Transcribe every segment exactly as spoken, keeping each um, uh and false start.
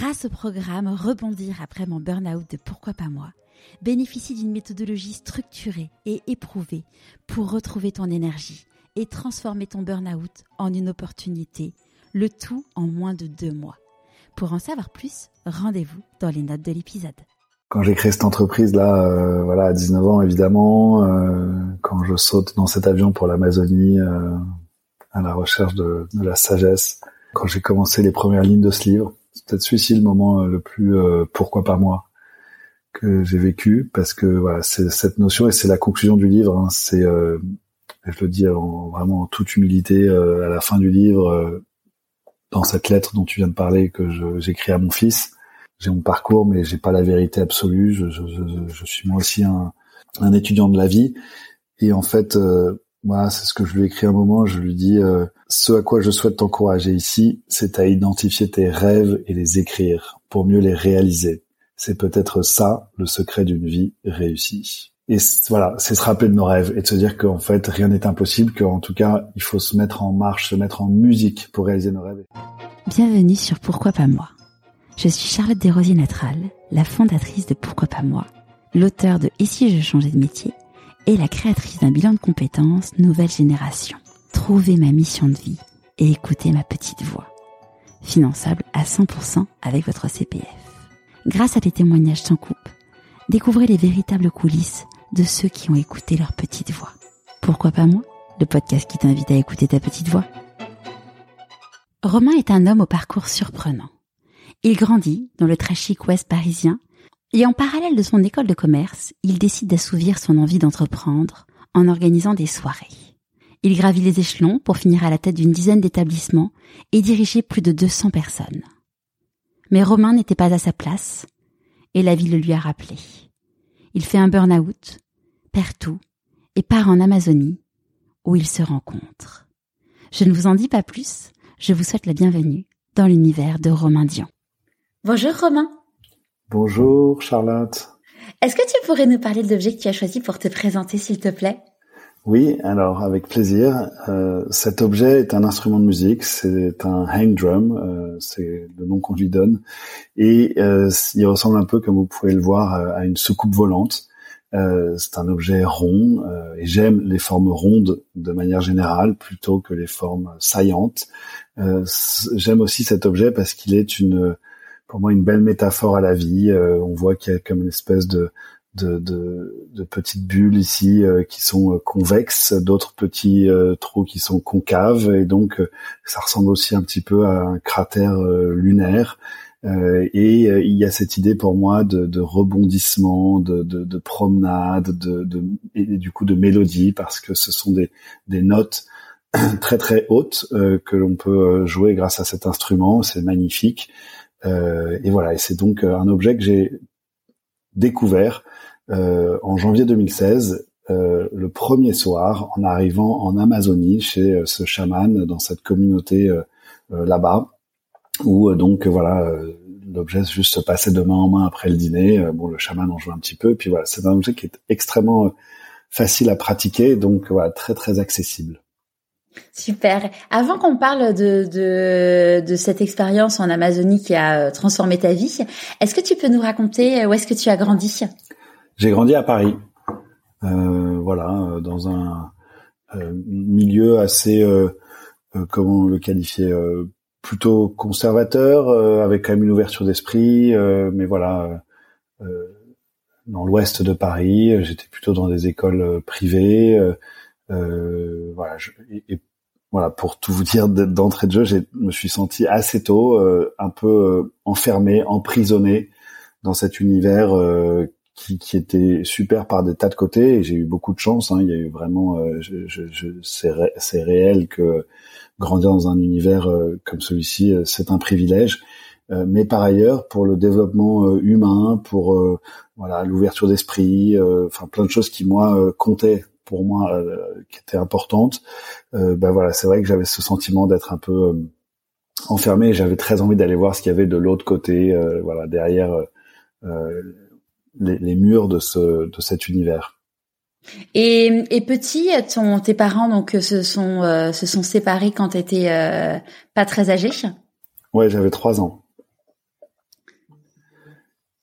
grâce au programme Rebondir après mon burn-out de Pourquoi pas moi, bénéficie d'une méthodologie structurée et éprouvée pour retrouver ton énergie et transformer ton burn-out en une opportunité, le tout en moins de deux mois. Pour en savoir plus, rendez-vous dans les notes de l'épisode. Quand j'ai créé cette entreprise-là, euh, voilà, à dix-neuf ans évidemment, euh, quand je saute dans cet avion pour l'Amazonie, euh, à la recherche de, de la sagesse, quand j'ai commencé les premières lignes de ce livre, c'est peut-être celui-ci le moment le plus euh, pourquoi pas moi que j'ai vécu, parce que voilà, c'est cette notion et c'est la conclusion du livre. Hein, c'est, euh, je le dis en, vraiment en toute humilité euh, à la fin du livre, euh, dans cette lettre dont tu viens de parler que je, j'écris à mon fils. J'ai mon parcours, mais j'ai pas la vérité absolue. Je, je, je, je suis moi aussi un, un étudiant de la vie, et en fait, euh, voilà, c'est ce que je lui ai écrit à un moment. Je lui dis euh, ce à quoi je souhaite t'encourager ici, c'est à identifier tes rêves et les écrire pour mieux les réaliser. C'est peut-être ça le secret d'une vie réussie. Et c'est, voilà, c'est se rappeler de nos rêves et de se dire qu'en fait rien n'est impossible, qu'en tout cas il faut se mettre en marche, se mettre en musique pour réaliser nos rêves. Bienvenue sur Pourquoi pas moi. Je suis Charlotte Desrosiers-Natral, la fondatrice de Pourquoi pas moi, l'auteure de Et si je changeais de métier et la créatrice d'un bilan de compétences nouvelle génération. Trouvez ma mission de vie et écoutez ma petite voix. Finançable à cent pour cent avec votre C P F. Grâce à des témoignages sans coupe, découvrez les véritables coulisses de ceux qui ont écouté leur petite voix. Pourquoi pas moi, le podcast qui t'invite à écouter ta petite voix. Romain est un homme au parcours surprenant. Il grandit dans le très chic ouest parisien et en parallèle de son école de commerce, il décide d'assouvir son envie d'entreprendre en organisant des soirées. Il gravit les échelons pour finir à la tête d'une dizaine d'établissements et diriger plus de deux cents personnes. Mais Romain n'était pas à sa place et la vie le lui a rappelé. Il fait un burn-out, perd tout et part en Amazonie où ils se rencontrent. Je ne vous en dis pas plus, je vous souhaite la bienvenue dans l'univers de Romain Dian. Bonjour Romain. Bonjour Charlotte. Est-ce que tu pourrais nous parler de l'objet que tu as choisi pour te présenter, s'il te plaît ? Oui, alors avec plaisir. Euh, cet objet est un instrument de musique, c'est un hang drum, euh, c'est le nom qu'on lui donne, et euh, il ressemble un peu, comme vous pouvez le voir, à une soucoupe volante. Euh, c'est un objet rond, euh, et j'aime les formes rondes de manière générale plutôt que les formes saillantes. Euh, j'aime aussi cet objet parce qu'il est une, pour moi, une belle métaphore à la vie. Euh, on voit qu'il y a comme une espèce de De, de, de petites bulles ici euh, qui sont euh, convexes, d'autres petits euh, trous qui sont concaves, et donc euh, ça ressemble aussi un petit peu à un cratère euh, lunaire. Euh, et euh, il y a cette idée pour moi de, de rebondissement, de, de, de promenade, de, de, et du coup de mélodie, parce que ce sont des, des notes très très hautes euh, que l'on peut jouer grâce à cet instrument. C'est magnifique. Euh, et voilà, et c'est donc un objet que j'ai découvert euh, en janvier deux mille seize, euh, le premier soir, en arrivant en Amazonie chez euh, ce chaman, dans cette communauté euh, euh, là-bas, où euh, donc voilà, euh, l'objet juste se passait de main en main après le dîner. Euh, bon, le chaman en jouait un petit peu, puis voilà, c'est un objet qui est extrêmement euh, facile à pratiquer, donc voilà, très très accessible. Super. Avant qu'on parle de, de, de cette expérience en Amazonie qui a transformé ta vie, est-ce que tu peux nous raconter où est-ce que tu as grandi ? J'ai grandi à Paris, euh, voilà, dans un euh, milieu assez, euh, euh, comment le qualifier, euh, plutôt conservateur, euh, avec quand même une ouverture d'esprit, euh, mais voilà, euh, dans l'ouest de Paris, j'étais plutôt dans des écoles privées, euh, euh, voilà, je, et, et voilà, pour tout vous dire d'entrée de jeu, je me suis senti assez tôt euh, un peu euh, enfermé, emprisonné dans cet univers euh, qui, qui était super par des tas de côtés. Et j'ai eu beaucoup de chance. Hein, il y a eu vraiment, euh, je, je, je, c'est, ré, c'est réel que grandir dans un univers euh, comme celui-ci, euh, c'est un privilège. Euh, mais par ailleurs, pour le développement euh, humain, pour euh, voilà l'ouverture d'esprit, enfin euh, plein de choses qui moi euh, comptaient pour moi, euh, qui étaient importantes. Euh, ben voilà, c'est vrai que j'avais ce sentiment d'être un peu euh, enfermé. Et j'avais très envie d'aller voir ce qu'il y avait de l'autre côté, euh, voilà, derrière euh, les, les murs de ce de cet univers. Et, et petit, ton, tes parents donc se sont euh, se sont séparés quand t'étais euh, pas très âgé. Ouais, j'avais trois ans.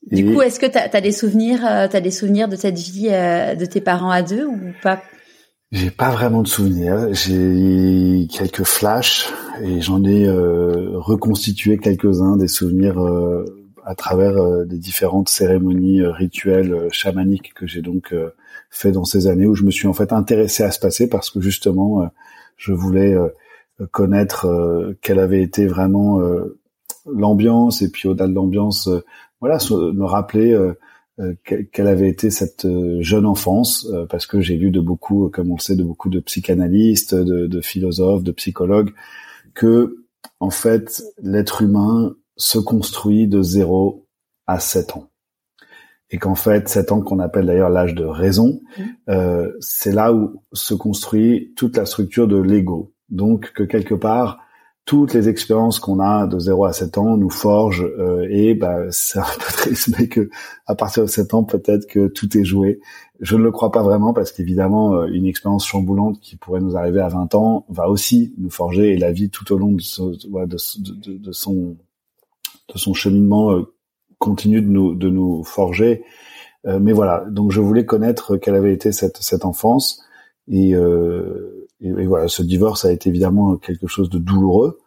Du et... coup, est-ce que t'as, t'as des souvenirs, euh, t'as des souvenirs de cette vie euh, de tes parents à deux ou pas? J'ai pas vraiment de souvenirs. J'ai quelques flashs et j'en ai euh, reconstitué quelques-uns des souvenirs euh, à travers euh, les différentes cérémonies euh, rituelles euh, chamaniques que j'ai donc euh, fait dans ces années où je me suis en fait intéressé à ce passé parce que justement euh, je voulais euh, connaître euh, quelle avait été vraiment euh, l'ambiance et puis au-delà de l'ambiance, euh, voilà, me rappeler euh, euh, quelle avait été cette euh, jeune enfance, euh, parce que j'ai lu de beaucoup, comme on le sait, de beaucoup de psychanalystes, de, de philosophes, de psychologues, que en fait l'être humain se construit de zéro à sept ans. Et qu'en fait, sept ans qu'on appelle d'ailleurs l'âge de raison, mmh. euh, c'est là où se construit toute la structure de l'ego. Donc que quelque part, toutes les expériences qu'on a de zéro à sept ans nous forgent euh, et bah, c'est un peu triste, mais que à partir de sept ans, peut-être que tout est joué. Je ne le crois pas vraiment parce qu'évidemment, une expérience chamboulante qui pourrait nous arriver à vingt ans va aussi nous forger et la vie tout au long de, ce, de, de, de, son, de son cheminement euh, continue de nous, de nous forger. Euh, mais voilà, donc je voulais connaître quelle avait été cette, cette enfance et... Euh, Et, et voilà, ce divorce a été évidemment quelque chose de douloureux,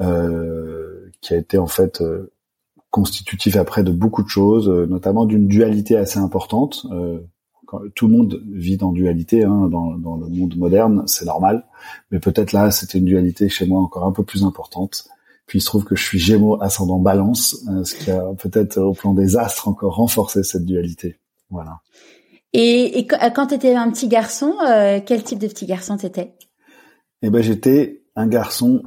euh, qui a été en fait euh, constitutif après de beaucoup de choses, euh, notamment d'une dualité assez importante. Euh, quand, tout le monde vit dans dualité, hein, dans, dans le monde moderne, c'est normal. Mais peut-être là, c'était une dualité chez moi encore un peu plus importante. Puis il se trouve que je suis Gémeaux ascendant Balance, euh, ce qui a peut-être au plan des astres encore renforcé cette dualité. Voilà. Et, et quand t'étais un petit garçon, euh, quel type de petit garçon t'étais? Eh ben, j'étais un garçon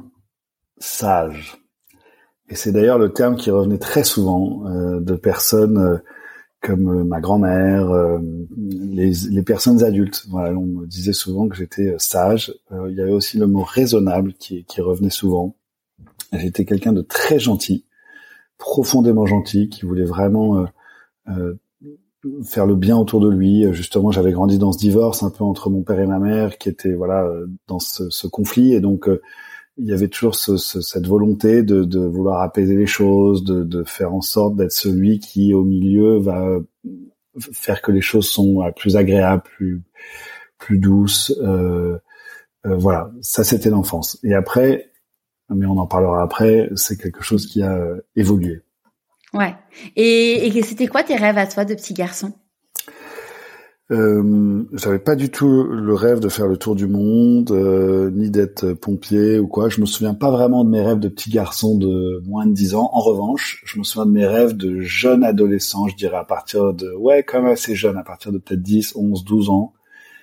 sage. Et c'est d'ailleurs le terme qui revenait très souvent euh, de personnes euh, comme euh, ma grand-mère, euh, les, les personnes adultes. Voilà, on me disait souvent que j'étais sage. Euh, il y avait aussi le mot raisonnable qui, qui revenait souvent. J'étais quelqu'un de très gentil, profondément gentil, qui voulait vraiment euh, euh, faire le bien autour de lui. Justement, j'avais grandi dans ce divorce un peu entre mon père et ma mère, qui était voilà dans ce, ce conflit, et donc euh, il y avait toujours ce, ce, cette volonté de, de vouloir apaiser les choses, de, de faire en sorte d'être celui qui au milieu va faire que les choses sont plus agréables, plus plus douces. Euh, euh, voilà, ça c'était l'enfance. Et après, mais on en parlera après, c'est quelque chose qui a euh, évolué. Ouais. Et, et c'était quoi tes rêves à toi de petit garçon? Euh, j'avais pas du tout le rêve de faire le tour du monde, euh, ni d'être pompier ou quoi. Je me souviens pas vraiment de mes rêves de petit garçon de moins de dix ans. En revanche, je me souviens de mes rêves de jeune adolescent, je dirais à partir de, ouais, quand même assez jeune, à partir de peut-être dix, onze, douze ans.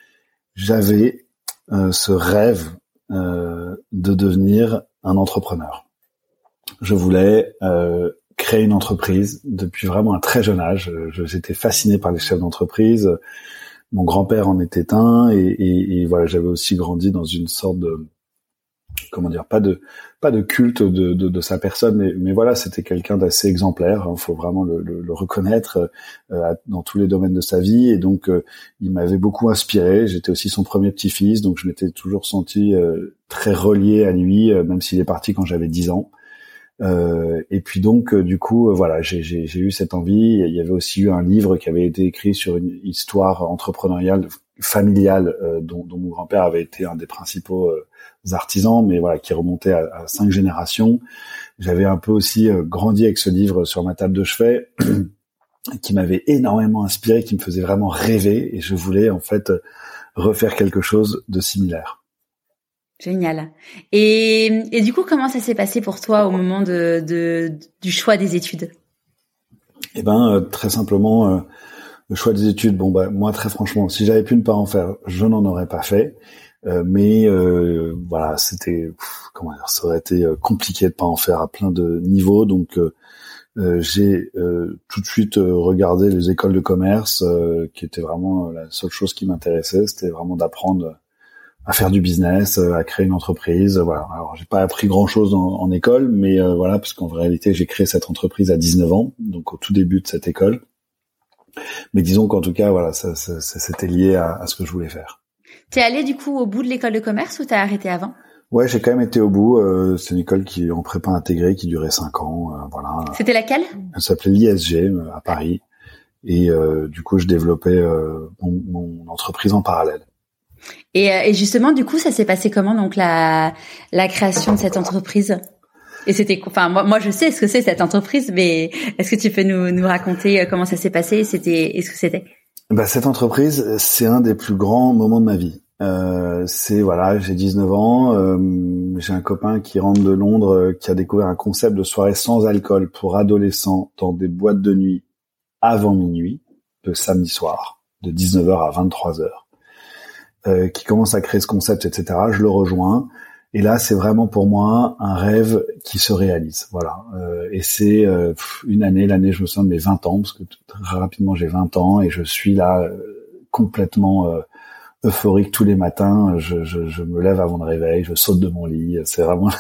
J'avais euh, ce rêve euh, de devenir un entrepreneur. Je voulais euh, créer une entreprise depuis vraiment un très jeune âge. Je, j'étais fasciné par les chefs d'entreprise. Mon grand-père en était un, et, et, et voilà, j'avais aussi grandi dans une sorte de, comment dire, pas de pas de culte de, de, de sa personne, mais, mais voilà, c'était quelqu'un d'assez exemplaire. Il hein, faut vraiment le, le, le reconnaître euh, dans tous les domaines de sa vie, et donc euh, il m'avait beaucoup inspiré. J'étais aussi son premier petit-fils, donc je m'étais toujours senti euh, très relié à lui, euh, même s'il est parti quand j'avais dix ans. Euh, et puis donc euh, du coup euh, voilà j'ai, j'ai, j'ai eu cette envie. Il y avait aussi eu un livre qui avait été écrit sur une histoire entrepreneuriale familiale euh, dont, dont mon grand-père avait été un des principaux euh, artisans, mais voilà, qui remontait à, à cinq générations. J'avais un peu aussi euh, grandi avec ce livre sur ma table de chevet qui m'avait énormément inspiré, qui me faisait vraiment rêver, et je voulais en fait refaire quelque chose de similaire. Génial. Et, et du coup, comment ça s'est passé pour toi au moment de, de du choix des études? Eh ben, euh, très simplement, euh, le choix des études. Bon, bah moi, très franchement, si j'avais pu ne pas en faire, je n'en aurais pas fait. Euh, mais euh, voilà, c'était, pff, comment dire, ça aurait été compliqué de pas en faire à plein de niveaux. Donc, euh, euh, j'ai euh, tout de suite euh, regardé les écoles de commerce, euh, qui était vraiment la seule chose qui m'intéressait. C'était vraiment d'apprendre à faire du business, à créer une entreprise, voilà. Alors j'ai pas appris grand chose en, en école, mais euh, voilà, parce qu'en réalité j'ai créé cette entreprise à dix-neuf ans, donc au tout début de cette école. Mais disons qu'en tout cas, voilà, ça, ça, ça c'était lié à, à ce que je voulais faire. T'es allé du coup au bout de l'école de commerce ou t'as arrêté avant? Ouais, j'ai quand même été au bout. Euh, c'est une école qui en prépa intégrée qui durait cinq ans, euh, voilà. C'était laquelle? Elle s'appelait l'I S G euh, à Paris. et euh, du coup je développais euh, mon, mon entreprise en parallèle. Et, et justement, du coup, ça s'est passé comment donc la la création de cette entreprise? Et c'était, enfin moi, moi je sais ce que c'est cette entreprise, mais est-ce que tu peux nous nous raconter comment ça s'est passé? C'était, et ce que c'était? Bah cette entreprise, c'est un des plus grands moments de ma vie. Euh, c'est voilà, j'ai dix-neuf ans, euh, j'ai un copain qui rentre de Londres, euh, qui a découvert un concept de soirée sans alcool pour adolescents dans des boîtes de nuit avant minuit, le samedi soir, de dix-neuf heures à vingt-trois heures. Euh, qui commence à créer ce concept, et cetera. Je le rejoins. Et là, c'est vraiment pour moi un rêve qui se réalise. Voilà. Euh, et c'est euh, une année, l'année, je me souviens de mes vingt ans, parce que très rapidement, j'ai vingt ans, et je suis là euh, complètement euh, euphorique tous les matins. Je, je, je me lève avant le réveil, je saute de mon lit. C'est vraiment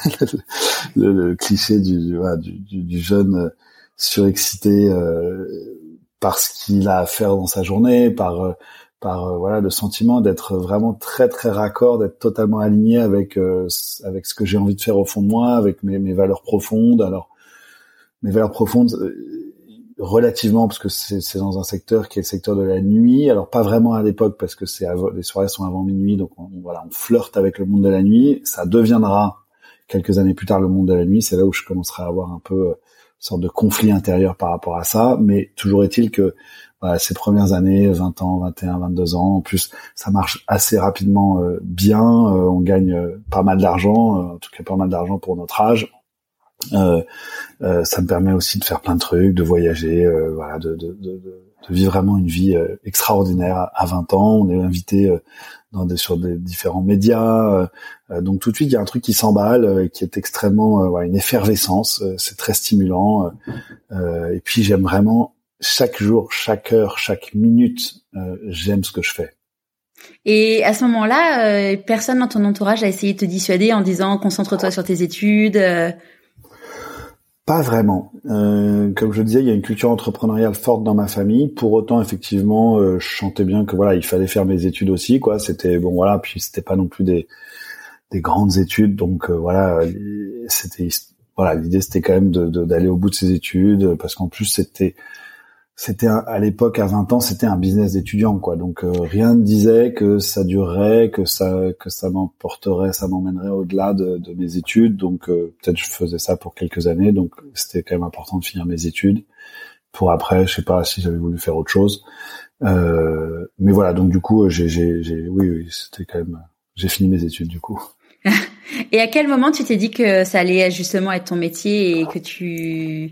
le, le, le cliché du, du, du, du jeune surexcité euh, par ce qu'il a à faire dans sa journée, par... Euh, par euh, voilà le sentiment d'être vraiment très très raccord, d'être totalement aligné avec euh, avec ce que j'ai envie de faire au fond de moi, avec mes, mes valeurs profondes. Alors mes valeurs profondes euh, relativement, parce que c'est, c'est dans un secteur qui est le secteur de la nuit. Alors pas vraiment à l'époque, parce que c'est avant, les soirées sont avant minuit, donc on, voilà on flirte avec le monde de la nuit. Ça deviendra quelques années plus tard le monde de la nuit. C'est là où je commencerai à avoir un peu euh, une sorte de conflit intérieur par rapport à ça. Mais toujours est-il que voilà, ces premières années, vingt ans, vingt et un, vingt-deux ans, en plus, ça marche assez rapidement euh, bien, euh, on gagne euh, pas mal d'argent, euh, en tout cas pas mal d'argent pour notre âge. Euh, euh, ça me permet aussi de faire plein de trucs, de voyager, euh, voilà, de, de, de, de vivre vraiment une vie euh, extraordinaire à vingt ans. On est invité euh, dans des, sur des différents médias, euh, donc tout de suite il y a un truc qui s'emballe, euh, qui est extrêmement, euh, voilà, une effervescence. Euh, c'est très stimulant, euh, et puis j'aime vraiment chaque jour, chaque heure, chaque minute, euh, j'aime ce que je fais. Et à ce moment-là, euh, personne dans ton entourage a essayé de te dissuader en disant concentre-toi sur tes études euh... Pas vraiment. Euh, comme je disais, il y a une culture entrepreneuriale forte dans ma famille. Pour autant, effectivement, euh, je sentais bien que voilà, il fallait faire mes études aussi, quoi. C'était bon, voilà. Puis c'était pas non plus des des grandes études, donc euh, voilà, c'était voilà, l'idée c'était quand même de, de d'aller au bout de ses études, parce qu'en plus c'était C'était un, à l'époque, à vingt ans, c'était un business d'étudiant, quoi. Donc euh, rien ne disait que ça durerait, que ça que ça m'emporterait, ça m'emmènerait au-delà de, de mes études. Donc euh, peut-être je faisais ça pour quelques années. Donc c'était quand même important de finir mes études. Pour après, je sais pas si j'avais voulu faire autre chose. Euh, mais voilà. Donc du coup, j'ai j'ai j'ai oui oui, c'était quand même. J'ai fini mes études du coup. Et à quel moment tu t'es dit que ça allait justement être ton métier et que tu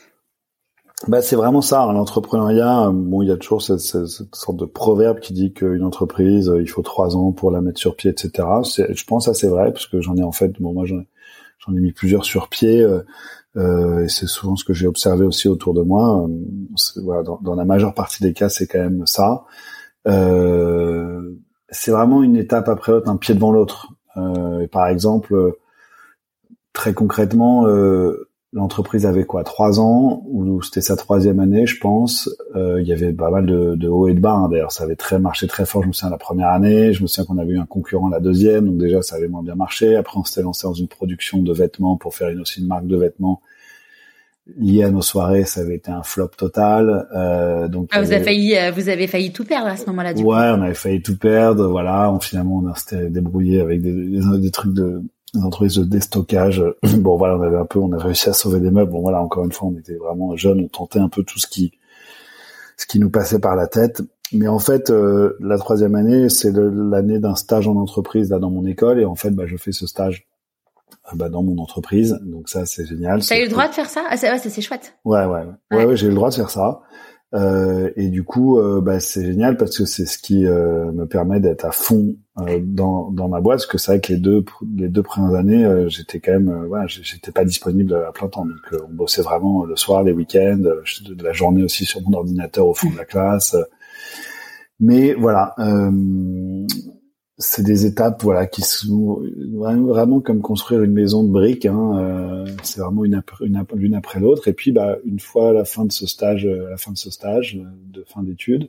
Bah c'est vraiment ça, hein, l'entrepreneuriat. Bon, il y a toujours cette, cette, cette sorte de proverbe qui dit qu'une entreprise, il faut trois ans pour la mettre sur pied, et cetera. C'est, je pense que ça c'est vrai, parce que j'en ai en fait, bon moi j'en ai, j'en ai mis plusieurs sur pied, euh, euh, et c'est souvent ce que j'ai observé aussi autour de moi. C'est, voilà, dans, dans la majeure partie des cas, c'est quand même ça. Euh, c'est vraiment une étape après l'autre, un pied devant l'autre. Euh, et par exemple, très concrètement. Euh, L'entreprise avait quoi, trois ans, ou c'était sa troisième année, je pense. Euh, il y avait pas mal de, de hauts et de bas. Hein. D'ailleurs, ça avait très marché très fort. Je me souviens la première année. Je me souviens qu'on avait eu un concurrent la deuxième, donc déjà ça avait moins bien marché. Après, on s'était lancé dans une production de vêtements pour faire une aussi une marque de vêtements liée à nos soirées. Ça avait été un flop total. Euh, donc ah, vous avait... avez failli, euh, vous avez failli tout perdre à ce moment-là. Du ouais, coup. on avait failli tout perdre. Voilà, on, finalement, on s'était débrouillé avec des, des, des trucs de des entreprises de déstockage. Bon voilà, on avait un peu, on a réussi à sauver des meubles. Bon voilà, encore une fois, on était vraiment jeunes, on tentait un peu tout ce qui, ce qui nous passait par la tête. Mais en fait, euh, la troisième année, c'est le, l'année d'un stage en entreprise là dans mon école, et en fait, bah je fais ce stage euh, bah dans mon entreprise. Donc ça, c'est génial. T'as eu le droit de faire ça? Ah, c'est, ouais, c'est, c'est chouette. Ouais, ouais, ouais, ouais, ouais, ouais, j'ai eu le droit de faire ça. Euh, et du coup, euh, bah, c'est génial parce que c'est ce qui euh, me permet d'être à fond euh, dans dans ma boîte. Parce que c'est vrai que les deux les deux premières années, euh, j'étais quand même, euh, voilà, j'étais pas disponible à plein temps. Donc, euh, on bossait vraiment le soir, les week-ends, euh, de la journée aussi sur mon ordinateur au fond de la classe. Mais voilà, euh, c'est des étapes, voilà, qui sont vraiment comme construire une maison de briques. Hein, euh, c'est vraiment une, une l'une après l'autre. Et puis, bah, une fois à la fin de ce stage, à la fin de ce stage de fin d'études,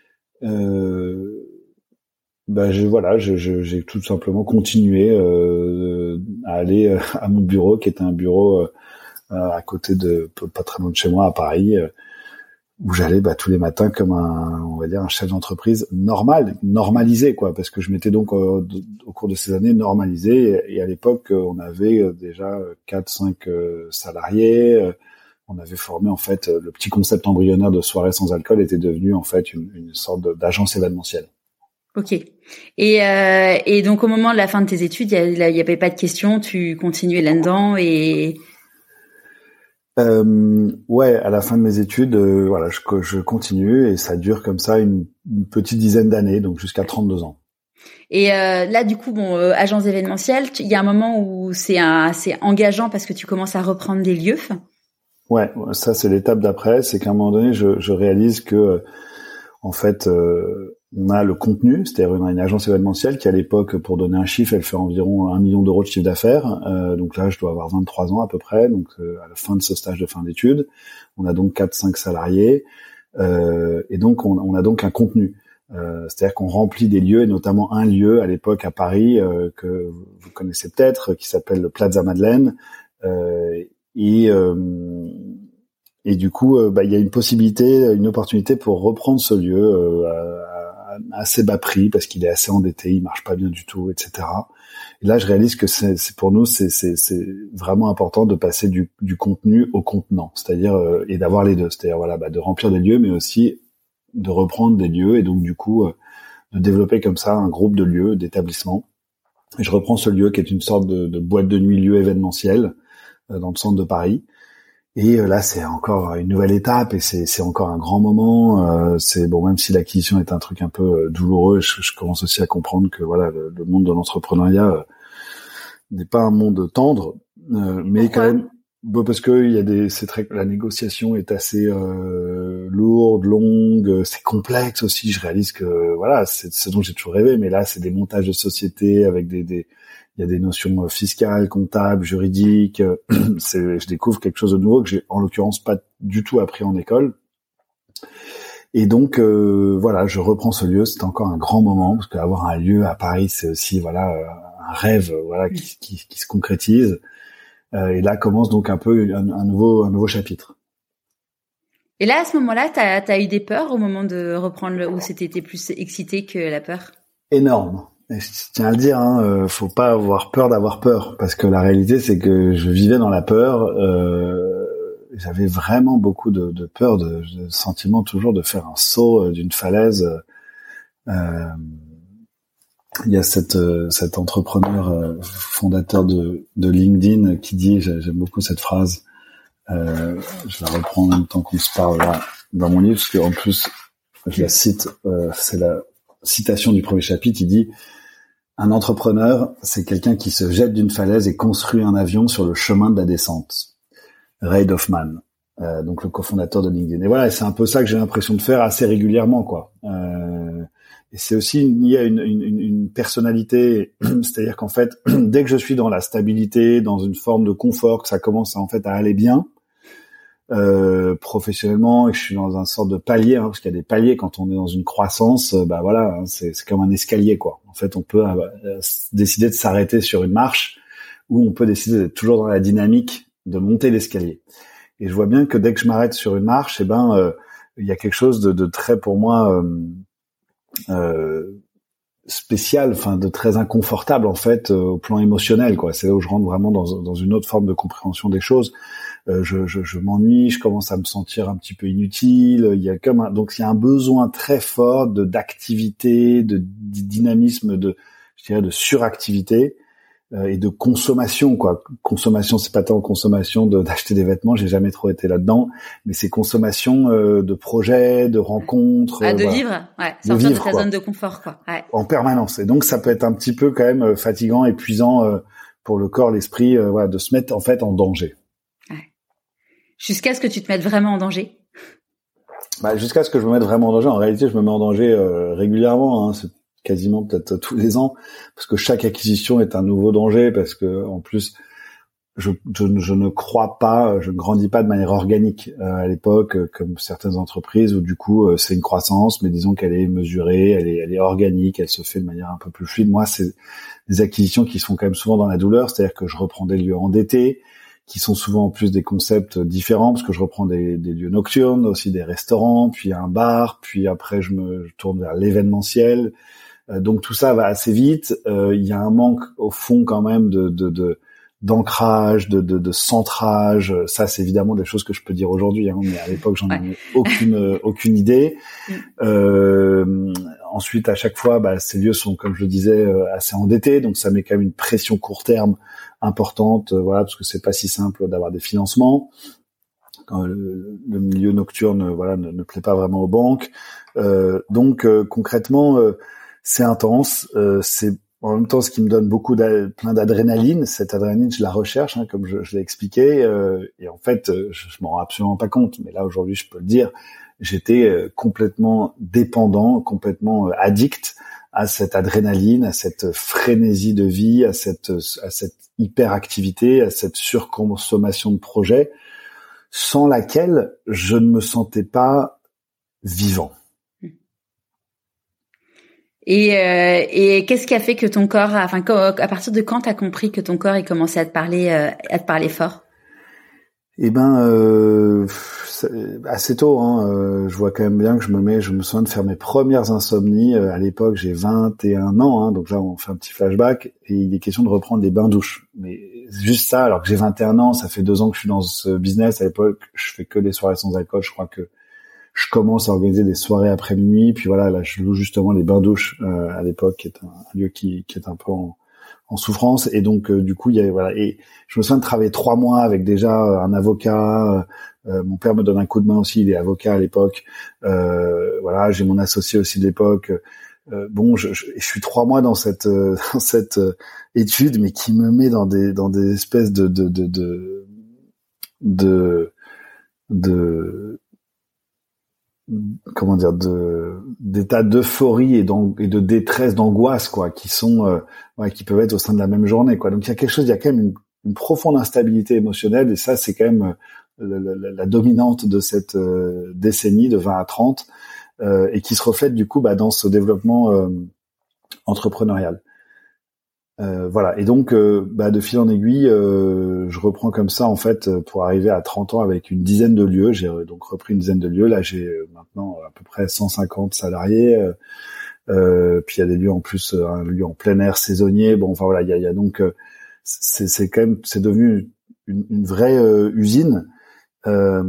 euh, bah, j'ai voilà, je, je, j'ai tout simplement continué euh, à aller à mon bureau, qui était un bureau euh, à côté de, pas très loin de chez moi, à Paris. où j'allais bah, tous les matins comme un, on va dire, un chef d'entreprise normal, normalisé, quoi, parce que je m'étais donc au, au cours de ces années normalisé. Et, et à l'époque, on avait déjà quatre, cinq salariés. On avait formé en fait le petit concept embryonnaire de soirée sans alcool était devenu en fait une, une sorte de, d'agence événementielle. Ok. Et, euh, et donc au moment de la fin de tes études, il y, y avait pas de questions, tu continuais là-dedans et. Euh, ouais, à la fin de mes études, euh, voilà, je, je continue et ça dure comme ça une, une petite dizaine d'années, donc jusqu'à trente-deux ans. Et euh, là, du coup, bon, euh, agence événementielle, il y a un moment où c'est un, c'est engageant parce que tu commences à reprendre des lieux. Ouais, ça c'est l'étape d'après, c'est qu'à un moment donné, je, je réalise que, en fait, euh, on a le contenu, c'est-à-dire une, une agence événementielle qui à l'époque, pour donner un chiffre, elle fait environ un million d'euros de chiffre d'affaires. Euh, donc là, je dois avoir vingt-trois ans à peu près, donc euh, à la fin de ce stage de fin d'études. On a donc quatre cinq salariés, euh, et donc on, on a donc un contenu. Euh, c'est-à-dire qu'on remplit des lieux, et notamment un lieu à l'époque à Paris euh, que vous connaissez peut-être, qui s'appelle le Plaza Madeleine. Euh, et euh, et du coup, euh, bah, il y a une possibilité, une opportunité pour reprendre ce lieu euh, à, à assez bas prix parce qu'il est assez endetté, il marche pas bien du tout, et cetera. Et là, je réalise que c'est, c'est pour nous, c'est, c'est, c'est vraiment important de passer du, du contenu au contenant, c'est-à-dire euh, et d'avoir les deux, c'est-à-dire voilà, bah, de remplir des lieux, mais aussi de reprendre des lieux et donc du coup euh, de développer comme ça un groupe de lieux, d'établissements. Et je reprends ce lieu qui est une sorte de, de boîte de nuit lieu événementiel euh, dans le centre de Paris. Et euh, là, c'est encore une nouvelle étape et c'est, c'est encore un grand moment. Euh, c'est bon, même si l'acquisition est un truc un peu euh, douloureux, je, je commence aussi à comprendre que voilà, le, le monde de l'entrepreneuriat euh, n'est pas un monde tendre, euh, mais Pourquoi? quand même. Bon, parce que il y a des, c'est très, la négociation est assez euh, lourde, longue, c'est complexe aussi. Je réalise que voilà, c'est ce dont j'ai toujours rêvé, mais là, c'est des montages de sociétés avec des, des, il y a des notions fiscales, comptables, juridiques. C'est, je découvre quelque chose de nouveau que j'ai, en l'occurrence, pas du tout appris en école. Et donc, euh, voilà, je reprends ce lieu. C'est encore un grand moment parce qu'avoir un lieu à Paris, c'est aussi voilà un rêve, voilà, qui, qui, qui se concrétise. Euh, et là commence donc un peu un, un nouveau un nouveau chapitre. Et là, à ce moment-là, t'as t'as eu des peurs au moment de reprendre le, ou c'était t'es plus excité que la peur? Énorme. Et je tiens à le dire, hein, euh, faut pas avoir peur d'avoir peur, parce que la réalité c'est que je vivais dans la peur. Euh, j'avais vraiment beaucoup de, de peur, de, de sentiment toujours de faire un saut euh, d'une falaise. Euh, Il y a cette, euh, cet entrepreneur euh, fondateur de, de LinkedIn qui dit, j'aime beaucoup cette phrase, euh, je la reprends en même temps qu'on se parle là dans mon livre, parce qu'en plus, je la cite, euh, c'est la citation du premier chapitre, il dit « Un entrepreneur, c'est quelqu'un qui se jette d'une falaise et construit un avion sur le chemin de la descente. » Reid Hoffman, euh, donc le cofondateur de LinkedIn. Et voilà, c'est un peu ça que j'ai l'impression de faire assez régulièrement, quoi. Euh, Et c'est aussi lié à une, une, une personnalité, c'est-à-dire qu'en fait, dès que je suis dans la stabilité, dans une forme de confort, que ça commence à, en fait à aller bien euh, professionnellement, et je suis dans un sorte de palier, hein, parce qu'il y a des paliers quand on est dans une croissance, euh, bah voilà, hein, c'est, c'est comme un escalier, quoi. En fait, on peut euh, décider de s'arrêter sur une marche, ou on peut décider d'être toujours dans la dynamique de monter l'escalier. Et je vois bien que dès que je m'arrête sur une marche, eh ben, euh, il y a quelque chose de, de très, pour moi. Euh, Euh, spécial, enfin de très inconfortable en fait euh, au plan émotionnel, quoi. C'est là où je rentre vraiment dans, dans une autre forme de compréhension des choses. Euh, je, je, je m'ennuie, je commence à me sentir un petit peu inutile. Il y a comme un, donc il y a un besoin très fort de d'activité, de, de dynamisme, de je dirais de suractivité euh, et de consommation, quoi. Consommation, c'est pas tant consommation de, d'acheter des vêtements, j'ai jamais trop été là-dedans, mais c'est consommation euh, de projets, de rencontres, ah, de voilà. vivre, ouais, sortir de, vivre, de ta quoi. Zone de confort, quoi. Ouais. En permanence. Et donc ça peut être un petit peu quand même fatigant, épuisant euh, pour le corps, l'esprit, euh, voilà, de se mettre en fait en danger. Ouais. Jusqu'à ce que tu te mettes vraiment en danger. Bah, jusqu'à ce que je me mette vraiment en danger. En réalité, je me mets en danger euh, régulièrement. Hein. C'est quasiment peut-être tous les ans, parce que chaque acquisition est un nouveau danger, parce que en plus, je, je, je ne crois pas, je ne grandis pas de manière organique euh, à l'époque, euh, comme certaines entreprises où du coup euh, c'est une croissance, mais disons qu'elle est mesurée, elle est, elle est organique, elle se fait de manière un peu plus fluide. Moi, c'est des acquisitions qui sont quand même souvent dans la douleur, c'est-à-dire que je reprends des lieux endettés, qui sont souvent en plus des concepts différents, parce que je reprends des, des lieux nocturnes, aussi des restaurants, puis un bar, puis après je me je tourne vers l'événementiel. Euh, donc tout ça va assez vite. Euh, il y a un manque au fond quand même de, de, de d'ancrage, de, de, de centrage. Ça, c'est évidemment des choses que je peux dire aujourd'hui, hein, mais à l'époque, j'en avais ouais. aucune aucune idée. Mm. Euh, ensuite, à chaque fois, bah, ces lieux sont, comme je le disais, assez endettés, donc ça met quand même une pression court terme importante, euh, voilà, parce que c'est pas si simple d'avoir des financements. Quand le, le milieu nocturne, voilà, ne, ne plaît pas vraiment aux banques. Euh, donc, euh, concrètement, euh, c'est intense. Euh, c'est en même temps ce qui me donne beaucoup d'ad- plein d'adrénaline. Cette adrénaline, je la recherche, hein, comme je, je l'ai expliqué. Euh, et en fait, je, je m'en rends absolument pas compte. Mais là, aujourd'hui, je peux le dire, j'étais euh, complètement dépendant, complètement euh, addict à cette adrénaline, à cette frénésie de vie, à cette à cette hyperactivité, à cette surconsommation de projets, sans laquelle je ne me sentais pas vivant. Et euh, et qu'est-ce qui a fait que ton corps, a, enfin à partir de quand t'as compris que ton corps ait commencé à te parler, euh, à te parler fort? Eh ben, euh, assez tôt, hein, euh, je vois quand même bien que je me mets, je me souviens de faire mes premières insomnies. Euh, à l'époque, j'ai vingt et un ans, hein, donc là, on fait un petit flashback, et il est question de reprendre les bains-douches. Mais juste ça, alors que j'ai vingt et un ans, ça fait deux ans que je suis dans ce business. À l'époque, je fais que des soirées sans alcool. Je crois que je commence à organiser des soirées après minuit. Puis voilà, là, je loue justement les bains-douches euh, à l'époque, qui est un, un lieu qui, qui est un peu en en souffrance, et donc euh, du coup il y avait voilà, et je me souviens de travailler trois mois avec déjà un avocat. Euh, mon père me donne un coup de main aussi, il est avocat à l'époque. Euh, voilà, j'ai mon associé aussi de l'époque. Euh, bon, je, je, je suis trois mois dans cette euh, dans cette euh, étude, mais qui me met dans des dans des espèces de de de de de, de comment dire, de d'états d'euphorie et, et de détresse, d'angoisse, quoi, qui sont euh, ouais, qui peuvent être au sein de la même journée, quoi. Donc il y a quelque chose, il y a quand même une, une profonde instabilité émotionnelle, et ça c'est quand même euh, la, la, la dominante de cette euh, décennie de vingt à trente, euh, et qui se reflète du coup bah, dans ce développement euh, entrepreneurial. Euh, voilà, et donc euh, bah, de fil en aiguille, euh, je reprends comme ça en fait pour arriver à trente ans avec une dizaine de lieux. J'ai donc repris une dizaine de lieux. Là, j'ai maintenant à peu près cent cinquante salariés. Euh, euh, puis il y a des lieux en plus, un lieu en plein air saisonnier. Bon, enfin voilà, il y a, il y a donc euh, c'est, c'est quand même, c'est devenu une, une vraie euh, usine euh,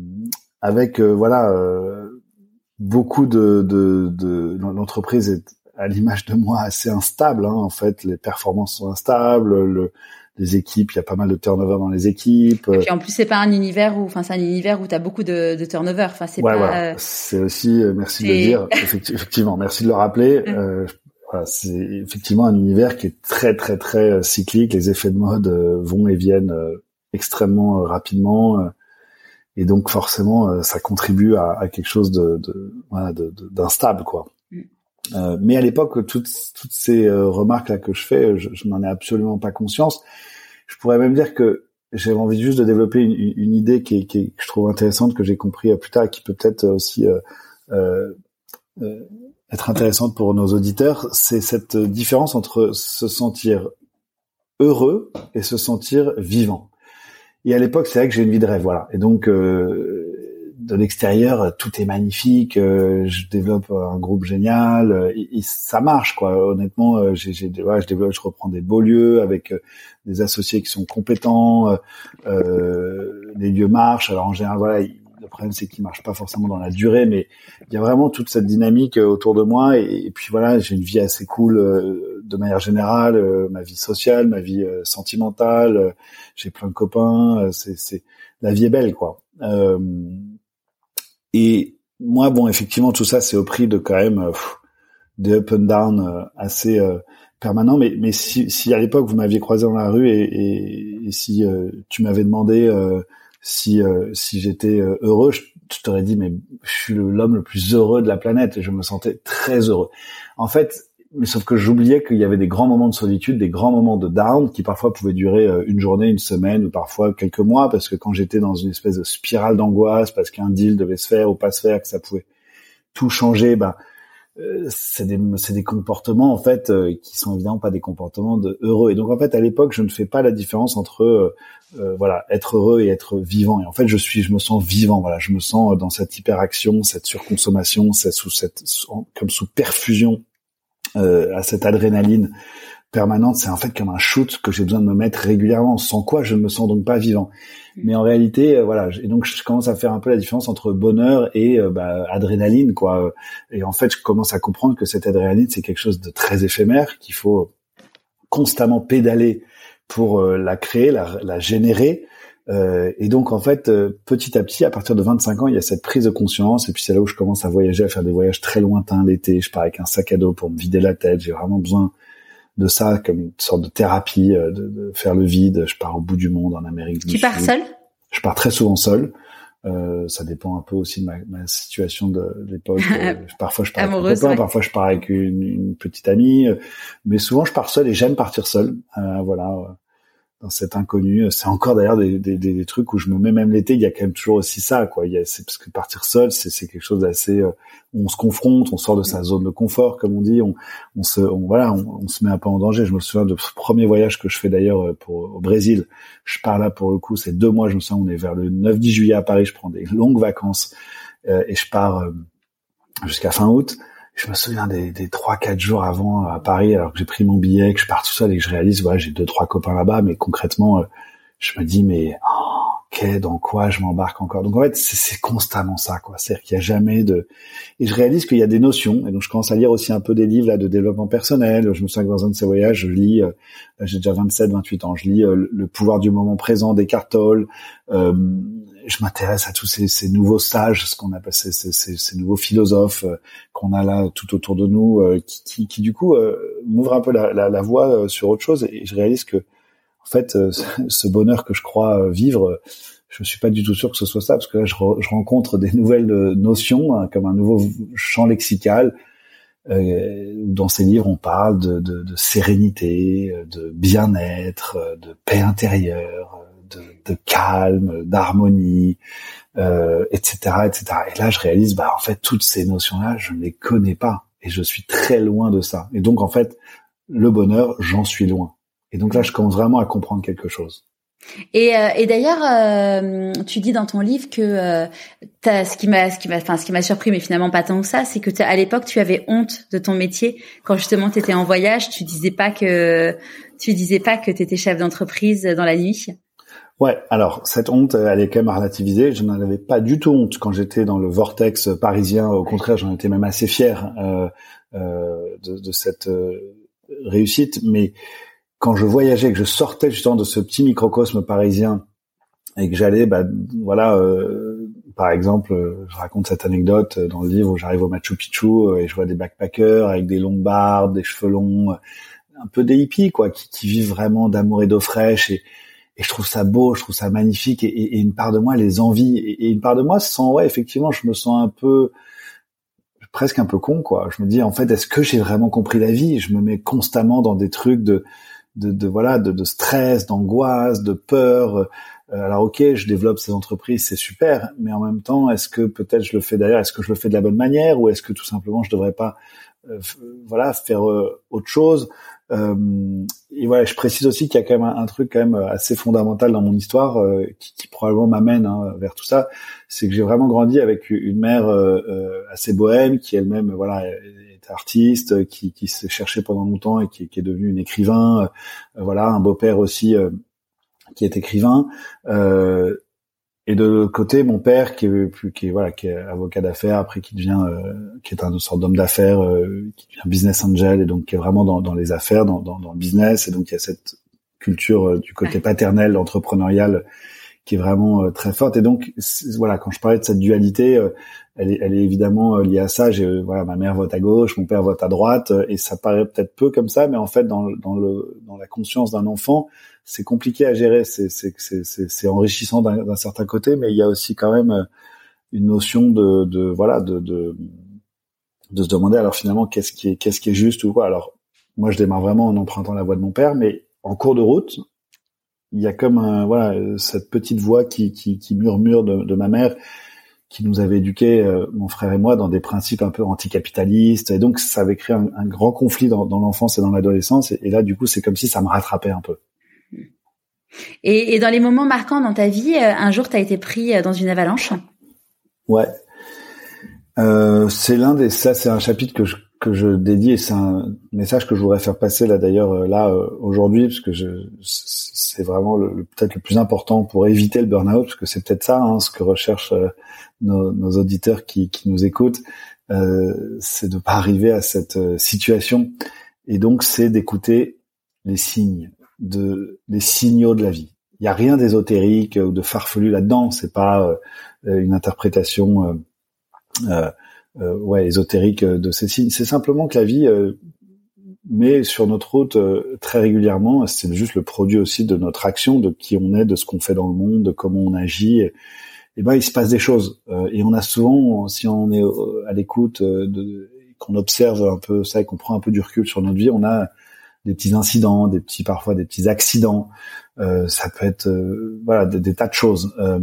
avec euh, voilà euh, beaucoup de, de, de l'entreprise est à l'image de moi assez instable, hein, en fait, les performances sont instables, le, les équipes, il y a pas mal de turnover dans les équipes. Et puis en plus c'est pas un univers où, enfin c'est un univers où t'as beaucoup de, de turnover, enfin c'est ouais, pas. Voilà. Euh... C'est aussi, euh, merci c'est... de le dire, effectivement, merci de le rappeler. euh, voilà, c'est effectivement un univers qui est très très très cyclique. Les effets de mode euh, vont et viennent euh, extrêmement euh, rapidement, euh, et donc forcément euh, ça contribue à, à quelque chose de, de, voilà, de, de, d'instable, quoi. Mm. Euh, mais à l'époque, toutes, toutes ces euh, remarques-là que je fais, je, je n'en ai absolument pas conscience. Je pourrais même dire que j'avais envie juste de développer une, une idée qui est, qui est, que je trouve intéressante, que j'ai compris plus tard, et qui peut peut-être aussi euh, euh, euh, être intéressante pour nos auditeurs. C'est cette différence entre se sentir heureux et se sentir vivant. Et à l'époque, c'est vrai que j'ai une vie de rêve, voilà. Et donc, euh, de l'extérieur, tout est magnifique. Euh, je développe un groupe génial, euh, et, et ça marche, quoi. Honnêtement, euh, j'ai, j'ai, ouais, je développe, je reprends des beaux lieux avec euh, des associés qui sont compétents. Euh, les lieux marchent. Alors en général, voilà, il, le problème c'est qu'ils marchent pas forcément dans la durée, mais il y a vraiment toute cette dynamique euh, autour de moi. Et, et puis voilà, j'ai une vie assez cool euh, de manière générale, euh, ma vie sociale, ma vie euh, sentimentale. Euh, j'ai plein de copains. Euh, c'est, c'est, la vie est belle, quoi. Euh, Et moi, bon, effectivement, tout ça, c'est au prix de quand même euh, des up and down euh, assez euh, permanents. Mais, mais si, si à l'époque vous m'aviez croisé dans la rue et, et, et si euh, tu m'avais demandé euh, si euh, si j'étais euh, heureux, je, je t'aurais dit mais je suis l'homme le plus heureux de la planète, et je me sentais très heureux. En fait, mais sauf que j'oubliais qu'il y avait des grands moments de solitude, des grands moments de down qui parfois pouvaient durer une journée, une semaine, ou parfois quelques mois, parce que quand j'étais dans une espèce de spirale d'angoisse, parce qu'un deal devait se faire ou pas se faire, que ça pouvait tout changer, ben euh, c'est des c'est des comportements en fait euh, qui sont évidemment pas des comportements de heureux. Et donc en fait à l'époque je ne fais pas la différence entre euh, euh, voilà être heureux et être vivant. Et en fait je suis je me sens vivant. Voilà, je me sens dans cette hyperaction, cette surconsommation, c'est sous cette comme sous perfusion euh, à cette adrénaline permanente, c'est en fait comme un shoot que j'ai besoin de me mettre régulièrement, sans quoi je ne me sens donc pas vivant. Mais en réalité, euh, voilà, et donc je commence à faire un peu la différence entre bonheur et euh, bah, adrénaline, quoi. Et en fait, je commence à comprendre que cette adrénaline, c'est quelque chose de très éphémère, qu'il faut constamment pédaler pour euh, la créer, la, la générer. Euh, et donc, en fait, euh, petit à petit, à partir de vingt-cinq ans, il y a cette prise de conscience, et puis c'est là où je commence à voyager, à faire des voyages très lointains l'été. Je pars avec un sac à dos pour me vider la tête, j'ai vraiment besoin de ça comme une sorte de thérapie, de, de faire le vide. Je pars au bout du monde en Amérique du Sud. Tu pars seul? Je pars très souvent seul. Euh, ça dépend un peu aussi de ma, ma situation de, de l'époque. Euh, parfois je pars avec un copain, ouais. Parfois je pars avec une, une petite amie, mais souvent je pars seul et j'aime partir seul. Euh, voilà, dans cet inconnu. C'est encore d'ailleurs des, des, des trucs où je me mets même l'été. Il y a quand même toujours aussi ça, quoi. Il y a, c'est parce que partir seul, c'est, c'est quelque chose d'assez. Euh, on se confronte, on sort de sa zone de confort, comme on dit. On, on se, on, voilà, on, on se met un peu en danger. Je me souviens de ce premier voyage que je fais d'ailleurs pour au Brésil. Je pars là pour le coup, c'est deux mois. Je me souviens, on est vers le neuf dix juillet à Paris. Je prends des longues vacances euh, et je pars euh, jusqu'à fin août. Je me souviens des, des trois, quatre jours avant à Paris, alors que j'ai pris mon billet, que je pars tout seul et que je réalise, voilà, j'ai deux, trois copains là-bas, mais concrètement, euh, je me dis, mais, oh, ok, dans quoi je m'embarque encore? Donc en fait, c'est, c'est constamment ça, quoi. C'est-à-dire qu'il y a jamais de, et je réalise qu'il y a des notions, et donc je commence à lire aussi un peu des livres, là, de développement personnel. Je me souviens que dans un de ces voyages, je lis, euh, là, j'ai déjà vingt-sept, vingt-huit ans, je lis euh, Le pouvoir du moment présent d'Eckhart Tolle. euh, je m'intéresse à tous ces, ces nouveaux sages, ce qu'on appelle ces, ces, ces, ces nouveaux philosophes euh, qu'on a là tout autour de nous, euh, qui, qui, qui du coup euh, m'ouvrent un peu la, la, la voie euh, sur autre chose. Et je réalise que, en fait, euh, ce bonheur que je crois vivre, euh, je suis pas du tout sûr que ce soit ça, parce que là, je, re, je rencontre des nouvelles notions, hein, comme un nouveau champ lexical. Euh, dans ces livres, on parle de, de, de sérénité, de bien-être, de paix intérieure. De, de calme, d'harmonie, euh, et cetera, et cetera. Et là, je réalise, bah, en fait, toutes ces notions-là, je ne les connais pas, et je suis très loin de ça. Et donc, en fait, le bonheur, j'en suis loin. Et donc là, je commence vraiment à comprendre quelque chose. Et, euh, et d'ailleurs, euh, tu dis dans ton livre que euh, t'as, ce qui m'a, ce qui m'a, enfin, ce qui m'a surpris, mais finalement pas tant que ça, c'est que à l'époque, tu avais honte de ton métier quand justement tu étais en voyage. Tu disais pas que, tu disais pas que tu étais chef d'entreprise dans la nuit. Ouais, alors cette honte, elle est quand même à relativiser. Je n'en avais pas du tout honte quand j'étais dans le vortex parisien. Au contraire, j'en étais même assez fier euh, euh, de, de cette euh, réussite. Mais quand je voyageais, que je sortais justement de ce petit microcosme parisien et que j'allais, bah voilà, euh, par exemple, je raconte cette anecdote dans le livre où j'arrive au Machu Picchu et je vois des backpackers avec des longues barbes, des cheveux longs, un peu des hippies, quoi, qui, qui vivent vraiment d'amour et d'eau fraîche. Et Et je trouve ça beau, je trouve ça magnifique, et, et, et une part de moi les envie, et, et une part de moi se sent, ouais, effectivement, je me sens un peu, presque un peu con, quoi. Je me dis, en fait, est-ce que j'ai vraiment compris la vie? Je me mets constamment dans des trucs de, de, de voilà, de, de stress, d'angoisse, de peur. Euh, alors, ok, je développe ces entreprises, c'est super, mais en même temps, est-ce que peut-être je le fais d'ailleurs, est-ce que je le fais de la bonne manière, ou est-ce que tout simplement je devrais pas, euh, voilà, faire euh, autre chose? Euh, et voilà, je précise aussi qu'il y a quand même un, un truc quand même assez fondamental dans mon histoire euh, qui, qui probablement m'amène hein, vers tout ça, c'est que j'ai vraiment grandi avec une mère euh, euh, assez bohème qui elle-même voilà est artiste, qui, qui s'est cherchée pendant longtemps et qui, qui est devenue une écrivain. Euh, voilà, un beau-père aussi euh, qui est écrivain. Euh, Et de l'autre côté, mon père qui est, qui est voilà, qui est avocat d'affaires, après qui devient, euh, qui est un sorte d'homme d'affaires, euh, qui devient business angel et donc qui est vraiment dans, dans les affaires, dans, dans, dans le business. Et donc il y a cette culture euh, du côté paternel, entrepreneurial, qui est vraiment euh, très forte. Et donc voilà, quand je parlais de cette dualité, euh, elle est, elle est évidemment euh, liée à ça. J'ai euh, voilà, ma mère vote à gauche, mon père vote à droite, euh, et ça paraît peut-être peu comme ça, mais en fait, dans, dans le, dans la conscience d'un enfant, c'est compliqué à gérer, c'est c'est c'est c'est, c'est enrichissant d'un, d'un certain côté, mais il y a aussi quand même une notion de de voilà de de de se demander alors finalement qu'est-ce qui est qu'est-ce qui est juste ou quoi. Alors moi je démarre vraiment en empruntant la voie de mon père, mais en cours de route, il y a comme un voilà cette petite voix qui qui qui murmure de, de ma mère qui nous avait éduqués, euh, mon frère et moi, dans des principes un peu anticapitalistes. Et donc, ça avait créé un, un grand conflit dans, dans l'enfance et dans l'adolescence. Et, et là, du coup, c'est comme si ça me rattrapait un peu. Et, et dans les moments marquants dans ta vie, un jour, tu as été pris dans une avalanche? Ouais. Euh, c'est l'un des, ça, c'est un chapitre que je, que je dédie, et c'est un message que je voudrais faire passer là, d'ailleurs, là, aujourd'hui, parce que je, c'est vraiment le, le, peut-être le plus important pour éviter le burn-out, parce que c'est peut-être ça, hein, ce que recherchent euh, nos, nos auditeurs qui, qui nous écoutent, euh, c'est de pas arriver à cette euh, situation. Et donc, c'est d'écouter les signes, de, les signaux de la vie. Il y a rien d'ésotérique ou de farfelu là-dedans. C'est pas euh, une interprétation, euh, euh, euh, ouais, ésotérique de ces signes. C'est simplement que la vie euh, met sur notre route euh, très régulièrement. C'est juste le produit aussi de notre action, de qui on est, de ce qu'on fait dans le monde, de comment on agit. Et, et ben, il se passe des choses. Euh, et on a souvent, si on est à l'écoute, euh, de, qu'on observe un peu ça et qu'on prend un peu du recul sur notre vie, on a des petits incidents, des petits parfois des petits accidents. Euh, ça peut être euh, voilà des, des tas de choses. Euh,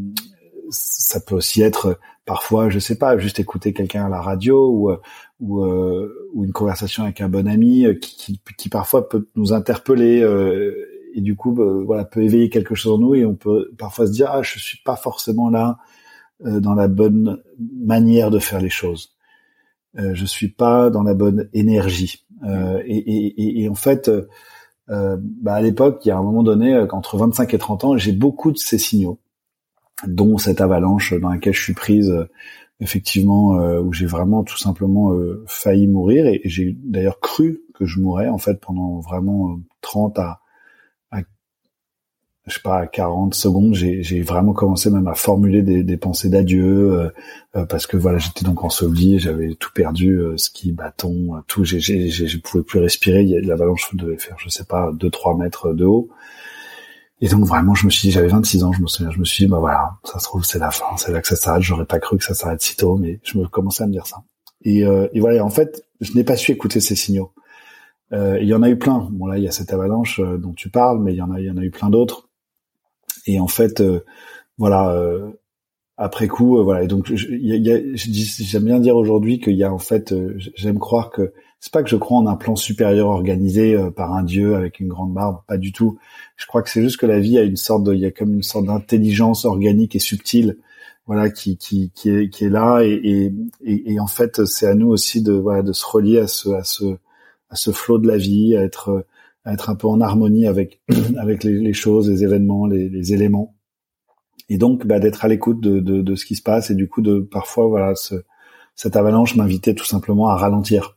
ça peut aussi être parfois, je sais pas, juste écouter quelqu'un à la radio ou ou, euh, ou une conversation avec un bon ami qui, qui, qui parfois peut nous interpeller euh, et du coup euh, voilà peut éveiller quelque chose en nous et on peut parfois se dire ah je suis pas forcément là euh, dans la bonne manière de faire les choses. Euh, je suis pas dans la bonne énergie. Euh, et, et, et en fait, euh, bah à l'époque, il y a un moment donné, entre vingt-cinq et trente ans, j'ai beaucoup de ces signaux, dont cette avalanche dans laquelle je suis prise, euh, effectivement, euh, où j'ai vraiment tout simplement euh, failli mourir. Et, et j'ai d'ailleurs cru que je mourrais, en fait, pendant vraiment trente à, à je sais pas, à quarante secondes, j'ai, j'ai vraiment commencé même à formuler des, des pensées d'adieu, euh, euh, parce que voilà, j'étais donc enseveli, j'avais tout perdu, euh, ski, bâton, euh, tout, j'ai, j'ai, j'ai, je pouvais plus respirer. L'avalanche devait faire, je sais pas, deux, trois mètres de haut. Et donc vraiment, je me suis dit, j'avais vingt-six ans, je me souviens, je me suis dit, bah voilà, ça se trouve, c'est la fin, c'est là que ça s'arrête. J'aurais pas cru que ça s'arrête si tôt, mais je me commençais à me dire ça. Et, euh, et voilà, en fait, je n'ai pas su écouter ces signaux. Euh, il y en a eu plein. Bon là, il y a cette avalanche euh, dont tu parles, mais il y en a, il y en a eu plein d'autres. Et en fait, euh, voilà, euh, après coup, euh, voilà. Et donc, je, y a, y a, j'aime bien dire aujourd'hui qu'il y a en fait, euh, j'aime croire que c'est pas que je crois en un plan supérieur organisé euh, par un dieu avec une grande barbe, pas du tout. Je crois que c'est juste que la vie a une sorte de, il y a comme une sorte d'intelligence organique et subtile, voilà, qui qui qui est qui est là. Et et, et, et en fait, c'est à nous aussi de voilà de se relier à ce à ce à ce flot de la vie, à être à être un peu en harmonie avec avec les, les choses, les événements, les, les éléments, et donc bah, d'être à l'écoute de, de, de ce qui se passe et du coup de parfois voilà ce, cette avalanche m'invitait tout simplement à ralentir.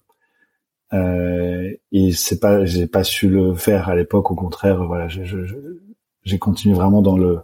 Euh, et c'est pas, j'ai pas su le faire à l'époque. Au contraire, voilà, je, je, je, j'ai continué vraiment dans le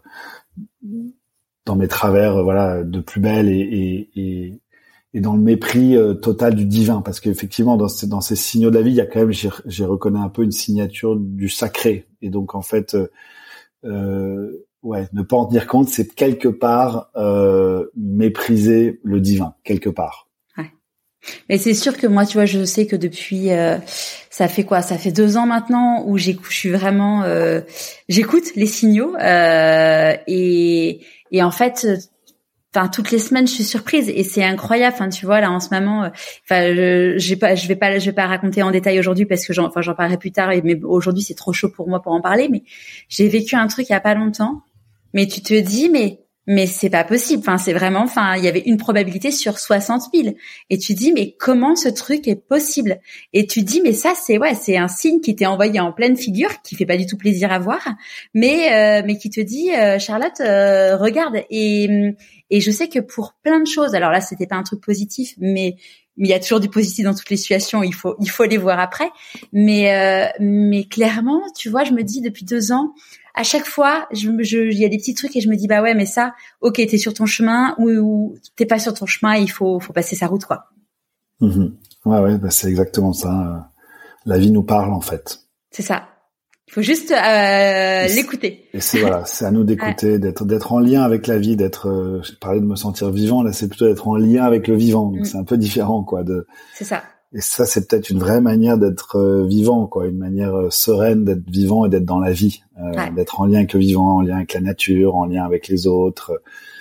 dans mes travers, voilà, de plus belle et et, et et dans le mépris euh, total du divin, parce qu'effectivement dans ces, dans ces signaux de la vie, il y a quand même, j'ai, j'ai reconnu un peu une signature du sacré, et donc en fait, euh, euh, ouais, ne pas en tenir compte, c'est quelque part euh, mépriser le divin, quelque part. Ouais. Mais c'est sûr que moi, tu vois, je sais que depuis, euh, ça fait quoi, ça fait deux ans maintenant où j'écoute, je suis vraiment, euh, j'écoute les signaux euh, et et en fait. Enfin, toutes les semaines, je suis surprise et c'est incroyable. Enfin, tu vois, là, en ce moment, euh, enfin, je, j'ai pas, je vais pas, je vais pas raconter en détail aujourd'hui parce que j'en, enfin, j'en parlerai plus tard. Mais aujourd'hui, c'est trop chaud pour moi pour en parler. Mais j'ai vécu un truc il y a pas longtemps. Mais tu te dis, mais, mais c'est pas possible. Enfin, c'est vraiment, enfin, il y avait une probabilité sur soixante mille. Et tu dis, mais comment ce truc est possible? Et tu dis, mais ça, c'est, ouais, c'est un signe qui t'est envoyé en pleine figure, qui fait pas du tout plaisir à voir, mais, euh, mais qui te dit, euh, Charlotte, euh, regarde. Et, Et je sais que pour plein de choses, alors là, c'était pas un truc positif, mais mais il y a toujours du positif dans toutes les situations. Il faut il faut les voir après. Mais euh, mais clairement, tu vois, je me dis depuis deux ans, à chaque fois, je je il y a des petits trucs et je me dis bah ouais, mais ça, ok, t'es sur ton chemin ou, ou t'es pas sur ton chemin, il faut faut passer sa route quoi. Mmh. Ouais ouais, bah c'est exactement ça. La vie nous parle en fait. C'est ça. Il faut juste euh, et l'écouter. Et c'est voilà, c'est à nous d'écouter, ouais. d'être d'être en lien avec la vie, d'être. Euh, je parlais de me sentir vivant, là c'est plutôt d'être en lien avec le vivant. Donc mmh. c'est un peu différent quoi. De. C'est ça. Et ça c'est peut-être une vraie manière d'être euh, vivant quoi, une manière euh, sereine d'être vivant et d'être dans la vie, euh, ouais. d'être en lien avec le vivant, en lien avec la nature, en lien avec les autres.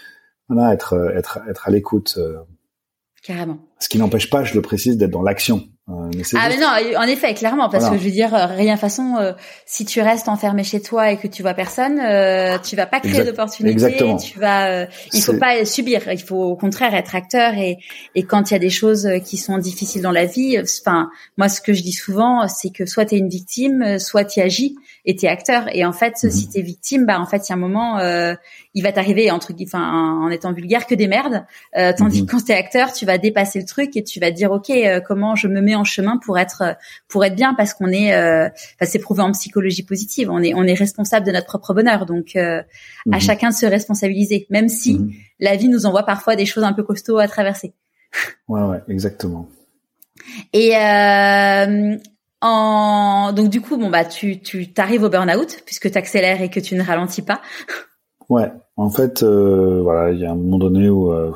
voilà, être être être à l'écoute. Euh, Carrément. Ce qui n'empêche pas, je le précise, d'être dans l'action. Euh, mais c'est ah juste... mais non, en effet, clairement, parce voilà. que je veux dire, rien façon, euh, si tu restes enfermé chez toi et que tu vois personne, euh, tu vas pas créer exact. d'opportunités. Exactement. Tu vas, euh, il faut pas subir. Il faut au contraire être acteur et et quand il y a des choses qui sont difficiles dans la vie, enfin, moi ce que je dis souvent, c'est que soit t'es une victime, soit tu agis et t'es acteur. Et en fait, mm-hmm. si t'es victime, bah en fait, il y a un moment, euh, il va t'arriver entre, enfin, en étant vulgaire, que des merdes. Euh, tandis mm-hmm. que quand t'es acteur, tu vas dépasser le truc et tu vas te dire, ok, euh, comment je me mets en chemin pour être pour être bien, parce qu'on est, euh, enfin, c'est prouvé en psychologie positive, on est on est responsable de notre propre bonheur, donc euh, mm-hmm. à chacun de se responsabiliser, même si mm-hmm. la vie nous envoie parfois des choses un peu costauds à traverser. Ouais ouais, exactement. Et euh, en donc du coup bon bah tu tu t'arrives au burn-out puisque tu accélères et que tu ne ralentis pas. Ouais, en fait euh, voilà, il y a un moment donné où euh,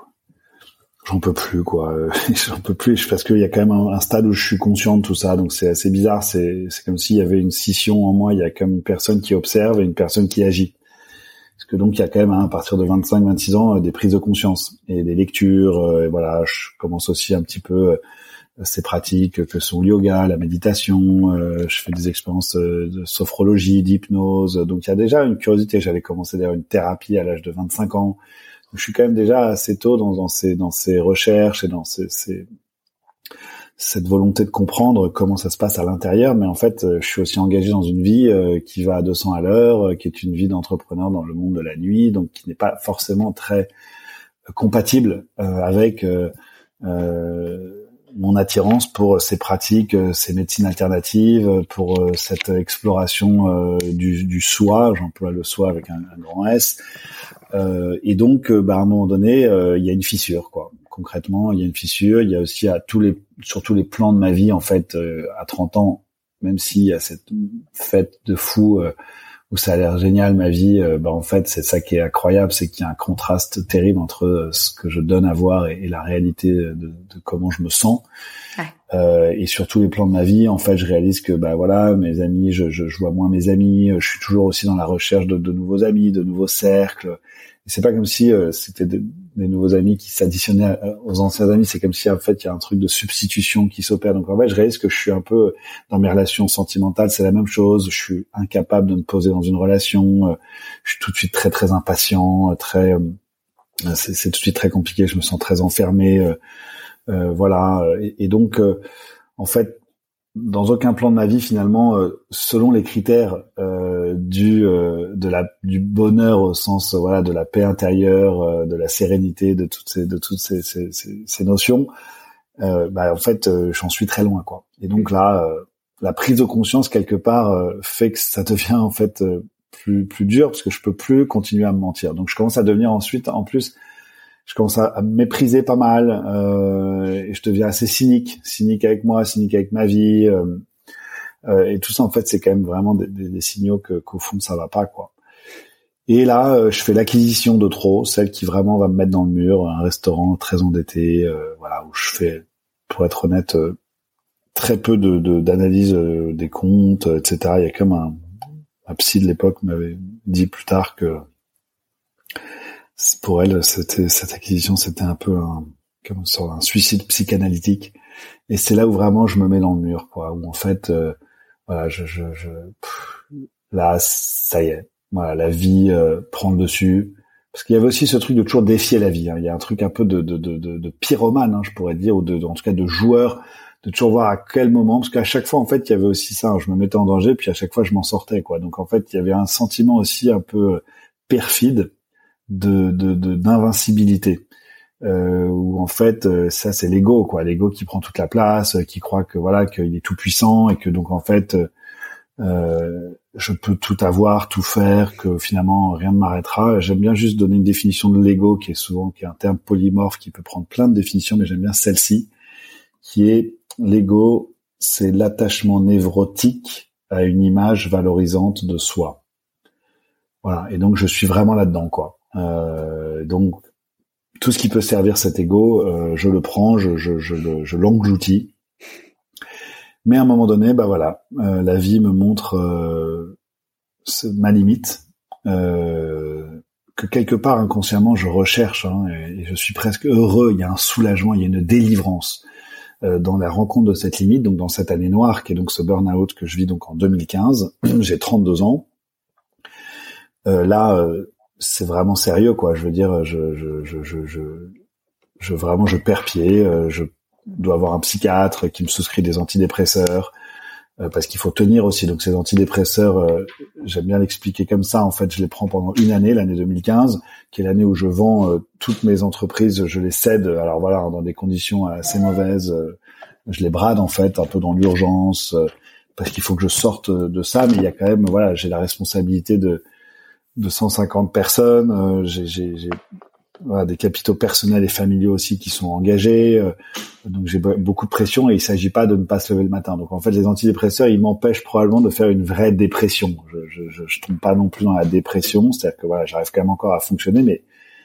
j'en peux plus quoi, j'en peux plus parce qu'il y a quand même un, un stade où je suis conscient de tout ça, donc c'est assez bizarre, c'est c'est comme s'il y avait une scission en moi, il y a comme une personne qui observe et une personne qui agit. Parce que donc il y a quand même hein, à partir de vingt-cinq vingt-six ans des prises de conscience et des lectures, et voilà, je commence aussi un petit peu euh, ces pratiques que sont le yoga, la méditation, euh, je fais des expériences de sophrologie, d'hypnose, donc il y a déjà une curiosité, j'avais commencé d'ailleurs une thérapie à l'âge de vingt-cinq ans. Je suis quand même déjà assez tôt dans, dans ces dans ces recherches et dans ces, ces cette volonté de comprendre comment ça se passe à l'intérieur, mais en fait, je suis aussi engagé dans une vie euh, qui va à deux cents à l'heure, euh, qui est une vie d'entrepreneur dans le monde de la nuit, donc qui n'est pas forcément très euh, compatible euh, avec euh, euh, mon attirance pour ces pratiques, ces médecines alternatives, pour euh, cette exploration euh, du, du soi, j'emploie le soi avec un, un grand S. Euh, et donc, euh, bah, à un moment donné, euh, il y a une fissure, quoi. Concrètement, il y a une fissure. Il y a aussi à tous les, sur tous les plans de ma vie, en fait, euh, à trente ans, même s'il y a cette fête de fou euh, où ça a l'air génial ma vie, euh, bah en fait, c'est ça qui est incroyable, c'est qu'il y a un contraste terrible entre euh, ce que je donne à voir et, et la réalité de, de comment je me sens. Ouais. Euh, et sur tous les plans de ma vie, en fait, je réalise que bah voilà, mes amis, je, je, je vois moins mes amis. Je suis toujours aussi dans la recherche de, de nouveaux amis, de nouveaux cercles. Et c'est pas comme si euh, c'était des, des nouveaux amis qui s'additionnaient aux anciens amis. C'est comme si en fait il y a un truc de substitution qui s'opère. Donc en fait, je réalise que je suis un peu dans mes relations sentimentales, c'est la même chose. Je suis incapable de me poser dans une relation. Je suis tout de suite très très impatient, très. C'est, c'est tout de suite très compliqué. Je me sens très enfermé. Euh, euh, voilà. Et, et donc euh, en fait. Dans aucun plan de ma vie finalement, euh, selon les critères euh, du euh, de la du bonheur au sens euh, voilà de la paix intérieure, euh, de la sérénité, de toutes ces de toutes ces ces, ces, ces notions, euh, bah en fait euh, j'en suis très loin quoi. Et donc là, euh, la prise de conscience quelque part euh, fait que ça devient en fait euh, plus plus dur parce que je peux plus continuer à me mentir. Donc je commence à devenir ensuite en plus je commence à me mépriser pas mal euh, et je deviens assez cynique, cynique avec moi, cynique avec ma vie euh, euh, et tout ça en fait c'est quand même vraiment des, des, des signaux que qu'au fond ça va pas quoi. Et là euh, je fais l'acquisition de trop, celle qui vraiment va me mettre dans le mur, un restaurant très endetté, euh, voilà où je fais, pour être honnête, euh, très peu de, de d'analyse euh, des comptes, et cetera. Il y a comme un, un psy de l'époque m'avait dit plus tard que pour elle, c'était, cette acquisition, c'était un peu un, comme ça, un suicide psychanalytique. Et c'est là où vraiment je me mets dans le mur, quoi. Où en fait, euh, voilà, je, je, je pff, là, ça y est, voilà, la vie euh, prend le dessus. Parce qu'il y avait aussi ce truc de toujours défier la vie. Hein. Il y a un truc un peu de, de, de, de, de pyromane, hein, je pourrais dire, ou de, de, en tout cas de joueur, de toujours voir à quel moment. Parce qu'à chaque fois, en fait, il y avait aussi ça. Hein, je me mettais en danger, puis à chaque fois, je m'en sortais, quoi. Donc en fait, il y avait un sentiment aussi un peu perfide. De, de, de d'invincibilité euh, où en fait euh, ça c'est l'ego quoi, l'ego qui prend toute la place, euh, qui croit que voilà qu'il est tout puissant et que donc en fait euh, je peux tout avoir, tout faire, que finalement rien ne m'arrêtera. J'aime bien juste donner une définition de l'ego qui est souvent qui est un terme polymorphe qui peut prendre plein de définitions, mais j'aime bien celle-ci qui est l'ego, c'est l'attachement névrotique à une image valorisante de soi. Voilà, et donc je suis vraiment là-dedans quoi. Euh, donc tout ce qui peut servir cet ego, euh, je le prends, je, je, je, je, je l'engloutis. Mais à un moment donné, bah voilà, euh, la vie me montre euh, ma limite, euh, que quelque part inconsciemment je recherche, hein, et, et je suis presque heureux. Il y a un soulagement, il y a une délivrance euh, dans la rencontre de cette limite, donc dans cette année noire qui est donc ce burn-out que je vis donc en deux mille quinze. J'ai trente-deux ans. Euh, là, euh, c'est vraiment sérieux, quoi. Je veux dire, je, je, je, je, je, je vraiment, je perds pied. Euh, je dois avoir un psychiatre qui me souscrit des antidépresseurs. Parce qu'il faut tenir aussi. Donc ces antidépresseurs, euh, j'aime bien l'expliquer comme ça. En fait, je les prends pendant une année, l'année deux mille quinze, qui est l'année où je vends euh, toutes mes entreprises. Je les cède. Alors voilà, dans des conditions assez mauvaises. Euh, je les brade en fait, un peu dans l'urgence, euh, parce qu'il faut que je sorte de ça. Mais il y a quand même, voilà, j'ai la responsabilité de de cent cinquante personnes. Euh, j'ai, j'ai, j'ai voilà, des capitaux personnels et familiaux aussi qui sont engagés, euh, donc j'ai beaucoup de pression et il s'agit pas de ne pas se lever le matin. Donc en fait, les antidépresseurs, ils m'empêchent probablement de faire une vraie dépression. Je, je, je, je tombe pas non plus dans la dépression, c'est-à-dire que voilà, j'arrive quand même encore à fonctionner, mais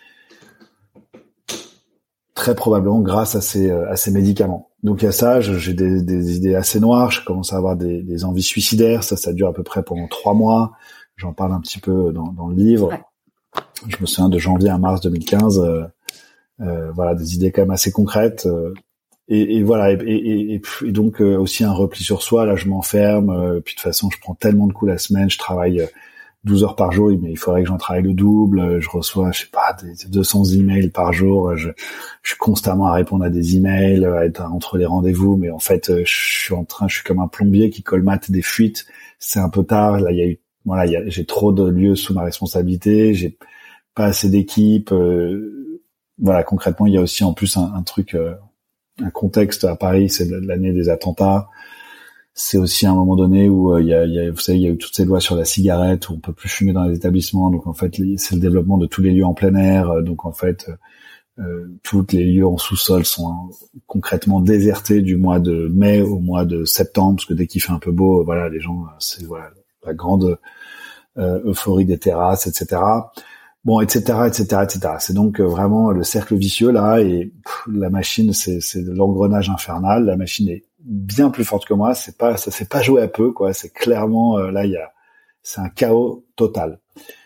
très probablement grâce à ces à ces médicaments. Donc il y a ça, je, j'ai des, des idées assez noires, je commence à avoir des, des envies suicidaires. Ça, ça dure à peu près pendant trois mois. J'en parle un petit peu dans, dans le livre. Ouais. Je me souviens de janvier à mars deux mille quinze, euh, euh, voilà, des idées quand même assez concrètes. Euh, et, et voilà, et, et, et, et donc euh, aussi un repli sur soi. Là, je m'enferme. Euh, puis de toute façon, je prends tellement de coups la semaine. Je travaille euh, douze heures par jour, mais il faudrait que j'en travaille le double. Je reçois, je sais pas, des deux cents emails par jour. Je, je suis constamment à répondre à des emails, à être entre les rendez-vous. Mais en fait, je suis en train, je suis comme un plombier qui colmate des fuites. C'est un peu tard. Là, il y a eu, voilà, il y a, j'ai trop de lieux sous ma responsabilité. J'ai pas assez d'équipes. Euh, voilà, concrètement, il y a aussi en plus un, un truc, euh, un contexte à Paris, c'est l'année des attentats. C'est aussi un moment donné où euh, il y a, il y a, vous savez, il y a eu toutes ces lois sur la cigarette où on peut plus fumer dans les établissements. Donc en fait, c'est le développement de tous les lieux en plein air. Donc en fait, euh, tous les lieux en sous-sol sont hein, concrètement désertés du mois de mai au mois de septembre, parce que dès qu'il fait un peu beau, voilà, les gens, c'est voilà la grande euh, euphorie des terrasses, et cetera. Bon, et cetera, et cetera, et cetera. C'est donc vraiment le cercle vicieux là, et pff, la machine, c'est, c'est l'engrenage infernal. La machine est bien plus forte que moi. C'est pas, ça s'est pas joué à peu, quoi. C'est clairement euh, là, il y a, c'est un chaos total.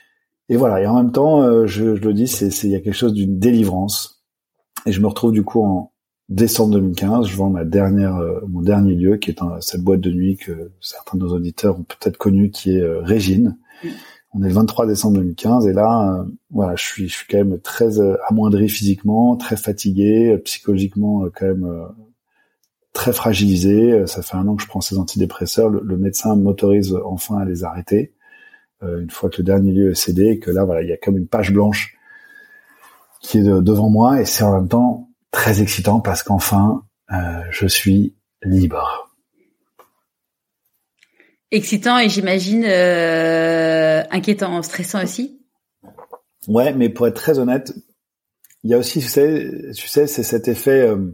Et voilà. Et en même temps, euh, je, je le dis, c'est, c'est, il y a quelque chose d'une délivrance. Et je me retrouve du coup en décembre deux mille quinze. Je vends ma dernière, euh, mon dernier lieu, qui est un, cette boîte de nuit que certains de nos auditeurs ont peut-être connu, qui est euh, Régine. Mmh. On est le vingt-trois décembre deux mille quinze et là, euh, voilà, je suis, je suis quand même très euh, amoindri physiquement, très fatigué, euh, psychologiquement euh, quand même euh, très fragilisé. Euh, ça fait un an que je prends ces antidépresseurs. Le, le médecin m'autorise enfin à les arrêter euh, une fois que le dernier lieu est cédé et que là, voilà, il y a comme une page blanche qui est de, devant moi et c'est en même temps très excitant parce qu'enfin, euh, je suis libre. Excitant et j'imagine euh, inquiétant, stressant aussi. Ouais, mais pour être très honnête, il y a aussi, tu sais, tu sais, c'est cet effet euh,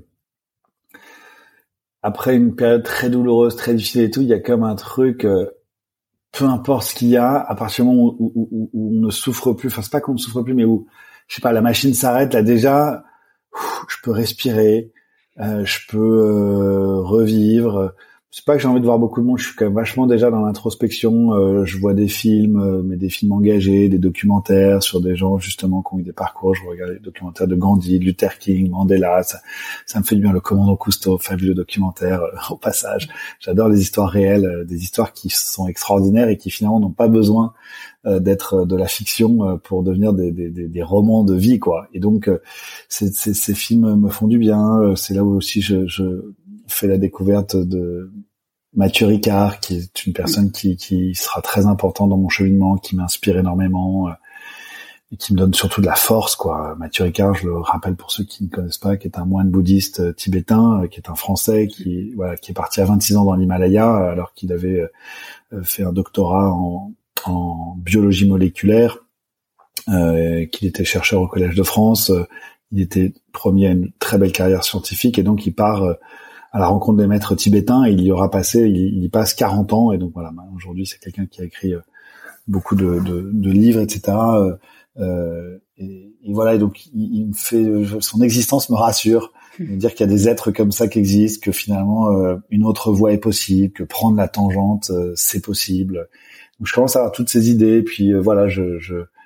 après une période très douloureuse, très difficile et tout, il y a comme un truc, euh, peu importe ce qu'il y a, à partir du moment où, où, où, où on ne souffre plus, enfin c'est pas qu'on ne souffre plus, mais où, je sais pas, la machine s'arrête là déjà, ouf, je peux respirer, euh, je peux euh, revivre. C'est pas que j'ai envie de voir beaucoup de monde, je suis quand même vachement déjà dans l'introspection, euh, je vois des films, euh, mais des films engagés, des documentaires sur des gens justement qui ont eu des parcours, je regarde les documentaires de Gandhi, de Luther King, Mandela, ça, ça me fait du bien, le commandant Cousteau, fabuleux documentaire euh, au passage. J'adore les histoires réelles, euh, des histoires qui sont extraordinaires et qui finalement n'ont pas besoin euh, d'être de la fiction euh, pour devenir des, des, des, des romans de vie, quoi. Et donc, euh, c'est, c'est, ces films me font du bien, euh, c'est là où aussi je... je fait la découverte de Mathieu Ricard, qui est une personne qui, qui sera très importante dans mon cheminement, qui m'inspire énormément, euh, et qui me donne surtout de la force, quoi. Mathieu Ricard, je le rappelle pour ceux qui ne connaissent pas, qui est un moine bouddhiste euh, tibétain, euh, qui est un Français, qui, voilà, qui est parti à vingt-six ans dans l'Himalaya, euh, alors qu'il avait euh, fait un doctorat en, en biologie moléculaire, euh, qu'il était chercheur au Collège de France, euh, il était premier à une très belle carrière scientifique, et donc il part euh, à la rencontre des maîtres tibétains, et il y aura passé, il, il y passe quarante ans, et donc voilà, aujourd'hui c'est quelqu'un qui a écrit euh, beaucoup de, de, de livres, et cetera. Euh, et, et voilà, et donc il, il me fait, son existence me rassure, me dire qu'il y a des êtres comme ça qui existent, que finalement euh, une autre voie est possible, que prendre la tangente euh, c'est possible. Donc je commence à avoir toutes ces idées, et puis euh, voilà, je, je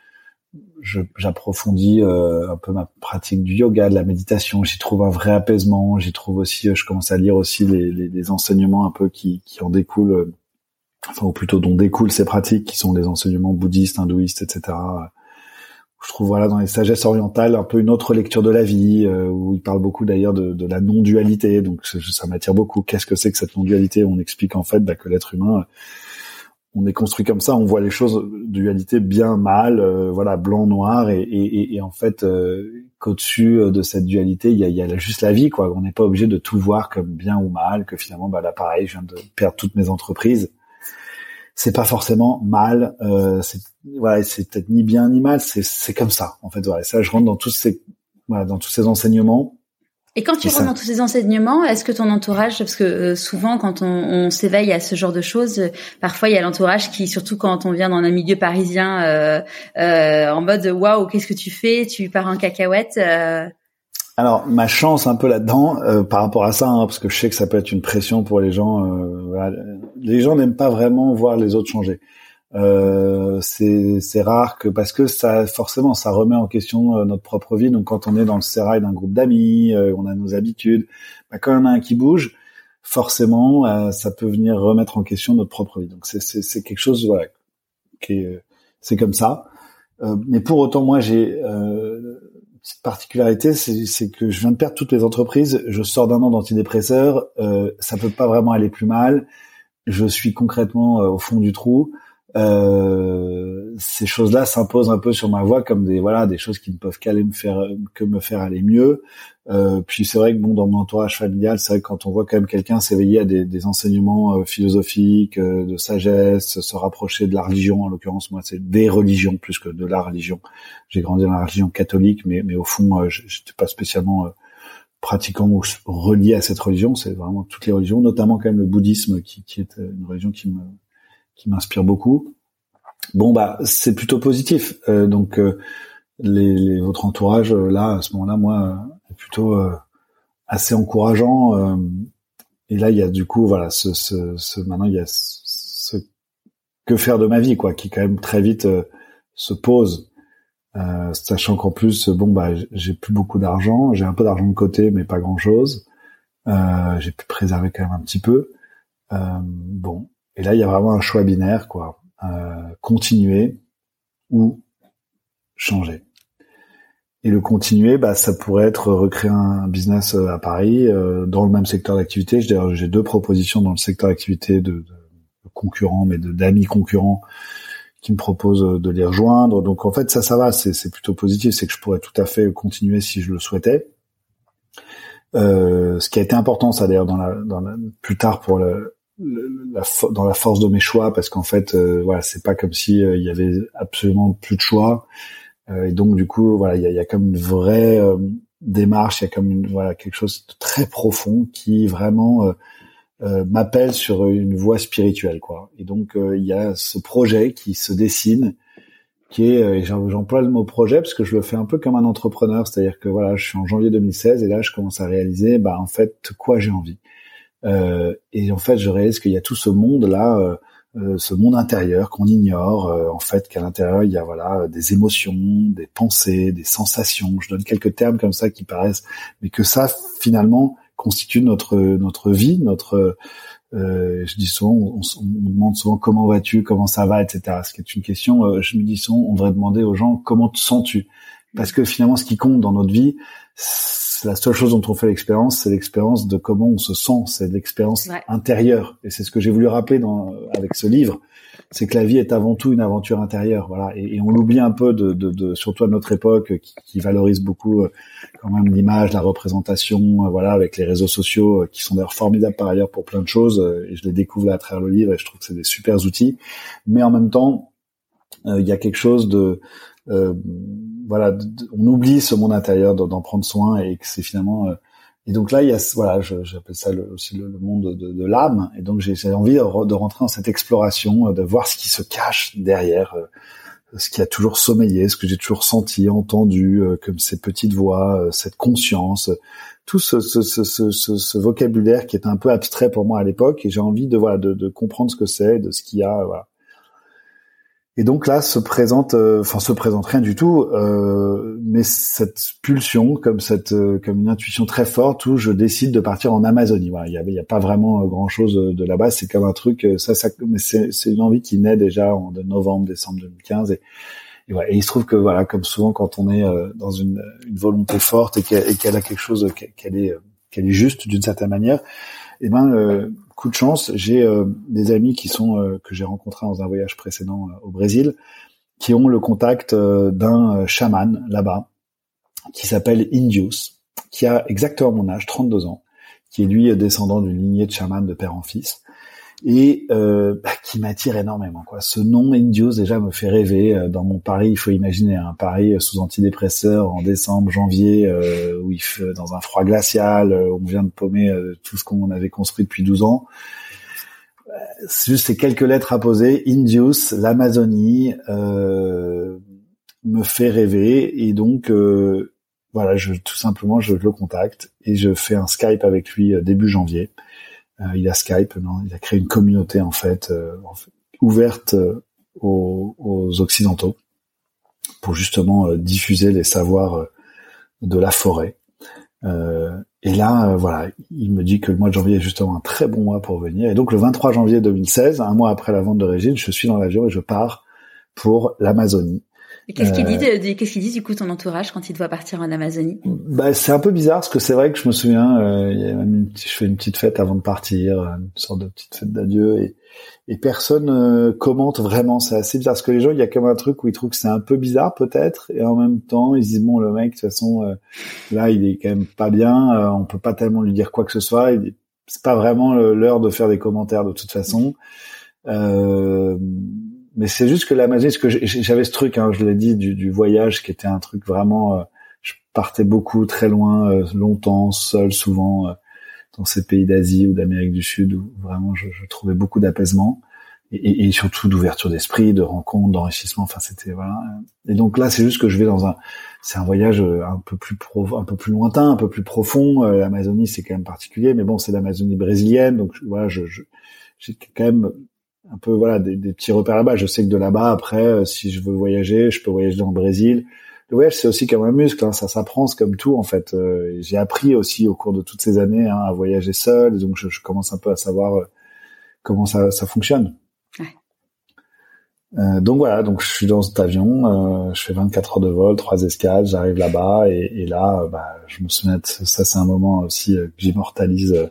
je, j'approfondis euh, un peu ma pratique du yoga, de la méditation. J'y trouve un vrai apaisement. J'y trouve aussi, je commence à lire aussi les, les, les enseignements un peu qui, qui en découlent, euh, enfin ou plutôt dont découlent ces pratiques, qui sont les enseignements bouddhistes, hindouistes, et cetera. Je trouve voilà dans les sagesses orientales un peu une autre lecture de la vie, euh, où il parle beaucoup d'ailleurs de, de la non-dualité. Donc ça, ça m'attire beaucoup. Qu'est-ce que c'est que cette non-dualité? On explique en fait bah, que l'être humain, on est construit comme ça, on voit les choses dualité bien mal, euh, voilà blanc noir, et, et, et en fait euh, qu'au-dessus de cette dualité il y a, il y a juste la vie, quoi. On n'est pas obligé de tout voir comme bien ou mal, que finalement bah là pareil, je viens de perdre toutes mes entreprises, c'est pas forcément mal, euh, c'est voilà, c'est peut-être ni bien ni mal, c'est c'est comme ça en fait. Voilà, ça je rentre dans tous ces voilà dans tous ces enseignements. Et quand tu et rentres ça... dans tous ces enseignements, est-ce que ton entourage, parce que euh, souvent quand on, on s'éveille à ce genre de choses, euh, parfois il y a l'entourage qui, surtout quand on vient dans un milieu parisien, euh, euh, en mode waouh, qu'est-ce que tu fais, tu pars en cacahuète. Euh... Alors ma chance un peu là-dedans euh, par rapport à ça, hein, parce que je sais que ça peut être une pression pour les gens. Euh, voilà. Les gens n'aiment pas vraiment voir les autres changer. Euh, c'est c'est rare que parce que ça forcément ça remet en question euh, notre propre vie. Donc quand on est dans le sérail d'un groupe d'amis, euh, on a nos habitudes, bah, quand il y en a un qui bouge, forcément euh, ça peut venir remettre en question notre propre vie. Donc c'est c'est c'est quelque chose voilà qui est, c'est comme ça. Euh, mais pour autant moi j'ai euh, cette particularité, c'est, c'est que je viens de perdre toutes les entreprises, je sors d'un an d'antidépresseurs, euh, ça peut pas vraiment aller plus mal. Je suis concrètement euh, au fond du trou. Euh, ces choses-là s'imposent un peu sur ma voie comme des voilà des choses qui ne peuvent qu'aller me faire que me faire aller mieux. Euh, puis c'est vrai que bon dans mon entourage familial, c'est vrai que quand on voit quand même quelqu'un s'éveiller à des, des enseignements euh, philosophiques, euh, de sagesse, se rapprocher de la religion, en l'occurrence moi c'est des religions plus que de la religion. J'ai grandi dans la religion catholique, mais mais au fond euh, j'étais pas spécialement euh, pratiquant ou relié à cette religion. C'est vraiment toutes les religions, notamment quand même le bouddhisme qui, qui est une religion qui me qui m'inspire beaucoup. Bon bah c'est plutôt positif. Euh, donc euh, les, les votre entourage euh, là à ce moment-là, moi, euh, est plutôt euh, assez encourageant. Euh, et là il y a du coup voilà ce, ce, ce maintenant il y a ce, ce que faire de ma vie quoi, qui quand même très vite euh, se pose. Euh, sachant qu'en plus bon bah j'ai plus beaucoup d'argent, j'ai un peu d'argent de côté mais pas grand-chose. Euh, j'ai pu préserver quand même un petit peu. Euh, bon. Et là, il y a vraiment un choix binaire, quoi. Euh, continuer ou changer. Et le continuer, bah, ça pourrait être recréer un business à Paris, euh, dans le même secteur d'activité. D'ailleurs, j'ai deux propositions dans le secteur d'activité de, de, de concurrents, mais de, d'amis concurrents qui me proposent de les rejoindre. Donc, en fait, ça, ça va. C'est, c'est plutôt positif. C'est que je pourrais tout à fait continuer si je le souhaitais. Euh, ce qui a été important, ça, d'ailleurs, dans la, dans la, plus tard pour le, La, dans la force de mes choix, parce qu'en fait euh, voilà c'est pas comme si euh, il y avait absolument plus de choix, euh, et donc du coup voilà il y a, y a comme une vraie euh, démarche, il y a comme une, voilà quelque chose de très profond qui vraiment euh, euh, m'appelle sur une voie spirituelle quoi. Et donc il euh, y a ce projet qui se dessine, qui est euh, j'emploie le mot projet parce que je le fais un peu comme un entrepreneur, c'est-à-dire que voilà je suis en janvier deux mille seize et là je commence à réaliser bah en fait de quoi j'ai envie. Euh, et en fait, je réalise qu'il y a tout ce monde-là, euh, euh, ce monde intérieur qu'on ignore. Euh, en fait, qu'à l'intérieur, il y a voilà des émotions, des pensées, des sensations. Je donne quelques termes comme ça qui paraissent, mais que ça, finalement, constitue notre notre vie, notre. Euh, je dis souvent, on, on, on demande souvent comment vas-tu, comment ça va, et cetera. Ce qui est une question. Euh, je me dis souvent, on devrait demander aux gens comment te sens-tu, parce que finalement, ce qui compte dans notre vie, c'est la seule chose dont on fait l'expérience, c'est l'expérience de comment on se sent, c'est l'expérience ouais. intérieure. Et c'est ce que j'ai voulu rappeler dans, avec ce livre, c'est que la vie est avant tout une aventure intérieure, voilà. Et, et on l'oublie un peu, de, de, de, surtout à notre époque, qui, qui valorise beaucoup euh, quand même l'image, la représentation, euh, voilà, avec les réseaux sociaux, euh, qui sont d'ailleurs formidables par ailleurs pour plein de choses. Euh, et je les découvre là à travers le livre, et je trouve que c'est des super outils. Mais en même temps, il euh, y a quelque chose de euh, voilà, on oublie ce monde intérieur d'en prendre soin, et que c'est finalement euh, et donc là il y a voilà, je, j'appelle ça le, aussi le, le monde de, de l'âme, et donc j'ai, j'ai envie de, de rentrer dans cette exploration, de voir ce qui se cache derrière, euh, ce qui a toujours sommeillé, ce que j'ai toujours senti, entendu, euh, comme ces petites voix, euh, cette conscience, euh, tout ce, ce, ce, ce, ce, ce vocabulaire qui est un peu abstrait pour moi à l'époque, et j'ai envie de voilà de, de comprendre ce que c'est, de ce qu'il y a, voilà. Et donc là se présente, enfin euh, se présente rien du tout, euh, mais cette pulsion, comme cette, euh, comme une intuition très forte où je décide de partir en Amazonie. Voilà, il y a, il y a pas vraiment grand chose de là-bas. C'est comme un truc, ça, ça, mais c'est, c'est une envie qui naît déjà en de novembre, décembre deux mille quinze. Et, et, voilà, et il se trouve que voilà, comme souvent quand on est euh, dans une, une volonté forte et qu'elle, et qu'elle a quelque chose, qu'elle est, qu'elle est juste d'une certaine manière, et ben euh, coup de chance, j'ai euh, des amis qui sont euh, que j'ai rencontrés dans un voyage précédent euh, au Brésil, qui ont le contact euh, d'un euh, chaman là-bas, qui s'appelle Indius, qui a exactement mon âge, trente-deux ans, qui est lui descendant d'une lignée de chamans de père en fils, et euh, bah, qui m'attire énormément, quoi. Ce nom Indius déjà me fait rêver. Dans mon Paris, il faut imaginer un Paris sous antidépresseur en décembre, janvier, euh, où il fait dans un froid glacial, où on vient de paumer euh, tout ce qu'on avait construit depuis douze ans. C'est juste ces quelques lettres à poser. Indius, l'Amazonie, euh, me fait rêver, et donc euh, voilà, je tout simplement je le contacte et je fais un Skype avec lui euh, début janvier. Euh, il a Skype, non, il a créé une communauté en fait, euh, en fait ouverte euh, aux, aux occidentaux pour justement euh, diffuser les savoirs euh, de la forêt. Euh, et là, euh, voilà, il me dit que le mois de janvier est justement un très bon mois pour venir. Et donc le vingt-trois janvier deux mille seize, un mois après la vente de Régine, je suis dans l'avion et je pars pour l'Amazonie. Et qu'est-ce qu'il dit de, de, qu'est-ce qu'il dit du coup ton entourage quand il doit partir en Amazonie? Bah c'est un peu bizarre parce que c'est vrai que je me souviens, euh, il y a même une, je fais une petite fête avant de partir, une sorte de petite fête d'adieu, et, et personne euh, commente vraiment. C'est assez bizarre parce que les gens, il y a comme un truc où ils trouvent que c'est un peu bizarre peut-être, et en même temps ils se disent bon, le mec de toute façon euh, là il est quand même pas bien, euh, on peut pas tellement lui dire quoi que ce soit, il, c'est pas vraiment l'heure de faire des commentaires de toute façon. Euh, mais c'est juste que l'Amazonie, parce que j'avais ce truc, hein, je l'ai dit, du, du voyage, qui était un truc vraiment, euh, je partais beaucoup, très loin, euh, longtemps, seul, souvent, euh, dans ces pays d'Asie ou d'Amérique du Sud, où vraiment je, je trouvais beaucoup d'apaisement, et, et, et surtout d'ouverture d'esprit, de rencontres, d'enrichissement. Enfin, c'était voilà. Et donc là, c'est juste que je vais dans un, c'est un voyage un peu plus pro, un peu plus lointain, un peu plus profond. Euh, L'Amazonie, c'est quand même particulier, mais bon, c'est l'Amazonie brésilienne, donc voilà, je, je j'ai quand même un peu voilà des, des petits repères là-bas. Je sais que de là-bas, après, euh, si je veux voyager, je peux voyager dans le Brésil. Le voyage, c'est aussi comme un muscle, hein, ça s'apprend, c'est comme tout en fait. Euh, j'ai appris aussi au cours de toutes ces années hein, à voyager seul, et donc je, je commence un peu à savoir euh, comment ça, ça fonctionne. Ouais. Euh, donc voilà, donc je suis dans cet avion, euh, je fais vingt-quatre heures de vol, trois escales, j'arrive là-bas, et, et là, euh, bah, je me souviens, de, ça c'est un moment aussi euh, que j'immortalise. Euh,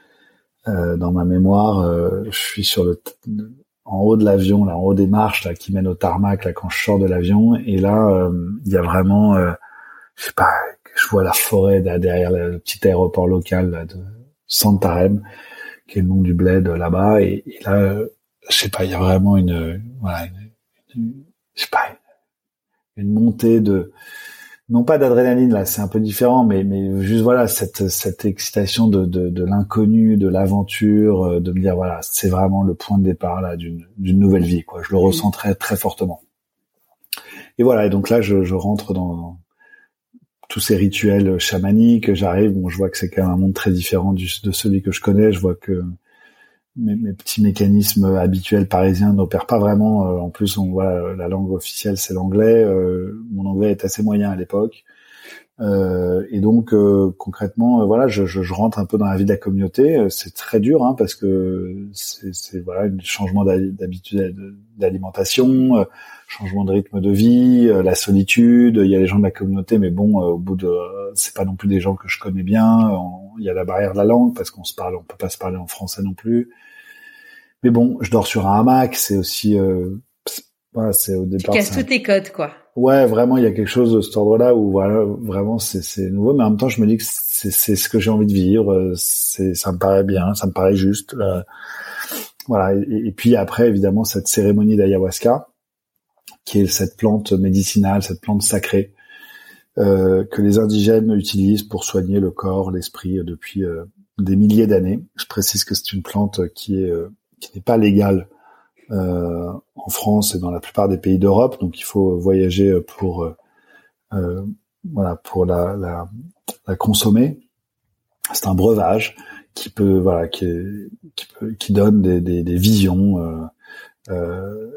Euh, dans ma mémoire, euh, je suis sur le t- en haut de l'avion, là, en haut des marches là qui mènent au tarmac là quand je sors de l'avion, et là il euh, y a vraiment, euh, je sais pas, je vois la forêt là, derrière le, le petit aéroport local là, de Santarém, qui est le nom du bled là-bas, et, et là, euh, je sais pas, il y a vraiment une, voilà, une, une, je sais pas, une montée de non pas d'adrénaline là, c'est un peu différent, mais mais juste voilà cette cette excitation de de, de l'inconnu, de l'aventure, de me dire voilà c'est vraiment le point de départ là d'une d'une nouvelle vie quoi. Je le ressens très très fortement. Et voilà, et donc là je je rentre dans tous ces rituels chamaniques. J'arrive, bon je vois que c'est quand même un monde très différent du, de celui que je connais. Je vois que mes, mes petits mécanismes habituels parisiens n'opèrent pas vraiment. En plus, on voit la langue officielle, c'est l'anglais. Euh, mon anglais est assez moyen à l'époque. Euh, et donc, euh, concrètement, euh, voilà, je, je, je rentre un peu dans la vie de la communauté. C'est très dur, hein, parce que c'est, c'est voilà, un changement d'habitude d'alimentation, euh, changement de rythme de vie, euh, la solitude. Il y a les gens de la communauté, mais bon, euh, au bout de, euh, c'est pas non plus des gens que je connais bien. On, il y a la barrière de la langue parce qu'on se parle, on peut pas se parler en français non plus. Mais bon, je dors sur un hamac, c'est aussi, euh, voilà, c'est au départ. Tu casses tous tes codes, quoi. Ouais, vraiment, il y a quelque chose de cet ordre-là où voilà, vraiment, c'est, c'est nouveau, mais en même temps, je me dis que c'est, c'est ce que j'ai envie de vivre. C'est, ça me paraît bien, ça me paraît juste. Là. Voilà. Et, et puis après, évidemment, cette cérémonie d'ayahuasca, qui est cette plante médicinale, cette plante sacrée euh, que les indigènes utilisent pour soigner le corps, l'esprit depuis euh, des milliers d'années. Je précise que c'est une plante qui est euh, qui n'est pas légale euh, en France et dans la plupart des pays d'Europe, donc il faut voyager pour euh, euh, voilà pour la, la, la consommer. C'est un breuvage qui peut voilà qui est, qui peut qui donne des, des, des visions, euh, euh,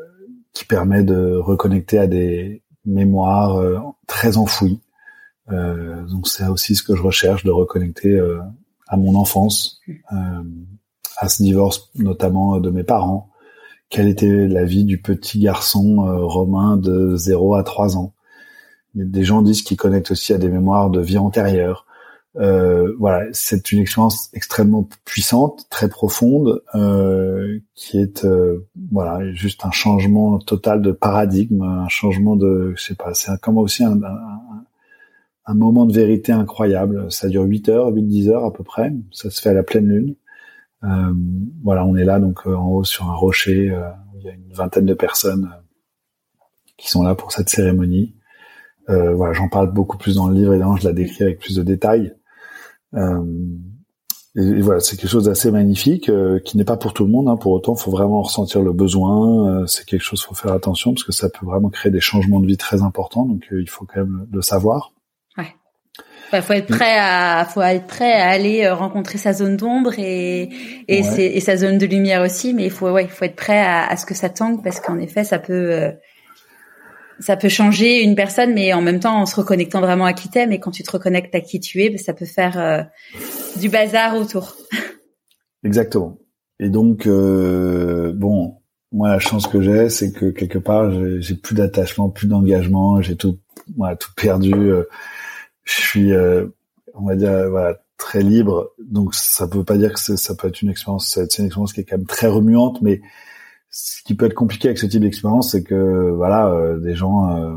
qui permet de reconnecter à des mémoires euh, très enfouies. Euh, donc c'est aussi ce que je recherche, de reconnecter euh, à mon enfance, euh, à ce divorce notamment de mes parents. Quelle était la vie du petit garçon euh, Romain de zéro à trois ans. Des gens disent qu'ils connectent aussi à des mémoires de vie antérieure. Euh, voilà, c'est une expérience extrêmement puissante, très profonde, euh, qui est euh, voilà juste un changement total de paradigme, un changement de, je sais pas, c'est comme aussi un, un, un moment de vérité incroyable. Ça dure huit heures, huit dix heures à peu près. Ça se fait à la pleine lune. Euh, voilà, on est là donc euh, en haut sur un rocher. Euh, il y a une vingtaine de personnes euh, qui sont là pour cette cérémonie. Euh, voilà, j'en parle beaucoup plus dans le livre, évidemment, je la décris avec plus de détails. Euh, et, et voilà, c'est quelque chose d'assez magnifique, euh, qui n'est pas pour tout le monde, hein. Pour autant, il faut vraiment ressentir le besoin. Euh, c'est quelque chose, faut faire attention parce que ça peut vraiment créer des changements de vie très importants. Donc, euh, il faut quand même le savoir. Ouais. Bah, faut être prêt à, faut être prêt à aller rencontrer sa zone d'ombre et et, ouais. c'est, et sa zone de lumière aussi. Mais il faut, ouais, il faut être prêt à, à ce que ça tangue parce qu'en effet, ça peut. Euh, Ça peut changer une personne, mais en même temps en se reconnectant vraiment à qui t'aimes. Et quand tu te reconnectes à qui tu es, ça peut faire euh, du bazar autour. Exactement. Et donc, euh, bon, moi la chance que j'ai, c'est que quelque part, j'ai, j'ai plus d'attachement, plus d'engagement, j'ai tout, voilà, tout perdu. Euh, je suis, euh, on va dire, voilà, très libre. Donc, ça peut pas dire que c'est, ça peut être une expérience, c'est une expérience qui est quand même très remuante, mais ce qui peut être compliqué avec ce type d'expérience, c'est que voilà, euh, des gens euh,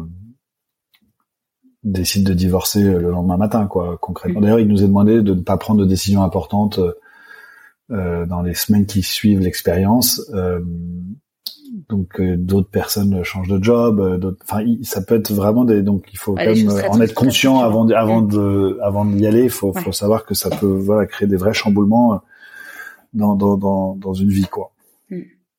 décident de divorcer le lendemain matin, quoi. Concrètement. D'ailleurs, il nous est demandé de ne pas prendre de décisions importantes euh, dans les semaines qui suivent l'expérience. Euh, donc, euh, d'autres personnes changent de job. Euh, d'autres, enfin, ça peut être vraiment des. Donc, il faut ouais, quand même en être conscient avant, de, avant de, avant d'y aller. Il faut, ouais. faut savoir que ça peut, voilà, créer des vrais chamboulements dans, dans, dans, dans une vie, quoi. Mm.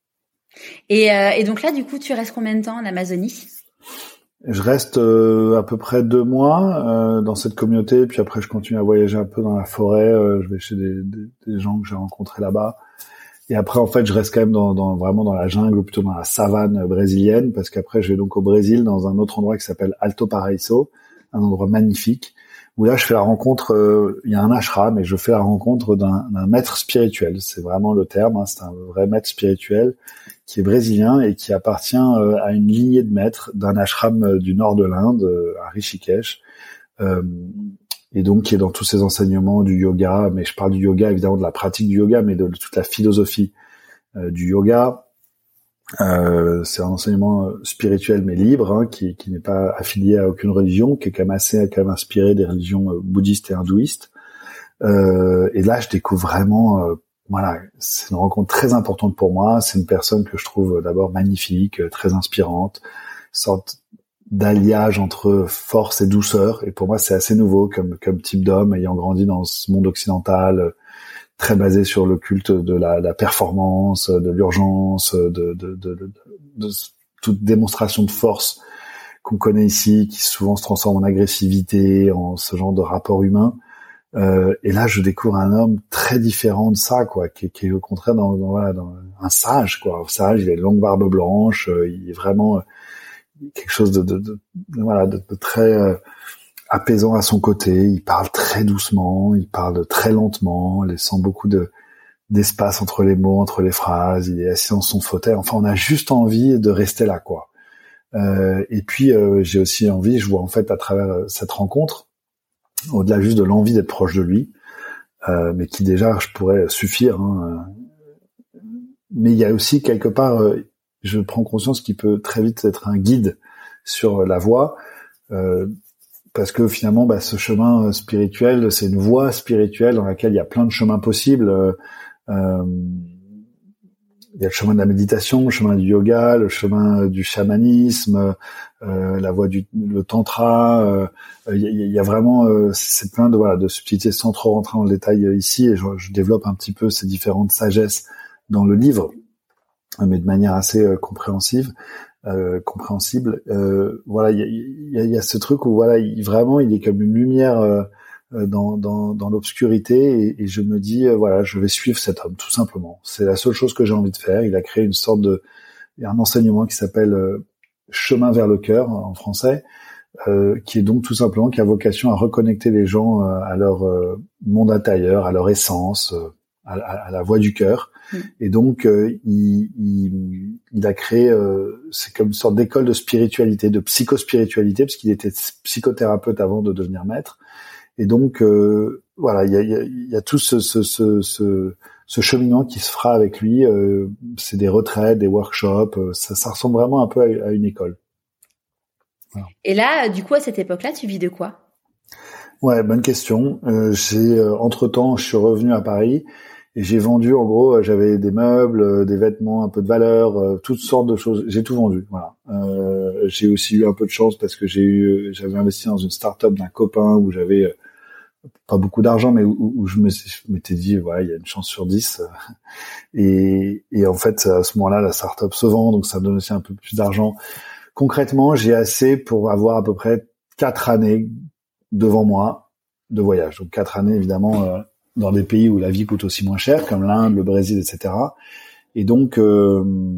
Et, euh, et donc là, du coup, tu restes combien de temps en Amazonie ? Je reste euh, à peu près deux mois euh, dans cette communauté, puis après je continue à voyager un peu dans la forêt. Euh, je vais chez des, des, des gens que j'ai rencontrés là-bas. Et après, en fait, je reste quand même dans, dans vraiment dans la jungle, ou plutôt dans la savane brésilienne, parce qu'après, je vais donc au Brésil, dans un autre endroit qui s'appelle Alto Paraíso, un endroit magnifique, où là, je fais la rencontre. Euh, il y a un ashram, et je fais la rencontre d'un, d'un maître spirituel. C'est vraiment le terme. Hein, c'est un vrai maître spirituel qui est brésilien et qui appartient euh, à une lignée de maîtres d'un ashram euh, du nord de l'Inde, euh, à Rishikesh, euh, et donc qui est dans tous ses enseignements du yoga. Mais je parle du yoga, évidemment, de la pratique du yoga, mais de, de toute la philosophie euh, du yoga. Euh, c'est un enseignement spirituel mais libre, hein, qui, qui n'est pas affilié à aucune religion, qui est quand même assez quand même inspiré des religions euh, bouddhistes et hindouistes. Euh, et là, je découvre vraiment... Euh, Voilà, c'est une rencontre très importante pour moi. C'est une personne que je trouve d'abord magnifique, très inspirante, sorte d'alliage entre force et douceur. Et pour moi, c'est assez nouveau comme comme type d'homme, ayant grandi dans ce monde occidental, très basé sur le culte de la, la performance, de l'urgence, de, de, de, de, de, de toute démonstration de force qu'on connaît ici, qui souvent se transforme en agressivité, en ce genre de rapport humain. Euh, et là, je découvre un homme très différent de ça, quoi, qui, qui est au contraire dans, dans, voilà, dans un sage, quoi. Un sage, il a une longue barbe blanche, euh, il est vraiment euh, quelque chose de, de, de, de voilà, de, de très euh, apaisant à son côté. Il parle très doucement, il parle très lentement, laissant beaucoup de d'espace entre les mots, entre les phrases. Il est assis dans son fauteuil. Enfin, on a juste envie de rester là, quoi. Euh, et puis, euh, j'ai aussi envie, je vois en fait à travers cette rencontre, au-delà juste de l'envie d'être proche de lui, euh, mais qui déjà je pourrais suffire, hein. Mais il y a aussi quelque part, euh, je prends conscience qu'il peut très vite être un guide sur la voie, euh, parce que finalement, bah, ce chemin spirituel, c'est une voie spirituelle dans laquelle il y a plein de chemins possibles. Euh, euh, il y a le chemin de la méditation, le chemin du yoga, le chemin du chamanisme, euh, la voie du le tantra. Euh, il, y a, il y a vraiment, euh, c'est plein de voilà de subtilités sans trop rentrer dans le détail ici. Et je, je développe un petit peu ces différentes sagesses dans le livre, mais de manière assez euh, compréhensive, euh, compréhensible. Euh, voilà, il y a, il y, a, il y a ce truc où voilà, il, vraiment, il est comme une lumière. Euh, dans dans dans l'obscurité et, et je me dis euh, voilà, je vais suivre cet homme tout simplement. C'est la seule chose que j'ai envie de faire. Il a créé une sorte de un enseignement qui s'appelle euh, Chemin vers le cœur en français, euh, qui est donc tout simplement qui a vocation à reconnecter les gens euh, à leur euh, monde intérieur, à leur essence, euh, à, à, à la voix du cœur. Mmh. Et donc euh, il, il, il a créé, euh, c'est comme une sorte d'école de spiritualité, de psychospiritualité, parce qu'il était psychothérapeute avant de devenir maître. Et donc euh, voilà, il y a, il y a, il y a tout ce, ce, ce, ce ce cheminement qui se fera avec lui, euh, c'est des retraites, des workshops, euh, ça, ça ressemble vraiment un peu à, à une école. Voilà. Et là, du coup, à cette époque-là, tu vis de quoi ? Ouais, bonne question. Euh, j'ai euh, entre-temps, je suis revenu à Paris et j'ai vendu, en gros, euh, j'avais des meubles, euh, des vêtements un peu de valeur, euh, toutes sortes de choses. J'ai tout vendu. Voilà. Euh, j'ai aussi eu un peu de chance parce que j'ai eu, j'avais investi dans une start-up d'un copain où j'avais euh, pas beaucoup d'argent, mais où, où je, me, je m'étais dit, voilà, il y a une chance sur dix. Et, et en fait, à ce moment-là, la startup se vend, donc ça me donne aussi un peu plus d'argent. Concrètement, j'ai assez pour avoir à peu près quatre années devant moi de voyage. Donc quatre années, évidemment, euh, dans des pays où la vie coûte aussi moins cher, comme l'Inde, le Brésil, et cetera. Et donc, euh,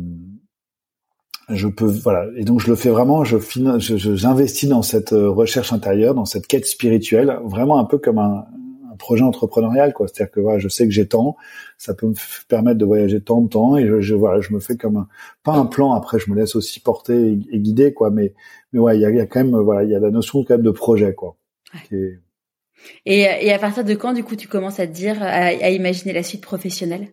je peux, voilà. Et donc, je le fais vraiment. Je, je, je j'investis dans cette recherche intérieure, dans cette quête spirituelle, vraiment un peu comme un, un projet entrepreneurial, quoi. C'est-à-dire que voilà, je sais que j'ai tant, ça peut me f- permettre de voyager tant de temps, et je, je voilà, je me fais comme un, pas un plan. Après, je me laisse aussi porter et, et guider, quoi. Mais, mais ouais, il y a, il y a quand même, voilà, il y a la notion quand même de projet, quoi. Ouais. Est... Et, et à partir de quand, du coup, tu commences à te dire, à, à imaginer la suite professionnelle?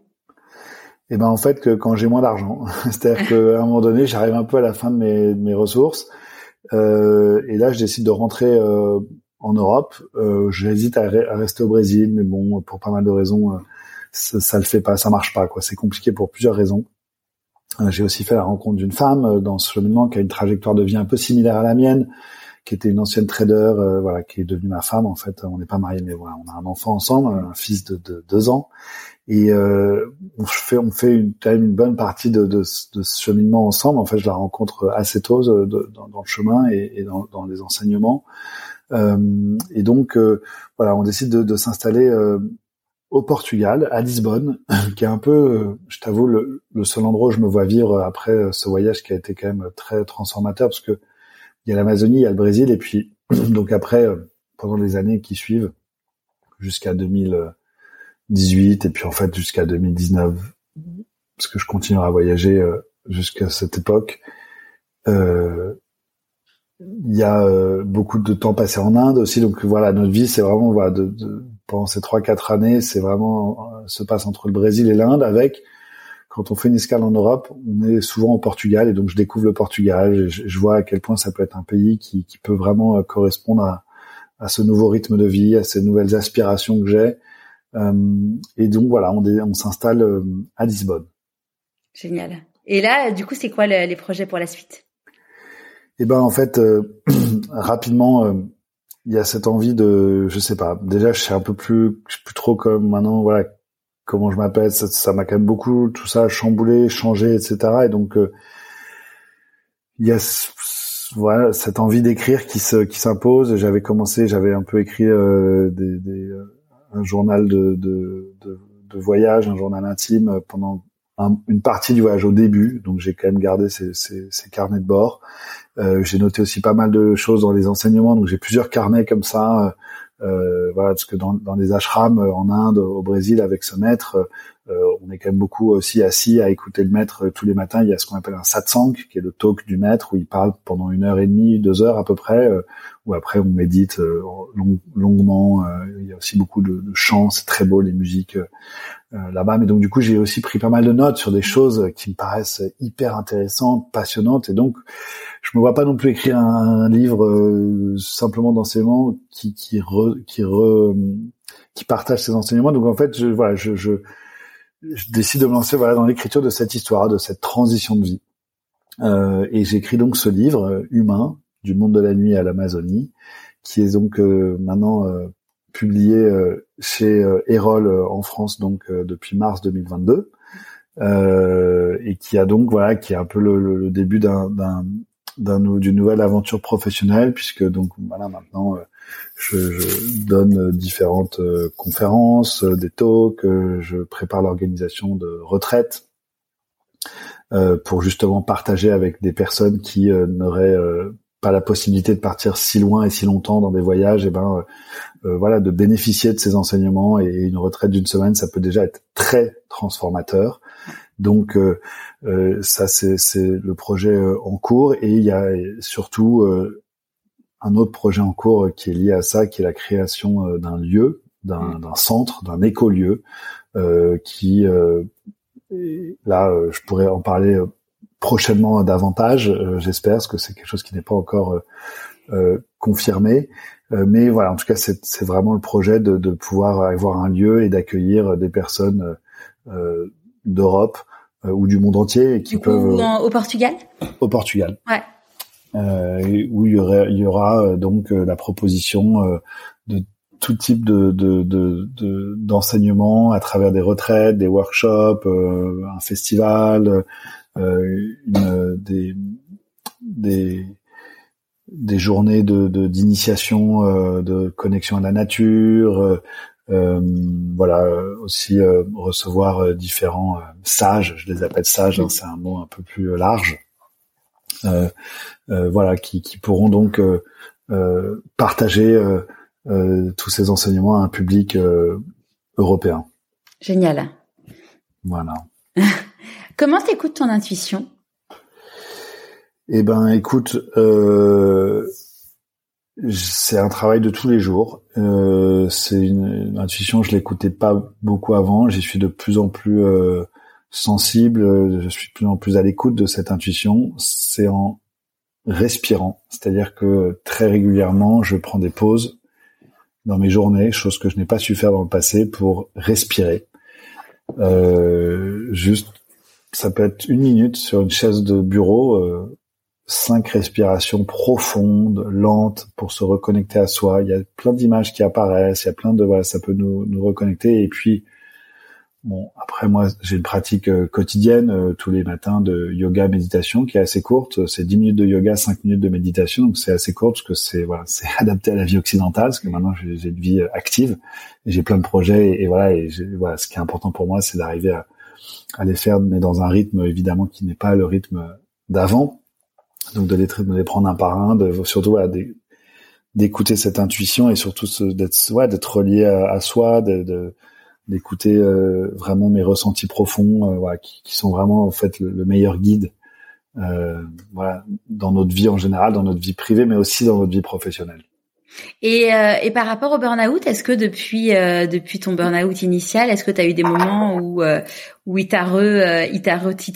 Eh ben en fait que quand j'ai moins d'argent, c'est-à-dire qu'à un moment donné, j'arrive un peu à la fin de mes, de mes ressources, euh, et là je décide de rentrer euh, en Europe. Euh, j'hésite à, à rester au Brésil, mais bon, pour pas mal de raisons, euh, ça, ça le fait pas, ça marche pas, quoi. C'est compliqué pour plusieurs raisons. Euh, j'ai aussi fait la rencontre d'une femme euh, dans ce cheminement qui a une trajectoire de vie un peu similaire à la mienne, qui était une ancienne trader, euh, voilà, qui est devenue ma femme. En fait, on n'est pas mariés, mais voilà, on a un enfant ensemble, un fils de, de deux ans. Et euh, on fait on fait une, quand même une bonne partie de, de, de ce cheminement ensemble. En fait, je la rencontre assez tôt de, de, dans, dans le chemin et, et dans, dans les enseignements. Euh, et donc euh, voilà, on décide de, de s'installer euh, au Portugal, à Lisbonne, qui est un peu, euh, je t'avoue, le, le seul endroit où je me vois vivre après ce voyage qui a été quand même très transformateur, parce que il y a l'Amazonie, il y a le Brésil, et puis donc après, euh, pendant les années qui suivent, jusqu'à deux mille dix-huit et puis en fait jusqu'à deux mille dix-neuf, parce que je continue à voyager euh, jusqu'à cette époque. Euh, il y a euh, beaucoup de temps passé en Inde aussi, donc voilà, notre vie c'est vraiment voilà, de, de, pendant ces trois quatre années, c'est vraiment euh, se passe entre le Brésil et l'Inde, avec quand on fait une escale en Europe, on est souvent au Portugal, et donc je découvre le Portugal, je, je vois à quel point ça peut être un pays qui, qui peut vraiment euh, correspondre à, à ce nouveau rythme de vie, à ces nouvelles aspirations que j'ai. Euh, et donc voilà, on, dé, on s'installe euh, à Lisbonne. Génial. Et là, du coup, c'est quoi le, les projets pour la suite? Eh ben en fait, euh, rapidement, il euh, y a cette envie de, je sais pas. Déjà, je sais un peu plus, je sais plus trop comme maintenant, voilà, comment je m'appelle. Ça, ça m'a quand même beaucoup tout ça chamboulé, changé, et cetera. Et donc, il euh, y a voilà cette envie d'écrire qui se, qui s'impose. J'avais commencé, j'avais un peu écrit euh, des, des euh, un journal de, de, de, de voyage, un journal intime pendant un, une partie du voyage au début. Donc j'ai quand même gardé ces, ces, ces carnets de bord. Euh, j'ai noté aussi pas mal de choses dans les enseignements. Donc j'ai plusieurs carnets comme ça. Euh, voilà, parce que dans, dans les ashrams en Inde, au Brésil, avec ce maître, euh, on est quand même beaucoup aussi assis à écouter le maître tous les matins. Il y a ce qu'on appelle un satsang, qui est le talk du maître, où il parle pendant une heure et demie, deux heures à peu près, euh, où après on médite euh, long, longuement. Euh, il y a aussi beaucoup de, de chants, c'est très beau les musiques euh, là-bas. Mais donc du coup, j'ai aussi pris pas mal de notes sur des choses qui me paraissent hyper intéressantes, passionnantes, et donc je me vois pas non plus écrire un, un livre euh, simplement d'enseignement qui qui re, qui re, qui partage ses enseignements. Donc en fait, je, voilà, je, je je décide de me lancer voilà dans l'écriture de cette histoire, de cette transition de vie. Euh, et j'écris donc ce livre euh, humain, du monde de la nuit à l'Amazonie, qui est donc euh, maintenant euh, publié euh, chez euh, Erol euh, en France, donc euh, depuis mars deux mille vingt-deux, euh, et qui a donc voilà, qui est un peu le, le, le début d'un, d'un, d'un d'une nouvelle aventure professionnelle, puisque donc voilà maintenant euh, je, je donne différentes euh, conférences, euh, des talks, euh, je prépare l'organisation de retraites. euh, pour justement partager avec des personnes qui euh, n'auraient euh, pas la possibilité de partir si loin et si longtemps dans des voyages. Et ben euh, voilà, de bénéficier de ces enseignements, et une retraite d'une semaine, ça peut déjà être très transformateur. Donc euh, euh, ça c'est, c'est le projet euh, en cours, et il y a surtout euh, un autre projet en cours qui est lié à ça, qui est la création euh, d'un lieu, d'un, d'un centre, d'un écolieu euh, qui euh, là euh, je pourrais en parler euh, prochainement davantage, euh, j'espère, parce que c'est quelque chose qui n'est pas encore euh, euh, confirmé. Euh, mais voilà, en tout cas, c'est, c'est vraiment le projet de, de pouvoir avoir un lieu et d'accueillir des personnes euh, d'Europe euh, ou du monde entier et qui du coup, peuvent en, au Portugal. Au Portugal. Ouais. Euh, où il y aurait, il y aura euh, donc euh, la proposition euh, de tout type de, de, de, de d'enseignement à travers des retraites, des workshops, euh, un festival, euh, une, des des des journées de, de d'initiation, euh, de connexion à la nature. Euh, Euh, voilà, aussi euh, recevoir euh, différents euh, sages, je les appelle sages, hein, c'est un mot un peu plus large, euh, euh, voilà, qui, qui pourront donc euh, euh, partager euh, euh, tous ces enseignements à un public euh, européen. Génial. Voilà. Comment t'écoutes ton intuition ? Eh ben, écoute, euh, c'est un travail de tous les jours. Euh, c'est une, une intuition, je l'écoutais pas beaucoup avant. J'y suis de plus en plus euh, sensible. Je suis de plus en plus à l'écoute de cette intuition. C'est en respirant, c'est-à-dire que très régulièrement, je prends des pauses dans mes journées, chose que je n'ai pas su faire dans le passé, pour respirer. Euh, juste, ça peut être une minute sur une chaise de bureau. Euh, cinq respirations profondes, lentes, pour se reconnecter à soi. Il y a plein d'images qui apparaissent, il y a plein de, voilà, ça peut nous, nous reconnecter. Et puis, bon, après moi, j'ai une pratique euh, quotidienne, euh, tous les matins, de yoga, méditation, qui est assez courte. C'est dix minutes de yoga, cinq minutes de méditation, donc c'est assez court, parce que c'est, voilà, c'est adapté à la vie occidentale, parce que maintenant j'ai, j'ai une vie active, et j'ai plein de projets, et, et voilà, et j'ai, voilà, ce qui est important pour moi, c'est d'arriver à, à les faire, mais dans un rythme, évidemment, qui n'est pas le rythme d'avant. Donc de les, de les prendre un par un, de, surtout voilà, d'écouter cette intuition, et surtout ce, d'être, ouais, d'être relié à, à soi, de, de, d'écouter euh, vraiment mes ressentis profonds, euh, voilà, qui, qui sont vraiment en fait le, le meilleur guide, euh, voilà, dans notre vie en général, dans notre vie privée, mais aussi dans notre vie professionnelle. Et, euh, et par rapport au burn-out, est-ce que depuis euh, depuis ton burn-out initial, est-ce que tu as eu des moments où euh, où il t'a re euh, il t'a retitillé ?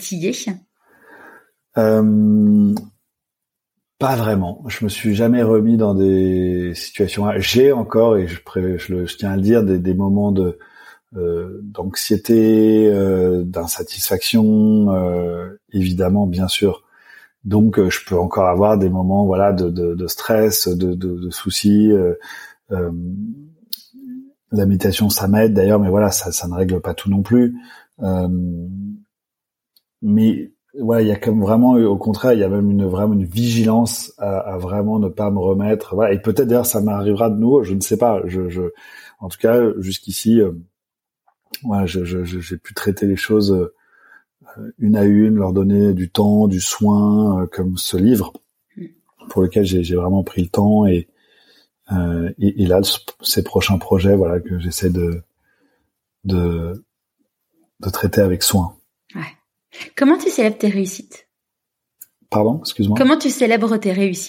Euh, Pas vraiment. Je me suis jamais remis dans des situations. J'ai encore, et je, je, je tiens à le dire, des, des moments de euh, d'anxiété, euh, d'insatisfaction, euh, évidemment, bien sûr. Donc, euh, je peux encore avoir des moments, voilà, de, de, de stress, de, de, de soucis. Euh, euh, la méditation, ça m'aide d'ailleurs, mais voilà, ça, ça ne règle pas tout non plus. Euh, mais voilà, il y a comme vraiment, au contraire, il y a même une vraiment une vigilance à, à vraiment ne pas me remettre. Voilà, et peut-être d'ailleurs ça m'arrivera de nouveau, je ne sais pas. Je, je en tout cas, jusqu'ici, euh, voilà, je, je, j'ai pu traiter les choses euh, une à une, leur donner du temps, du soin, euh, comme ce livre pour lequel j'ai, j'ai vraiment pris le temps, et euh, et, et là, ces prochains projets, voilà, que j'essaie de de de traiter avec soin. Ouais. Comment tu célèbres tes réussites ? Pardon, excuse-moi. Comment tu célèbres tes réussites ?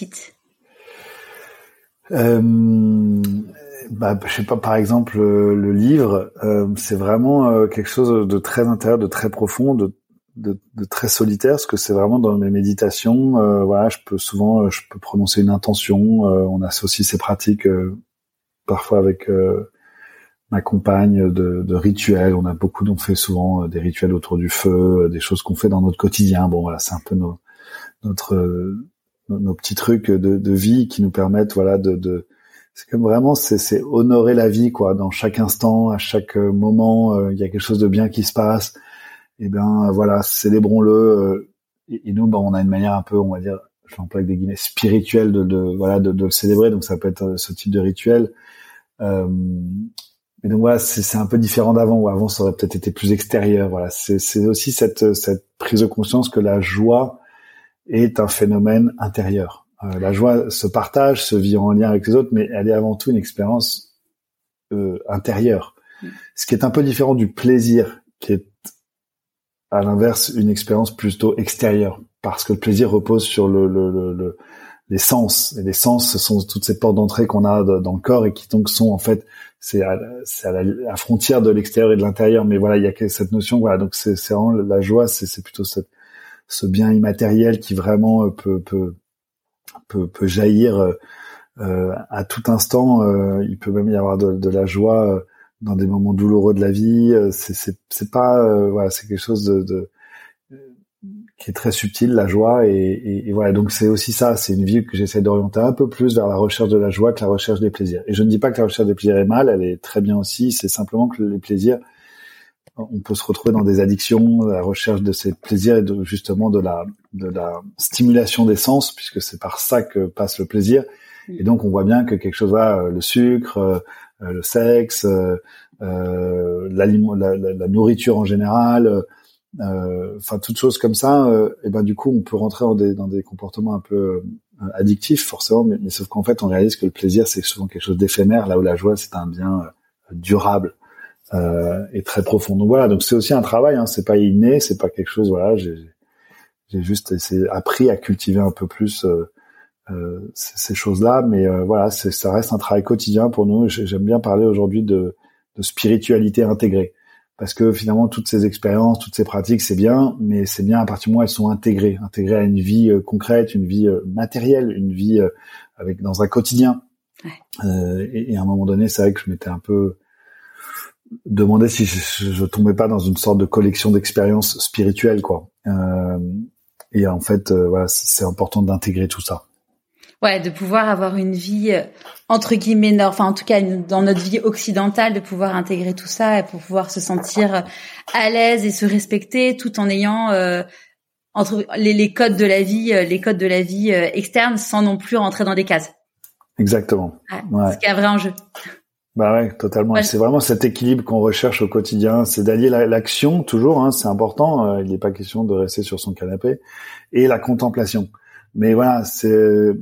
euh, bah, je sais pas, par exemple, le, le livre, euh, c'est vraiment euh, quelque chose de très intérieur, de très profond, de, de, de très solitaire, parce que c'est vraiment dans mes méditations. Euh, voilà, je peux souvent, je peux prononcer une intention. Euh, on associe ces pratiques euh, parfois avec euh, ma compagne de, de rituels. On a beaucoup, on fait souvent des rituels autour du feu, des choses qu'on fait dans notre quotidien. Bon, voilà, c'est un peu nos, notre, nos, nos petits trucs de, de vie qui nous permettent, voilà, de, de c'est comme vraiment, c'est, c'est honorer la vie, quoi. Dans chaque instant, à chaque moment, euh, il y a quelque chose de bien qui se passe. Et ben, voilà, célébrons-le. Euh, et, et nous, ben, on a une manière un peu, on va dire, je l'emploie avec des guillemets, spirituelle de, de voilà, de, de le célébrer. Donc, ça peut être ce type de rituel. Euh, mais donc voilà, c'est, c'est un peu différent d'avant, où avant ça aurait peut-être été plus extérieur. Voilà, c'est, c'est aussi cette, cette prise de conscience que la joie est un phénomène intérieur. Euh, la joie se partage, se vit en lien avec les autres, mais elle est avant tout une expérience euh, intérieure. Mmh. Ce qui est un peu différent du plaisir, qui est à l'inverse une expérience plutôt extérieure, parce que le plaisir repose sur le, le, le, le les sens. Et les sens, ce sont toutes ces portes d'entrée qu'on a de, dans le corps et qui donc sont en fait, c'est à, c'est à la, la frontière de l'extérieur et de l'intérieur. Mais voilà, il y a cette notion. Voilà, donc c'est, c'est vraiment la joie, c'est, c'est plutôt cette, ce bien immatériel qui vraiment peut peut peut, peut jaillir euh, à tout instant. Euh, il peut même y avoir de, de la joie euh, dans des moments douloureux de la vie. C'est c'est c'est pas euh, voilà, c'est quelque chose de, de qui est très subtil, la joie, et, et, et voilà. Donc c'est aussi ça, c'est une vie que j'essaie d'orienter un peu plus vers la recherche de la joie que la recherche des plaisirs. Et je ne dis pas que la recherche des plaisirs est mal, elle est très bien aussi. C'est simplement que les plaisirs, on peut se retrouver dans des addictions, la recherche de ces plaisirs et de, justement de la de la stimulation des sens, puisque c'est par ça que passe le plaisir. Et donc on voit bien que quelque chose, voilà, le sucre, euh, le sexe, euh, euh, la, la, la nourriture en général. Enfin, euh, toutes choses comme ça, euh, et ben du coup, on peut rentrer dans des dans des comportements un peu euh, addictifs, forcément, mais, mais sauf qu'en fait, on réalise que le plaisir, c'est souvent quelque chose d'éphémère, là où la joie, c'est un bien euh, durable euh, et très profond. Donc voilà, donc c'est aussi un travail, hein, c'est pas inné, c'est pas quelque chose, voilà, j'ai j'ai juste essayé, appris à cultiver un peu plus euh, euh, ces, ces choses-là, mais euh, voilà, c'est, ça reste un travail quotidien pour nous. J'aime bien parler aujourd'hui de, de spiritualité intégrée. Parce que finalement, toutes ces expériences, toutes ces pratiques, c'est bien, mais c'est bien à partir du moment où elles sont intégrées, intégrées à une vie euh, concrète, une vie euh, matérielle, une vie euh, avec dans un quotidien. Ouais. Euh, et, et à un moment donné, c'est vrai que je m'étais un peu demandé si je, je tombais pas dans une sorte de collection d'expériences spirituelles, quoi. Euh, et en fait, euh, voilà, c'est important d'intégrer tout ça. Ouais, de pouvoir avoir une vie euh, entre guillemets, nord, enfin en tout cas une, dans notre vie occidentale, de pouvoir intégrer tout ça et pour pouvoir se sentir à l'aise et se respecter, tout en ayant euh, entre les, les codes de la vie, euh, les codes de la vie euh, externe, sans non plus rentrer dans des cases. Exactement. Ouais, ouais. C'est ce qui est un vrai enjeu. Bah ouais, totalement. Ouais. Et c'est vraiment cet équilibre qu'on recherche au quotidien, c'est d'allier la, l'action toujours, hein, c'est important. Euh, il n'est pas question de rester sur son canapé, et la contemplation. Mais voilà, c'est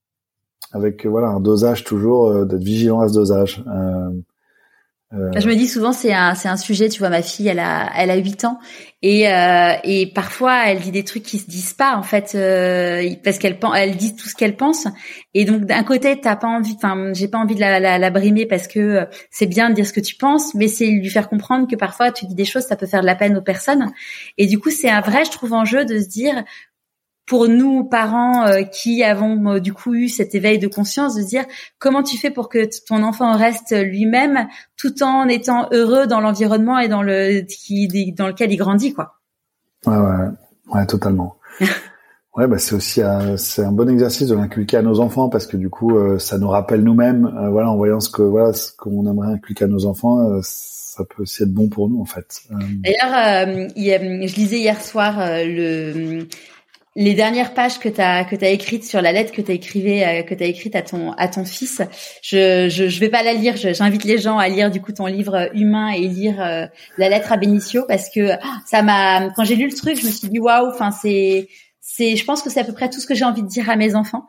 avec voilà un dosage toujours, euh, d'être vigilant à ce dosage. Euh, euh... Je me dis souvent c'est un c'est un sujet, tu vois, ma fille elle a elle a huit ans et euh, et parfois elle dit des trucs qui se disent pas en fait euh, parce qu'elle elle dit tout ce qu'elle pense, et donc d'un côté t'as pas envie, enfin j'ai pas envie de la, la la brimer parce que c'est bien de dire ce que tu penses, mais c'est lui faire comprendre que parfois tu dis des choses, ça peut faire de la peine aux personnes, et du coup c'est un vrai, je trouve, enjeu de se dire, pour nous parents euh, qui avons euh, du coup eu cet éveil de conscience, de se dire comment tu fais pour que t- ton enfant reste lui-même tout en étant heureux dans l'environnement et dans le qui dans lequel il grandit, quoi. Ouais ouais ouais totalement. Ouais, bah c'est aussi un, c'est un bon exercice de l'inculquer à nos enfants, parce que du coup euh, ça nous rappelle nous-mêmes, euh, voilà, en voyant ce que voilà ce qu'on aimerait inculquer à nos enfants, euh, ça peut aussi être bon pour nous en fait. Euh... D'ailleurs, euh, il, je lisais hier soir euh, le les dernières pages que t'as que t'as écrites sur la lettre que t'as écrivée euh, que t'as écrite à ton à ton fils. Je je je vais pas la lire. Je, j'invite les gens à lire du coup ton livre Humain et lire euh, la lettre à Benicio, parce que oh, ça m'a, quand j'ai lu le truc, je me suis dit waouh. Enfin c'est c'est je pense que c'est à peu près tout ce que j'ai envie de dire à mes enfants.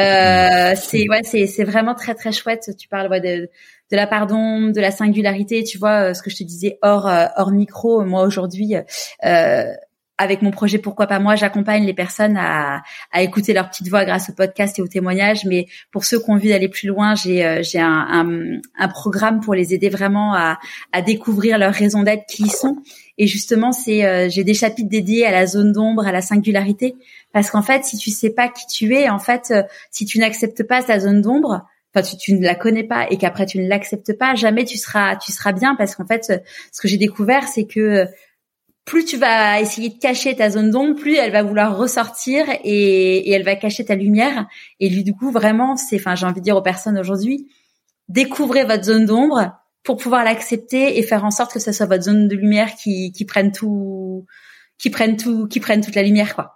Euh, c'est ouais c'est c'est vraiment très très chouette. Tu parles ouais, de de la pardon, de la singularité. Tu vois ce que je te disais hors hors micro. Moi aujourd'hui. Euh, Avec mon projet Pourquoi pas moi, j'accompagne les personnes à, à écouter leur petite voix grâce au podcast et au témoignage. Mais pour ceux qui ont envie d'aller plus loin, j'ai, euh, j'ai un, un, un programme pour les aider vraiment à, à découvrir leur raison d'être, qui ils sont. Et justement, c'est euh, j'ai des chapitres dédiés à la zone d'ombre, à la singularité. Parce qu'en fait, si tu sais pas qui tu es, en fait, euh, si tu n'acceptes pas ta zone d'ombre, enfin tu, tu ne la connais pas et qu'après tu ne l'acceptes pas, jamais tu seras tu seras bien. Parce qu'en fait, ce que j'ai découvert, c'est que plus tu vas essayer de cacher ta zone d'ombre, plus elle va vouloir ressortir et, et elle va cacher ta lumière. Et lui, du coup, vraiment, c'est, enfin, j'ai envie de dire aux personnes aujourd'hui, découvrez votre zone d'ombre pour pouvoir l'accepter et faire en sorte que ce soit votre zone de lumière qui, qui prenne tout, qui prenne tout, qui prenne toute la lumière, quoi.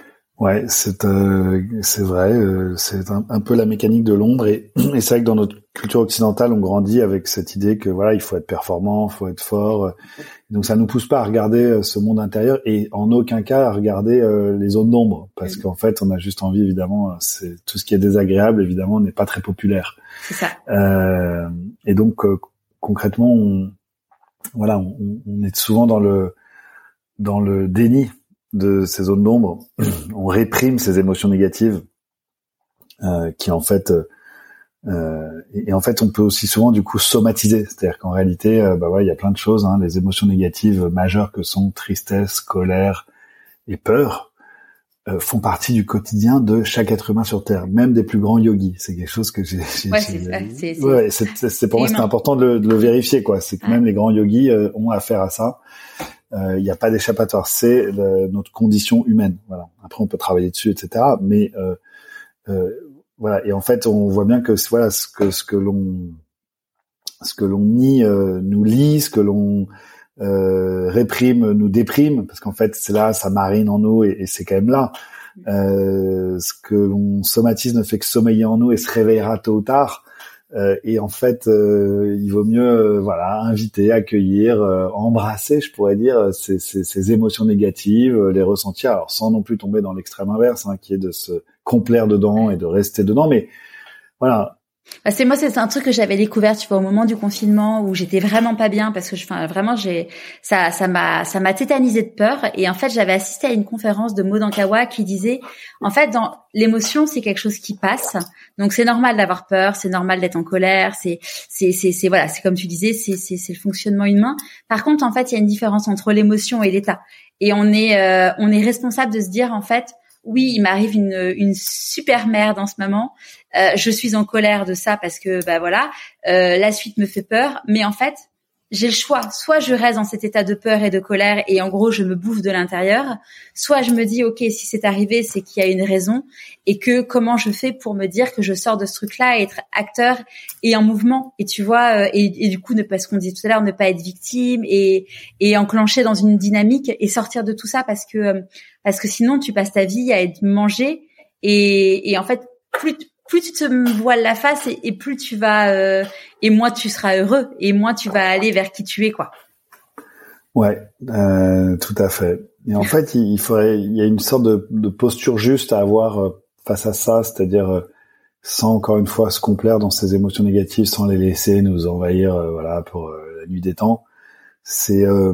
Ouais, c'est euh, c'est vrai, euh, c'est un, un peu la mécanique de l'ombre, et, et c'est vrai que dans notre culture occidentale, on grandit avec cette idée que voilà, il faut être performant, il faut être fort. Donc ça nous pousse pas à regarder ce monde intérieur et en aucun cas à regarder euh, les zones d'ombre, parce qu'en fait, on a juste envie, évidemment, c'est tout ce qui est désagréable, évidemment, n'est pas très populaire. C'est ça. Euh, et donc euh, concrètement, on, voilà, on, on est souvent dans le dans le déni de ces zones d'ombre. On réprime ces émotions négatives euh, qui en fait Euh, et, et en fait, on peut aussi souvent du coup somatiser, c'est-à-dire qu'en réalité, euh, bah ouais, il y a plein de choses. Hein, les émotions négatives majeures que sont tristesse, colère et peur euh, font partie du quotidien de chaque être humain sur Terre, même des plus grands yogis. C'est quelque chose que j'ai. j'ai ouais, j'ai, c'est ça. C'est, c'est, ouais, c'est, c'est, c'est pour moi, c'est important de le, de le vérifier, quoi. C'est que ouais. Même les grands yogis euh, ont affaire à ça. Il euh, n'y a pas d'échappatoire. C'est le, notre condition humaine. Voilà. Après, on peut travailler dessus, et cetera. Mais euh, euh, voilà, et en fait, on voit bien que voilà ce que ce que l'on ce que l'on nie euh, nous lie, ce que l'on euh, réprime nous déprime, parce qu'en fait, c'est là, ça marine en nous et, et c'est quand même là. Euh, ce que l'on somatise ne fait que sommeiller en nous et se réveillera tôt ou tard. Euh, et en fait, euh, il vaut mieux, euh, voilà, inviter, accueillir, euh, embrasser, je pourrais dire, ces, ces, ces émotions négatives, euh, les ressentir, alors sans non plus tomber dans l'extrême inverse, hein, qui est de se complaire dedans et de rester dedans, mais voilà. Bah c'est moi, c'est un truc que j'avais découvert, tu vois, au moment du confinement où j'étais vraiment pas bien parce que, enfin, vraiment, j'ai, ça, ça m'a, ça m'a tétanisé de peur. Et en fait, j'avais assisté à une conférence de Maud Ankawa qui disait, en fait, dans l'émotion, c'est quelque chose qui passe. Donc, c'est normal d'avoir peur, c'est normal d'être en colère, c'est, c'est, c'est, c'est voilà, c'est comme tu disais, c'est, c'est, c'est le fonctionnement humain. Par contre, en fait, il y a une différence entre l'émotion et l'état. Et on est, euh, on est responsable de se dire, en fait, oui, il m'arrive une, une super merde en ce moment. Euh, je suis en colère de ça parce que bah voilà, euh, la suite me fait peur. Mais en fait, j'ai le choix. Soit je reste dans cet état de peur et de colère et en gros je me bouffe de l'intérieur. Soit je me dis ok, si c'est arrivé, c'est qu'il y a une raison et que comment je fais pour me dire que je sors de ce truc-là et être acteur et en mouvement. Et tu vois, et, et du coup ne pas ce qu'on disait tout à l'heure, ne pas être victime et et enclencher dans une dynamique et sortir de tout ça parce que parce que sinon tu passes ta vie à être mangé et et en fait plus plus tu te voiles la face et, et plus tu vas euh, et moins tu seras heureux et moins tu vas aller vers qui tu es, quoi. Ouais, euh, tout à fait. Et en fait, il, il faudrait, il y a une sorte de, de posture juste à avoir euh, face à ça, c'est-à-dire euh, sans encore une fois se complaire dans ces émotions négatives, sans les laisser nous envahir, euh, voilà, pour euh, la nuit des temps. C'est euh,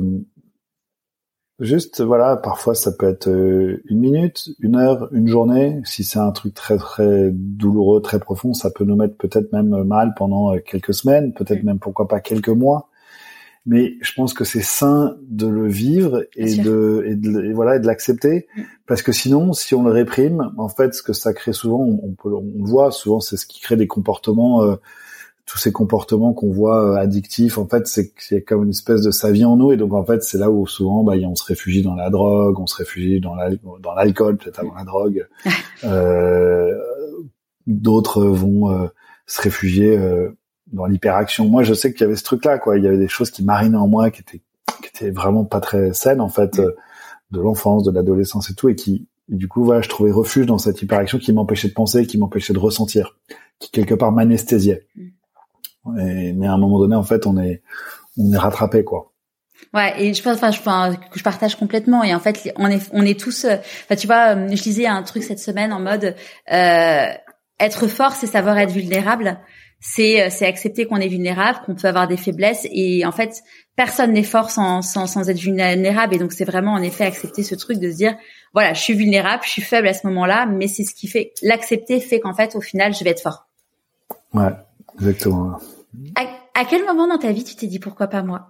juste, voilà, parfois ça peut être une minute, une heure, une journée. Si c'est un truc très très douloureux, très profond, ça peut nous mettre peut-être même mal pendant quelques semaines, peut-être même pourquoi pas quelques mois. Mais je pense que c'est sain de le vivre et de, et de et voilà et de l'accepter, parce que sinon, si on le réprime, en fait, ce que ça crée souvent, on, on peut, on le voit souvent, c'est ce qui crée des comportements. Euh, tous ces comportements qu'on voit euh, addictifs, en fait, c'est, c'est comme une espèce de sa vie en nous, et donc en fait, c'est là où souvent, bah, on se réfugie dans la drogue, on se réfugie dans, la, dans l'alcool, peut-être avant la drogue. euh, d'autres vont euh, se réfugier euh, dans l'hyperaction. Moi, je sais qu'il y avait ce truc-là, quoi. Il y avait des choses qui marinaient en moi, qui étaient, qui étaient vraiment pas très saines, en fait, euh, de l'enfance, de l'adolescence et tout, et qui, et du coup, voilà, je trouvais refuge dans cette hyperaction qui m'empêchait de penser, qui m'empêchait de ressentir, qui quelque part m'anesthésiait. Et, mais à un moment donné, en fait, on est, on est rattrapé, quoi. Ouais, et je pense, enfin, je, enfin, que je partage complètement. Et en fait, on est, on est tous. Enfin, tu vois, je lisais un truc cette semaine en mode euh, être fort, c'est savoir être vulnérable. C'est, c'est accepter qu'on est vulnérable, qu'on peut avoir des faiblesses. Et en fait, personne n'est fort sans, sans, sans être vulnérable. Et donc, c'est vraiment en effet accepter ce truc de se dire, voilà, je suis vulnérable, je suis faible à ce moment-là, mais c'est ce qui fait l'accepter fait qu'en fait, au final, je vais être fort. Ouais, exactement. À, à quel moment dans ta vie tu t'es dit pourquoi pas moi?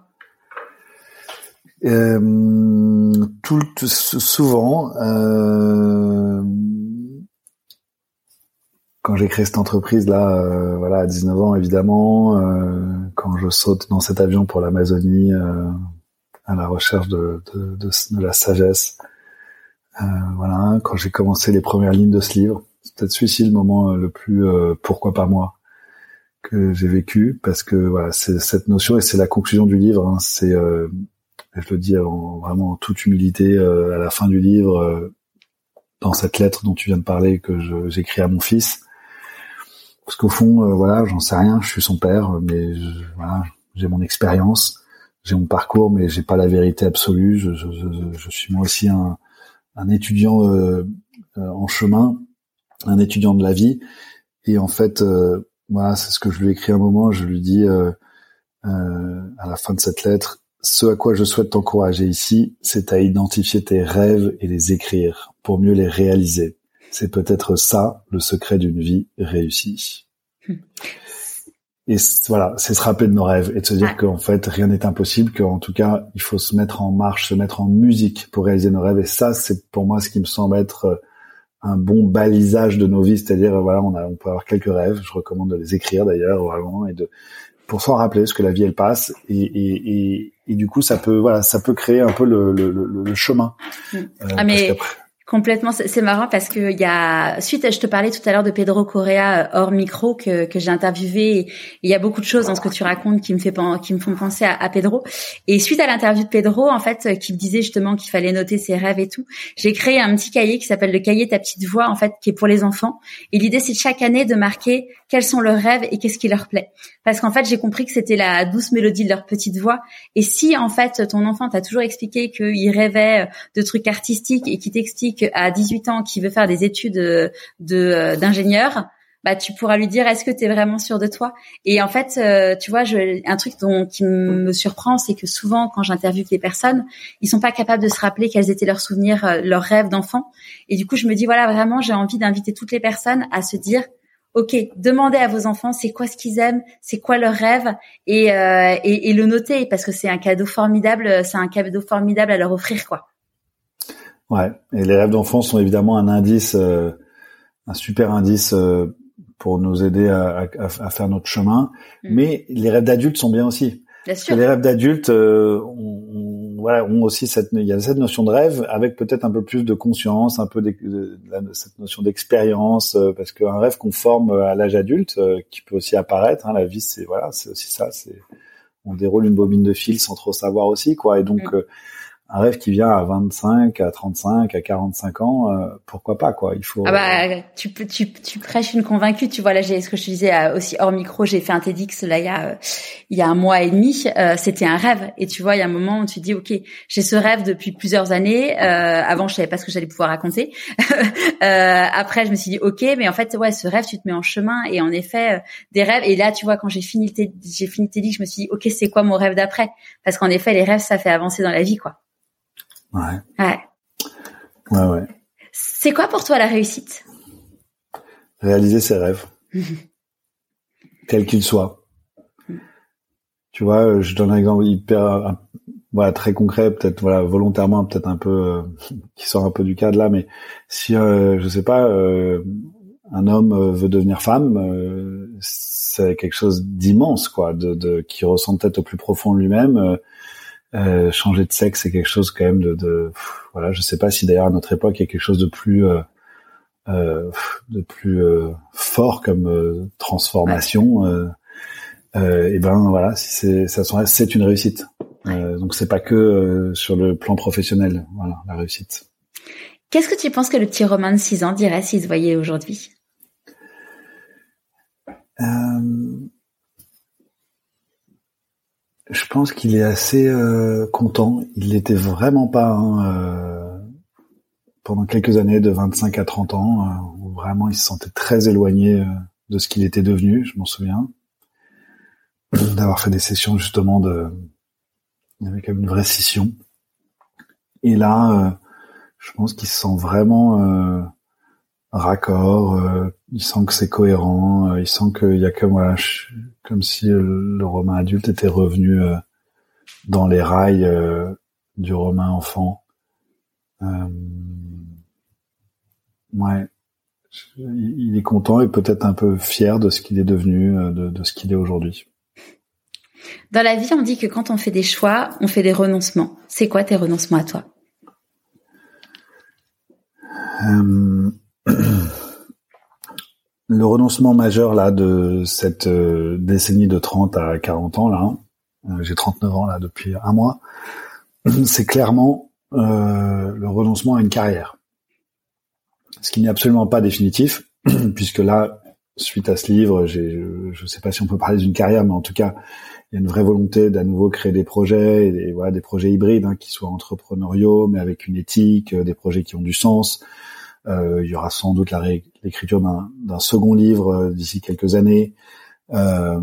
Euh, tout, tout souvent, euh, quand j'ai créé cette entreprise là, euh, voilà, à dix-neuf ans évidemment, euh, quand je saute dans cet avion pour l'Amazonie, euh, à la recherche de, de, de, de la sagesse, euh, voilà, quand j'ai commencé les premières lignes de ce livre, c'est peut-être celui-ci le moment le plus euh, pourquoi pas moi que j'ai vécu, parce que voilà, c'est cette notion et c'est la conclusion du livre. Hein, c'est, euh, je le dis en, vraiment en toute humilité euh, à la fin du livre, euh, dans cette lettre dont tu viens de parler que je, j'écris à mon fils. parce qu'au fond, euh, voilà, j'en sais rien. Je suis son père, mais je, voilà, j'ai mon expérience, j'ai mon parcours, mais j'ai pas la vérité absolue. Je, je, je, je suis moi aussi un, un étudiant euh, euh, en chemin, un étudiant de la vie. Et en fait, euh, voilà, c'est ce que je lui ai écrit à un moment. Je lui dis euh, euh, à la fin de cette lettre. Ce à quoi je souhaite t'encourager ici, c'est à identifier tes rêves et les écrire pour mieux les réaliser. C'est peut-être ça, le secret d'une vie réussie. Hum. Et voilà, c'est se rappeler de nos rêves et de se dire ah. qu'en fait, rien n'est impossible, qu'en tout cas, il faut se mettre en marche, se mettre en musique pour réaliser nos rêves. Et ça, c'est pour moi ce qui me semble être un bon balisage de nos vies. C'est-à-dire, voilà, on, a, on peut avoir quelques rêves. Je recommande de les écrire d'ailleurs, vraiment, et de pour s'en rappeler, ce que la vie elle passe, et, et, et, et du coup ça peut voilà ça peut créer un peu le, le, le, le chemin. Mmh. Euh, ah mais complètement, c'est, c'est marrant parce que il y a suite, je te parlais tout à l'heure de Pedro Correa hors micro que que j'ai interviewé. Il y a beaucoup de choses dans ce que tu racontes qui me fait qui me font penser à, à Pedro. Et suite à l'interview de Pedro, en fait, qui me disait justement qu'il fallait noter ses rêves et tout, j'ai créé un petit cahier qui s'appelle le cahier Ta Petite Voix, en fait, qui est pour les enfants. Et l'idée, c'est de chaque année de marquer quels sont leurs rêves et qu'est-ce qui leur plaît. Parce qu'en fait, j'ai compris que c'était la douce mélodie de leur petite voix. Et si, en fait, ton enfant t'a toujours expliqué qu'il rêvait de trucs artistiques et qu'il t'explique à dix-huit ans qu'il veut faire des études de, de d'ingénieur, bah tu pourras lui dire est-ce que tu es vraiment sûr de toi. Et en fait, euh, tu vois, je, un truc dont, qui me surprend, c'est que souvent, quand j'interviewe les personnes, ils sont pas capables de se rappeler quels étaient leurs souvenirs, euh, leurs rêves d'enfant. Et du coup, je me dis, voilà, vraiment, j'ai envie d'inviter toutes les personnes à se dire, ok, demandez à vos enfants c'est quoi ce qu'ils aiment, c'est quoi leurs rêves, et, euh, et, et le noter, parce que c'est un cadeau formidable, c'est un cadeau formidable à leur offrir, quoi. Ouais, et les rêves d'enfants sont évidemment un indice, euh, un super indice euh, pour nous aider à, à, à faire notre chemin. Mmh. Mais les rêves d'adultes sont bien aussi. Bien sûr. Parce que les rêves d'adultes, euh, on, on, voilà, ont aussi cette, il y a cette notion de rêve avec peut-être un peu plus de conscience, un peu de, de, de cette notion d'expérience, euh, parce qu'un rêve qu'on forme à l'âge adulte, euh, qui peut aussi apparaître, hein, la vie, c'est voilà, c'est aussi ça, c'est on déroule une bobine de fil sans trop savoir aussi, quoi, et donc. Mmh. Euh, un rêve qui vient à vingt-cinq, à trente-cinq, à quarante-cinq ans, euh, pourquoi pas, quoi. Il faut. Ah bah, euh... tu peux, tu, tu prêches une convaincue. Tu vois, là, j'ai ce que je te disais euh, aussi hors micro. J'ai fait un TEDx là il y a, euh, il y a un mois et demi. Euh, c'était un rêve. Et tu vois, il y a un moment où tu dis, ok, j'ai ce rêve depuis plusieurs années. Euh, avant, je savais pas ce que j'allais pouvoir raconter. euh, après, je me suis dit, ok, mais en fait, ouais, ce rêve, tu te mets en chemin. Et en effet, euh, des rêves. Et là, tu vois, quand j'ai fini le TEDx, j'ai fini le TEDx, je me suis dit, ok, c'est quoi mon rêve d'après? Parce qu'en effet, les rêves, ça fait avancer dans la vie, quoi. Ouais. Ouais. Ouais, ouais. C'est quoi pour toi la réussite? Réaliser ses rêves. Quels qu'ils soient. Tu vois, je donne un exemple hyper, voilà, très concret, peut-être, voilà, volontairement, peut-être un peu, euh, qui sort un peu du cadre là, mais si, euh, je sais pas, euh, un homme veut devenir femme, euh, c'est quelque chose d'immense, quoi, de, de, qui ressent peut-être au plus profond de lui-même, euh, Euh, changer de sexe, c'est quelque chose quand même de, de pff, voilà, je sais pas si d'ailleurs à notre époque il y a quelque chose de plus euh, euh, de plus euh, fort comme euh, transformation. Euh, euh, et ben voilà, si c'est ça, c'est une réussite. Euh, donc c'est pas que euh, sur le plan professionnel, voilà, la réussite. Qu'est-ce que tu penses que le petit Romain de six ans dirait s'il se voyait aujourd'hui? Euh... Je pense qu'il est assez euh, content. Il l'était vraiment pas hein, euh, pendant quelques années, de vingt-cinq à trente ans, euh, où vraiment il se sentait très éloigné euh, de ce qu'il était devenu, je m'en souviens. D'avoir fait des sessions justement de... Il y avait quand même une vraie scission. Et là, euh, je pense qu'il se sent vraiment euh, raccord, euh, il sent que c'est cohérent, euh, il sent qu'il y a comme... Voilà, je, comme si le, le Romain adulte était revenu euh, dans les rails euh, du Romain enfant. Euh, ouais, il, il est content et peut-être un peu fier de ce qu'il est devenu, euh, de, de ce qu'il est aujourd'hui. Dans la vie, on dit que quand on fait des choix, on fait des renoncements. C'est quoi tes renoncements à toi? euh, Le renoncement majeur là de cette euh, décennie de trente à quarante ans là, euh, j'ai trente-neuf ans là depuis un mois, c'est clairement euh, le renoncement à une carrière. Ce qui n'est absolument pas définitif, puisque là, suite à ce livre, j'ai, je ne sais pas si on peut parler d'une carrière, mais en tout cas, il y a une vraie volonté d'à nouveau créer des projets, et, et voilà, des projets hybrides, hein, qui soient entrepreneuriaux, mais avec une éthique, euh, des projets qui ont du sens. Euh, il y aura sans doute la ré- l'écriture d'un, d'un second livre euh, d'ici quelques années. Euh,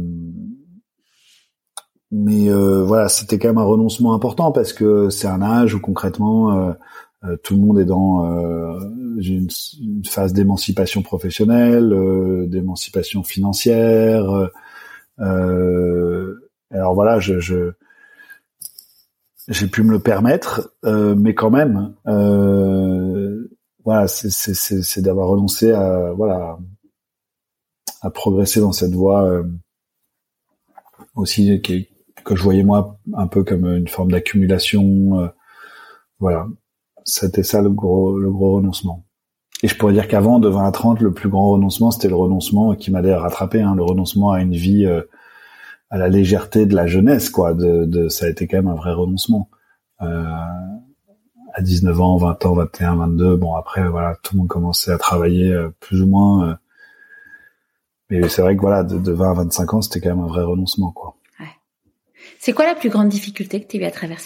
mais euh, voilà, c'était quand même un renoncement important parce que c'est un âge où concrètement euh, euh, tout le monde est dans euh, une, une phase d'émancipation professionnelle, euh, d'émancipation financière. Euh, alors voilà, je, je j'ai pu me le permettre, euh, mais quand même, euh, voilà, c'est, c'est, c'est, c'est d'avoir renoncé à voilà à progresser dans cette voie euh, aussi qui, que je voyais moi un peu comme une forme d'accumulation. Euh, voilà, c'était ça le gros le gros renoncement. Et je pourrais dire qu'avant, de vingt à trente, le plus grand renoncement, c'était le renoncement qui m'allait rattraper, hein, le renoncement à une vie, euh, à la légèreté de la jeunesse, quoi. De, de, ça a été quand même un vrai renoncement. Euh, à dix-neuf ans, vingt ans, vingt et un, vingt-deux, bon après, voilà, tout le monde commençait à travailler euh, plus ou moins. Euh, mais c'est vrai que voilà, de, de vingt à vingt-cinq ans, c'était quand même un vrai renoncement, quoi. Ouais. C'est quoi la plus grande difficulté que tu as eu à traverser ?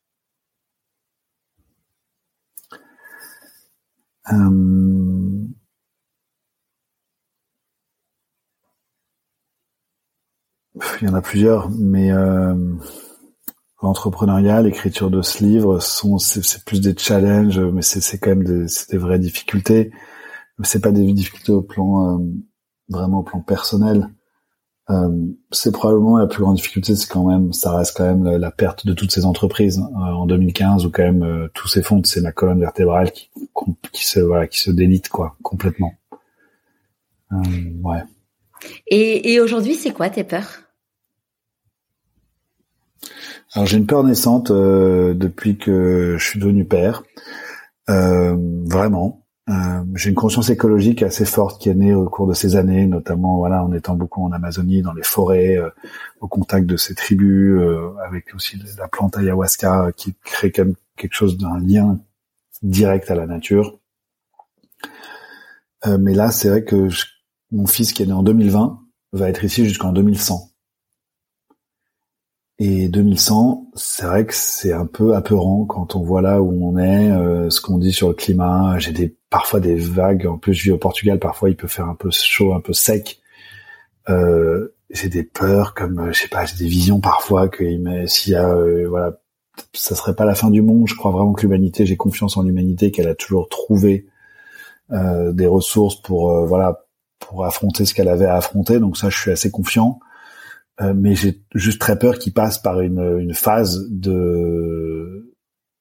Euh... Il y en a plusieurs, mais euh... l'entrepreneuriat, l'écriture de ce livre sont, c'est, c'est plus des challenges, mais c'est, c'est quand même des, c'est des vraies difficultés. Mais c'est pas des difficultés au plan, euh, vraiment au plan personnel. Euh, c'est probablement la plus grande difficulté, c'est quand même, ça reste quand même la, la perte de toutes ces entreprises euh, en deux mille quinze où quand même euh, tout s'effondre, c'est ma colonne vertébrale qui, qui se, voilà, qui se délite quoi, complètement. Euh, ouais. Et, et aujourd'hui, c'est quoi tes peurs ? Alors j'ai une peur naissante euh, depuis que je suis devenu père, euh, vraiment. Euh, j'ai une conscience écologique assez forte qui est née au cours de ces années, notamment voilà en étant beaucoup en Amazonie, dans les forêts, euh, au contact de ces tribus, euh, avec aussi la plante ayahuasca euh, qui crée quand même quelque chose d'un lien direct à la nature. Euh, mais là, c'est vrai que je, mon fils qui est né en deux mille vingt va être ici jusqu'en deux mille cent. Et deux mille cent, c'est vrai que c'est un peu apeurant quand on voit là où on est, euh, ce qu'on dit sur le climat. J'ai des parfois des vagues. En plus, je vis au Portugal. Parfois, il peut faire un peu chaud, un peu sec. Euh, j'ai des peurs, comme je sais pas, j'ai des visions parfois que s'il y a, euh, voilà, ça serait pas la fin du monde. Je crois vraiment que l'humanité, j'ai confiance en l'humanité, qu'elle a toujours trouvé euh, des ressources pour, euh, voilà, pour affronter ce qu'elle avait à affronter. Donc ça, je suis assez confiant. Euh, mais j'ai juste très peur qu'il passe par une, une phase de,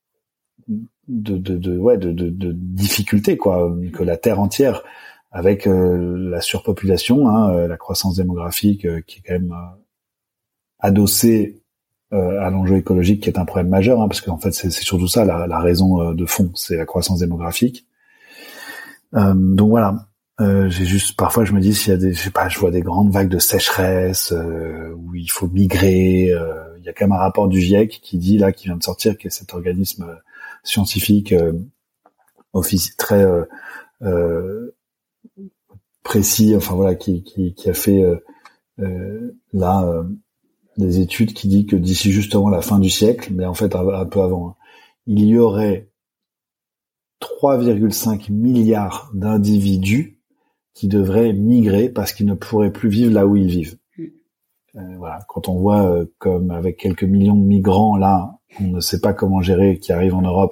de, de, de ouais, de, de, de difficulté, quoi, que la Terre entière, avec euh, la surpopulation, hein, la croissance démographique euh, qui est quand même euh, adossée euh, à l'enjeu écologique, qui est un problème majeur, hein, parce qu'en fait c'est, c'est surtout ça la, la raison euh, de fond, c'est la croissance démographique. Euh, donc voilà. Euh, j'ai juste parfois je me dis s'il y a des je sais pas je vois des grandes vagues de sécheresse euh, où il faut migrer, euh, il y a quand même un rapport du GIEC qui dit là qui vient de sortir, qui est cet organisme euh, scientifique euh, officie très euh, euh, précis, enfin voilà qui qui, qui a fait euh, euh, là euh, des études qui dit que d'ici justement la fin du siècle, mais en fait un, un peu avant, hein, il y aurait trois virgule cinq milliards d'individus qui devraient migrer parce qu'ils ne pourraient plus vivre là où ils vivent. Euh, voilà. Quand on voit euh, comme avec quelques millions de migrants là, on ne sait pas comment gérer, qui arrivent en Europe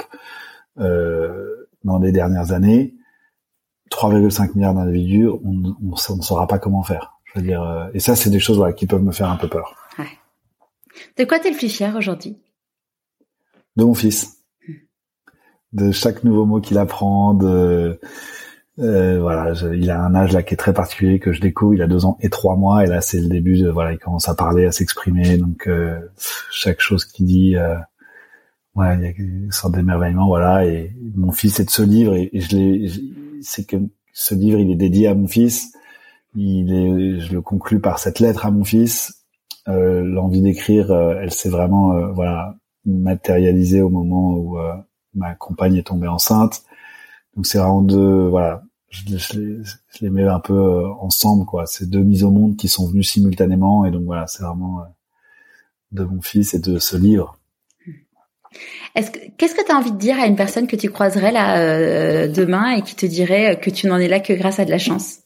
euh, dans les dernières années, trois virgule cinq milliards d'individus, on ne saura pas comment faire. Je veux dire, euh, et ça, c'est des choses voilà, qui peuvent me faire un peu peur. Ouais. De quoi t'es le plus fier aujourd'hui ? De mon fils. De chaque nouveau mot qu'il apprend, de... Euh, voilà, je, il a un âge là qui est très particulier que je découvre. Il a deux ans et trois mois et là c'est le début de voilà, il commence à parler, à s'exprimer. Donc euh, chaque chose qu'il dit, euh, ouais, il y a une sorte d'émerveillement, voilà. Et mon fils est de ce livre et, et je l'ai, je, c'est que ce livre il est dédié à mon fils. Il est, je le conclus par cette lettre à mon fils. Euh, l'envie d'écrire, euh, elle s'est vraiment euh, voilà matérialisée au moment où euh, ma compagne est tombée enceinte. Donc c'est vraiment de voilà. je, je, les, je les mets un peu euh, ensemble, quoi. C'est deux mises au monde qui sont venues simultanément, et donc voilà, c'est vraiment euh, de mon fils et de ce livre. Est-ce que, qu'est-ce que tu as envie de dire à une personne que tu croiserais là euh, demain et qui te dirait que tu n'en es là que grâce à de la chance?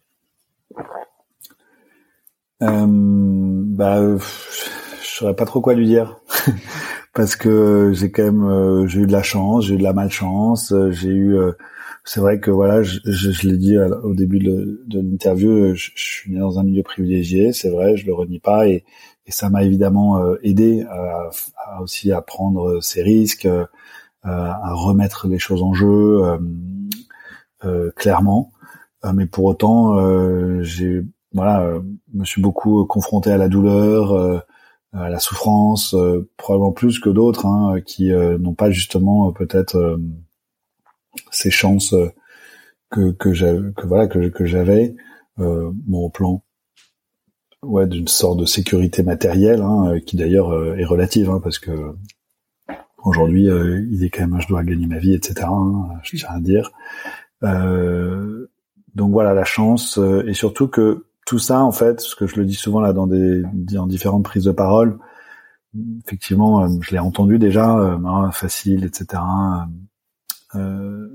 Euh, bah, euh, je saurais pas trop quoi lui dire parce que j'ai quand même euh, j'ai eu de la chance, j'ai eu de la malchance, euh, j'ai eu. Euh, c'est vrai que voilà, je, je, je l'ai dit au début de, de l'interview, je, je suis né dans un milieu privilégié, c'est vrai, je le renie pas, et, et ça m'a évidemment euh, aidé à, à aussi à prendre ces risques, euh, à remettre les choses en jeu euh, euh, clairement. Euh, mais pour autant, euh, j'ai voilà, euh, me suis beaucoup confronté à la douleur, euh, à la souffrance, euh, probablement plus que d'autres hein, qui euh, n'ont pas justement euh, peut-être euh, ces chances euh, que que j'avais, que voilà que que j'avais euh, bon, au plan ouais d'une sorte de sécurité matérielle hein, qui d'ailleurs euh, est relative hein, parce que aujourd'hui euh, il est quand même je dois gagner ma vie etc hein, je tiens à dire euh, donc voilà la chance euh, et surtout que tout ça en fait ce que je le dis souvent là dans des dans différentes prises de parole effectivement euh, je l'ai entendu déjà euh, hein, facile etc euh,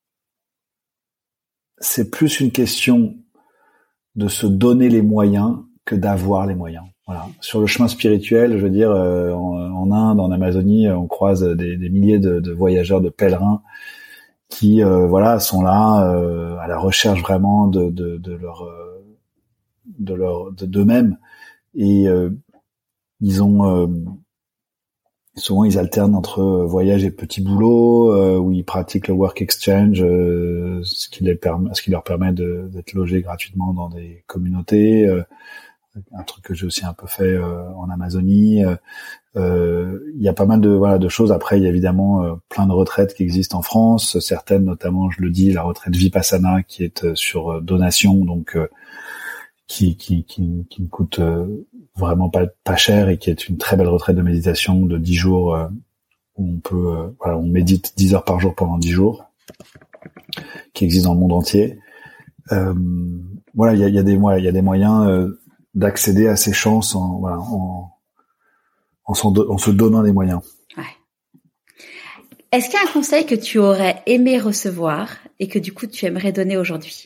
c'est plus une question de se donner les moyens que d'avoir les moyens. Voilà. Sur le chemin spirituel, je veux dire, euh, en, en Inde, en Amazonie, on croise des, des milliers de, de voyageurs, de pèlerins qui, euh, voilà, sont là euh, à la recherche vraiment de, de, de leur, euh, de leur, de d'eux-mêmes, et euh, ils ont euh, souvent ils alternent entre voyage et petit boulot, euh, où ils pratiquent le work exchange, euh, ce qui les permet, ce qui leur permet de, d'être logés gratuitement dans des communautés. Euh, un truc que j'ai aussi un peu fait euh, en Amazonie. Euh, euh, il y a pas mal de voilà de choses. Après, il y a évidemment euh, plein de retraites qui existent en France. Certaines, notamment, je le dis, la retraite Vipassana qui est euh, sur donation, donc euh, qui qui qui qui ne coûte euh, vraiment pas pas cher et qui est une très belle retraite de méditation de dix jours euh, où on peut euh, voilà on médite dix heures par jour pendant dix jours, qui existe dans le monde entier. Euh, voilà, il y a, il y a des il y a des moyens euh, d'accéder à ces chances en voilà en en, en se donnant des moyens. Ouais. Est-ce qu'il y a un conseil que tu aurais aimé recevoir et que du coup tu aimerais donner aujourd'hui?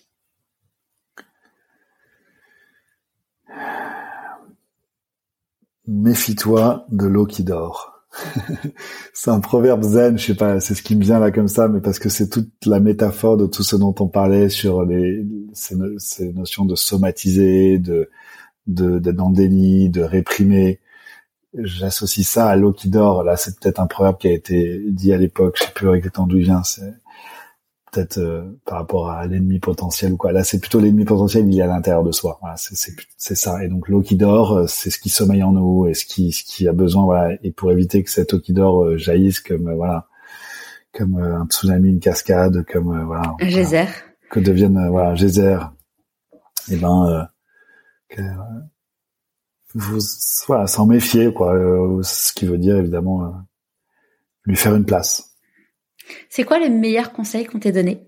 Méfie-toi de l'eau qui dort. C'est un proverbe zen, je sais pas, c'est ce qui me vient là comme ça, mais parce que c'est toute la métaphore de tout ce dont on parlait sur les ces, no, ces notions de somatiser, de de d'être dans le déni, de réprimer. J'associe ça à l'eau qui dort. Là, c'est peut-être un proverbe qui a été dit à l'époque, je sais plus exactement d'où il vient, c'est peut-être euh, par rapport à l'ennemi potentiel ou quoi. Là, c'est plutôt l'ennemi potentiel, il est à l'intérieur de soi. Voilà, c'est c'est c'est ça. Et donc l'eau qui dort, c'est ce qui sommeille en nous et ce qui ce qui a besoin, voilà. Et pour éviter que cette eau qui dort euh, jaillisse comme euh, voilà, comme euh, un tsunami, une cascade, comme euh, voilà, un geyser, voilà, que devienne euh, voilà, un geyser. Et ben euh, que, euh, vous voilà, s'en méfier quoi. Euh, ce qui veut dire évidemment euh, lui faire une place. C'est quoi le meilleur conseil qu'on t'ait donné?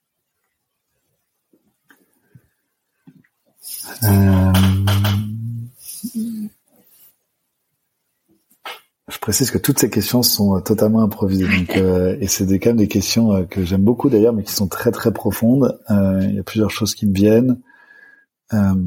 euh... Je précise que toutes ces questions sont totalement improvisées, donc, euh, et c'est des, quand même des questions euh, que j'aime beaucoup d'ailleurs, mais qui sont très très profondes. Euh, il y a plusieurs choses qui me viennent. Euh...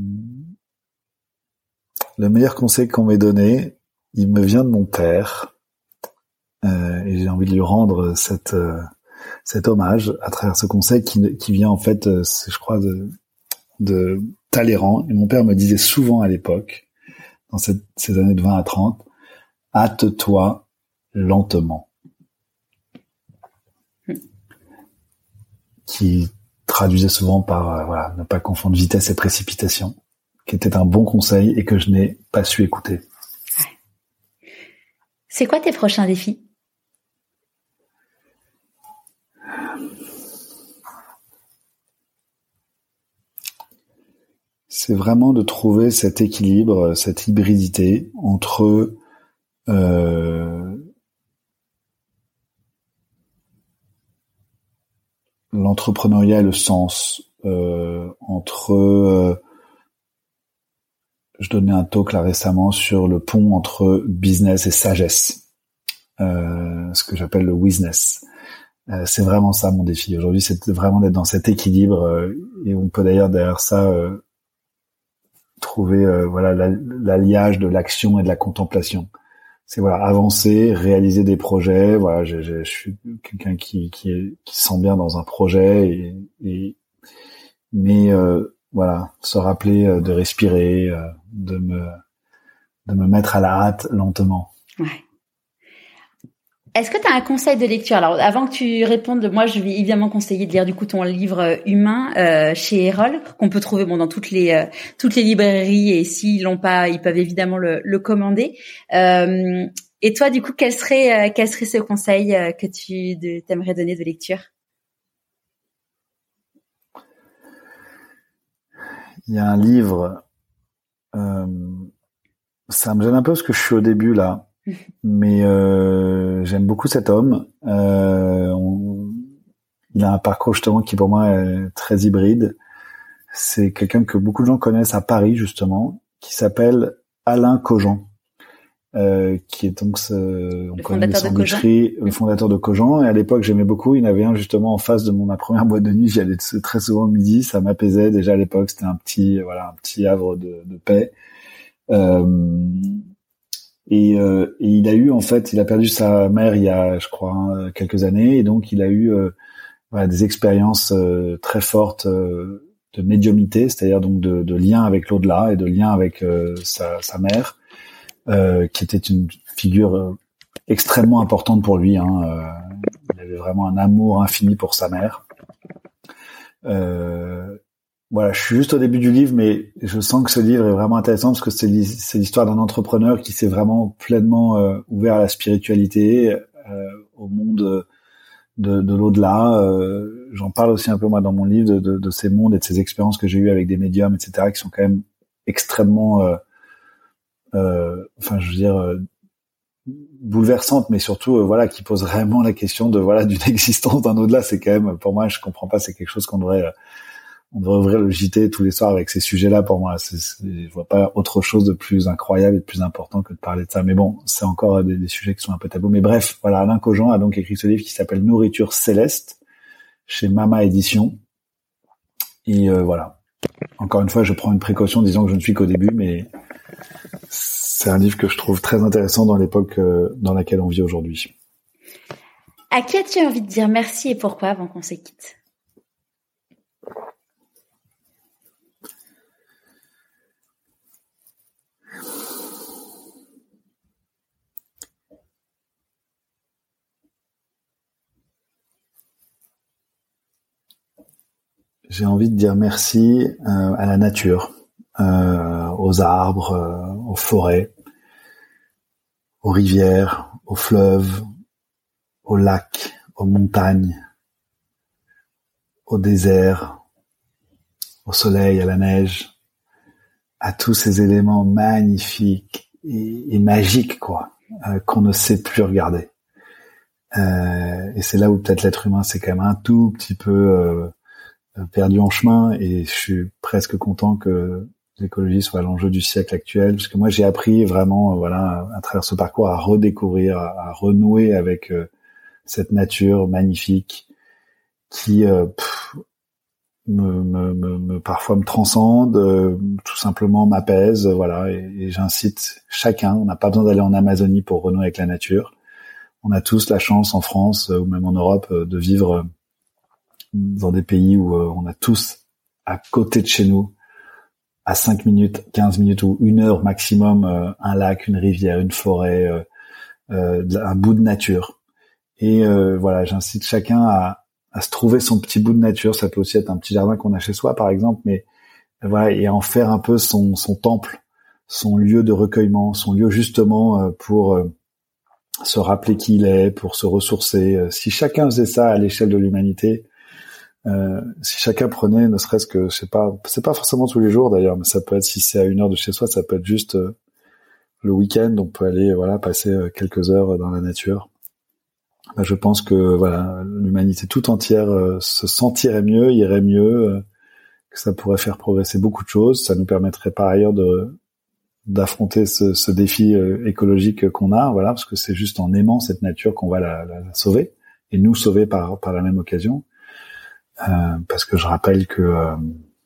Le meilleur conseil qu'on m'ait donné, il me vient de mon père. Euh, et j'ai envie de lui rendre cette, euh, cet hommage à travers ce conseil qui, qui vient en fait, euh, je crois, de, de Talleyrand. Et mon père me disait souvent à l'époque, dans cette, ces années de vingt à trente, hâte-toi lentement. Qui traduisait souvent par euh, voilà, ne pas confondre vitesse et précipitation, qui était un bon conseil et que je n'ai pas su écouter. C'est quoi tes prochains défis? C'est vraiment de trouver cet équilibre, cette hybridité entre euh, l'entrepreneuriat et le sens, euh, entre euh, je donnais un talk là récemment sur le pont entre business et sagesse, euh, ce que j'appelle le wisness. Euh, c'est vraiment ça mon défi aujourd'hui, c'est vraiment d'être dans cet équilibre, euh, et on peut d'ailleurs derrière ça euh, trouver euh, voilà l'alliage de l'action et de la contemplation. C'est voilà avancer, réaliser des projets. Voilà, je, je, je suis quelqu'un qui qui, est, qui se sent bien dans un projet, et, et mais euh, voilà, se rappeler euh, de respirer, euh, de me de me mettre à la hâte lentement. Ouais. Est-ce que tu as un conseil de lecture? Alors, avant que tu répondes, moi, je vais évidemment conseiller de lire du coup ton livre euh, Humain euh, chez Erol, qu'on peut trouver bon dans toutes les euh, toutes les librairies, et s'ils l'ont pas, ils peuvent évidemment le, le commander. Euh, et toi, du coup, quel serait euh, quel serait ce conseil euh, que tu de, t'aimerais donner de lecture? Il y a un livre, euh, ça me gêne un peu parce que je suis au début là. Mais euh, j'aime beaucoup cet homme. Euh, on, il a un parcours justement qui pour moi est très hybride. C'est quelqu'un que beaucoup de gens connaissent à Paris justement, qui s'appelle Alain Cogent, euh, qui est donc ce, on le connaît les sandwicheries, le fondateur de Cogent. Et à l'époque j'aimais beaucoup. Il y en avait un justement en face de mon ma première boîte de nuit. J'y allais très souvent le midi. Ça m'apaisait déjà à l'époque. C'était un petit voilà un petit havre de, de paix. Euh, Et, euh, et il a eu en fait, il a perdu sa mère il y a, je crois, hein, quelques années, et donc il a eu euh, voilà, des expériences euh, très fortes euh, de médiumnité, c'est-à-dire donc de, de lien avec l'au-delà et de lien avec euh, sa, sa mère, euh, qui était une figure euh, extrêmement importante pour lui. Hein, euh, il avait vraiment un amour infini pour sa mère. Euh, Voilà, je suis juste au début du livre, mais je sens que ce livre est vraiment intéressant parce que c'est, c'est l'histoire d'un entrepreneur qui s'est vraiment pleinement euh, ouvert à la spiritualité, euh, au monde de, de l'au-delà. Euh, j'en parle aussi un peu moi dans mon livre de, de, de ces mondes et de ces expériences que j'ai eues avec des médiums, et cetera, qui sont quand même extrêmement, euh, euh, enfin, je veux dire, euh, bouleversantes, mais surtout, euh, voilà, qui posent vraiment la question de voilà d'une existence d'un au-delà. C'est quand même, pour moi, je comprends pas, c'est quelque chose qu'on devrait euh, on devrait ouvrir le J T tous les soirs avec ces sujets-là. Pour moi, c'est, c'est, je vois pas autre chose de plus incroyable et de plus important que de parler de ça. Mais bon, c'est encore des, des sujets qui sont un peu tabous. Mais bref, voilà, Alain Cogent a donc écrit ce livre qui s'appelle Nourriture céleste chez Mama Édition. Et euh, voilà. Encore une fois, je prends une précaution disant que je ne suis qu'au début, mais c'est un livre que je trouve très intéressant dans l'époque euh, dans laquelle on vit aujourd'hui. À qui as-tu envie de dire merci et pourquoi avant qu'on se quitte? J'ai envie de dire merci euh, à la nature, euh, aux arbres, euh, aux forêts, aux rivières, aux fleuves, aux lacs, aux montagnes, au désert, au soleil, à la neige, à tous ces éléments magnifiques et, et magiques, quoi, euh, qu'on ne sait plus regarder. Euh, et c'est là où peut-être l'être humain s'est quand même un tout petit peu euh, perdu en chemin, et je suis presque content que l'écologie soit l'enjeu du siècle actuel, parce que moi j'ai appris vraiment, voilà, à travers ce parcours, à redécouvrir, à, à renouer avec euh, cette nature magnifique qui euh, pff, me, me, me, me parfois me transcende, euh, tout simplement m'apaise, voilà, et, et j'incite chacun. On n'a pas besoin d'aller en Amazonie pour renouer avec la nature. On a tous la chance en France euh, ou même en Europe euh, de vivre euh, dans des pays où euh, on a tous à côté de chez nous, à cinq minutes, quinze minutes ou une heure maximum, euh, un lac, une rivière, une forêt, euh, euh, un bout de nature. Et euh, voilà, j'incite chacun à, à se trouver son petit bout de nature. Ça peut aussi être un petit jardin qu'on a chez soi, par exemple, mais voilà, et à en faire un peu son, son temple, son lieu de recueillement, son lieu justement euh, pour euh, se rappeler qui il est, pour se ressourcer. Si chacun faisait ça à l'échelle de l'humanité, Euh, si chacun prenait, ne serait-ce que, je sais pas, c'est pas forcément tous les jours d'ailleurs, mais ça peut être, si c'est à une heure de chez soi, ça peut être juste euh, le week-end, on peut aller, voilà, passer euh, quelques heures dans la nature. bah, je pense que voilà, l'humanité tout entière euh, se sentirait mieux, irait mieux, euh, que ça pourrait faire progresser beaucoup de choses. Ça nous permettrait par ailleurs de d'affronter ce, ce défi euh, écologique qu'on a, voilà, parce que c'est juste en aimant cette nature qu'on va la, la, la sauver et nous sauver par par la même occasion. Euh, parce que je rappelle que euh,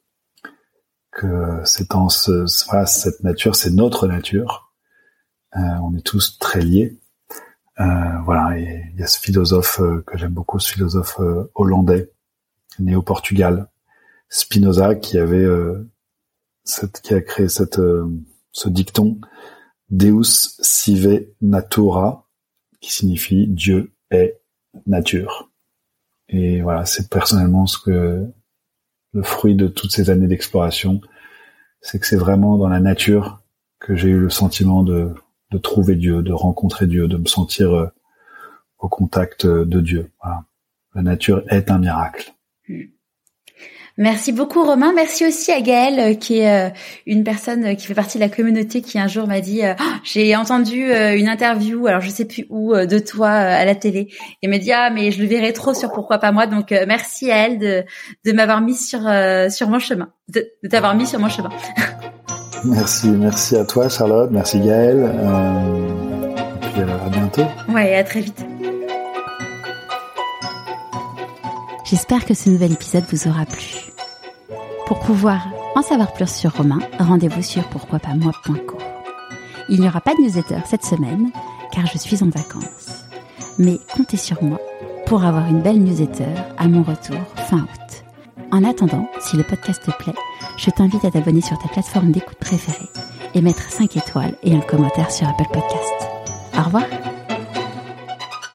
que c'est en ce, voilà, cette nature, c'est notre nature. Euh, on est tous très liés. Euh, voilà, et il y a ce philosophe euh, que j'aime beaucoup, ce philosophe euh, hollandais, né au Portugal, Spinoza, qui avait euh, cette, qui a créé cette euh, ce dicton Deus sive natura, qui signifie Dieu est nature. Et voilà, c'est personnellement ce que le fruit de toutes ces années d'exploration, c'est que c'est vraiment dans la nature que j'ai eu le sentiment de de trouver Dieu, de rencontrer Dieu, de me sentir euh, au contact de Dieu. Voilà. La nature est un miracle. Merci beaucoup Romain. Merci aussi à Gaëlle qui est euh, une personne qui fait partie de la communauté qui un jour m'a dit euh, oh, j'ai entendu euh, une interview, alors je sais plus où, euh, de toi euh, à la télé, et me dit ah mais je le verrai trop sur Pourquoi pas moi. Donc euh, merci à elle de de m'avoir mis sur euh, sur mon chemin, de, de t'avoir mis sur mon chemin. Merci, merci à toi Charlotte, merci Gaëlle, euh, et puis euh, à bientôt. Ouais, à très vite. J'espère que ce nouvel épisode vous aura plu. Pour pouvoir en savoir plus sur Romain, rendez-vous sur pourquoi pas moi point co. Il n'y aura pas de newsletter cette semaine car je suis en vacances. Mais comptez sur moi pour avoir une belle newsletter à mon retour fin août. En attendant, si le podcast te plaît, je t'invite à t'abonner sur ta plateforme d'écoute préférée et mettre cinq étoiles et un commentaire sur Apple Podcast. Au revoir!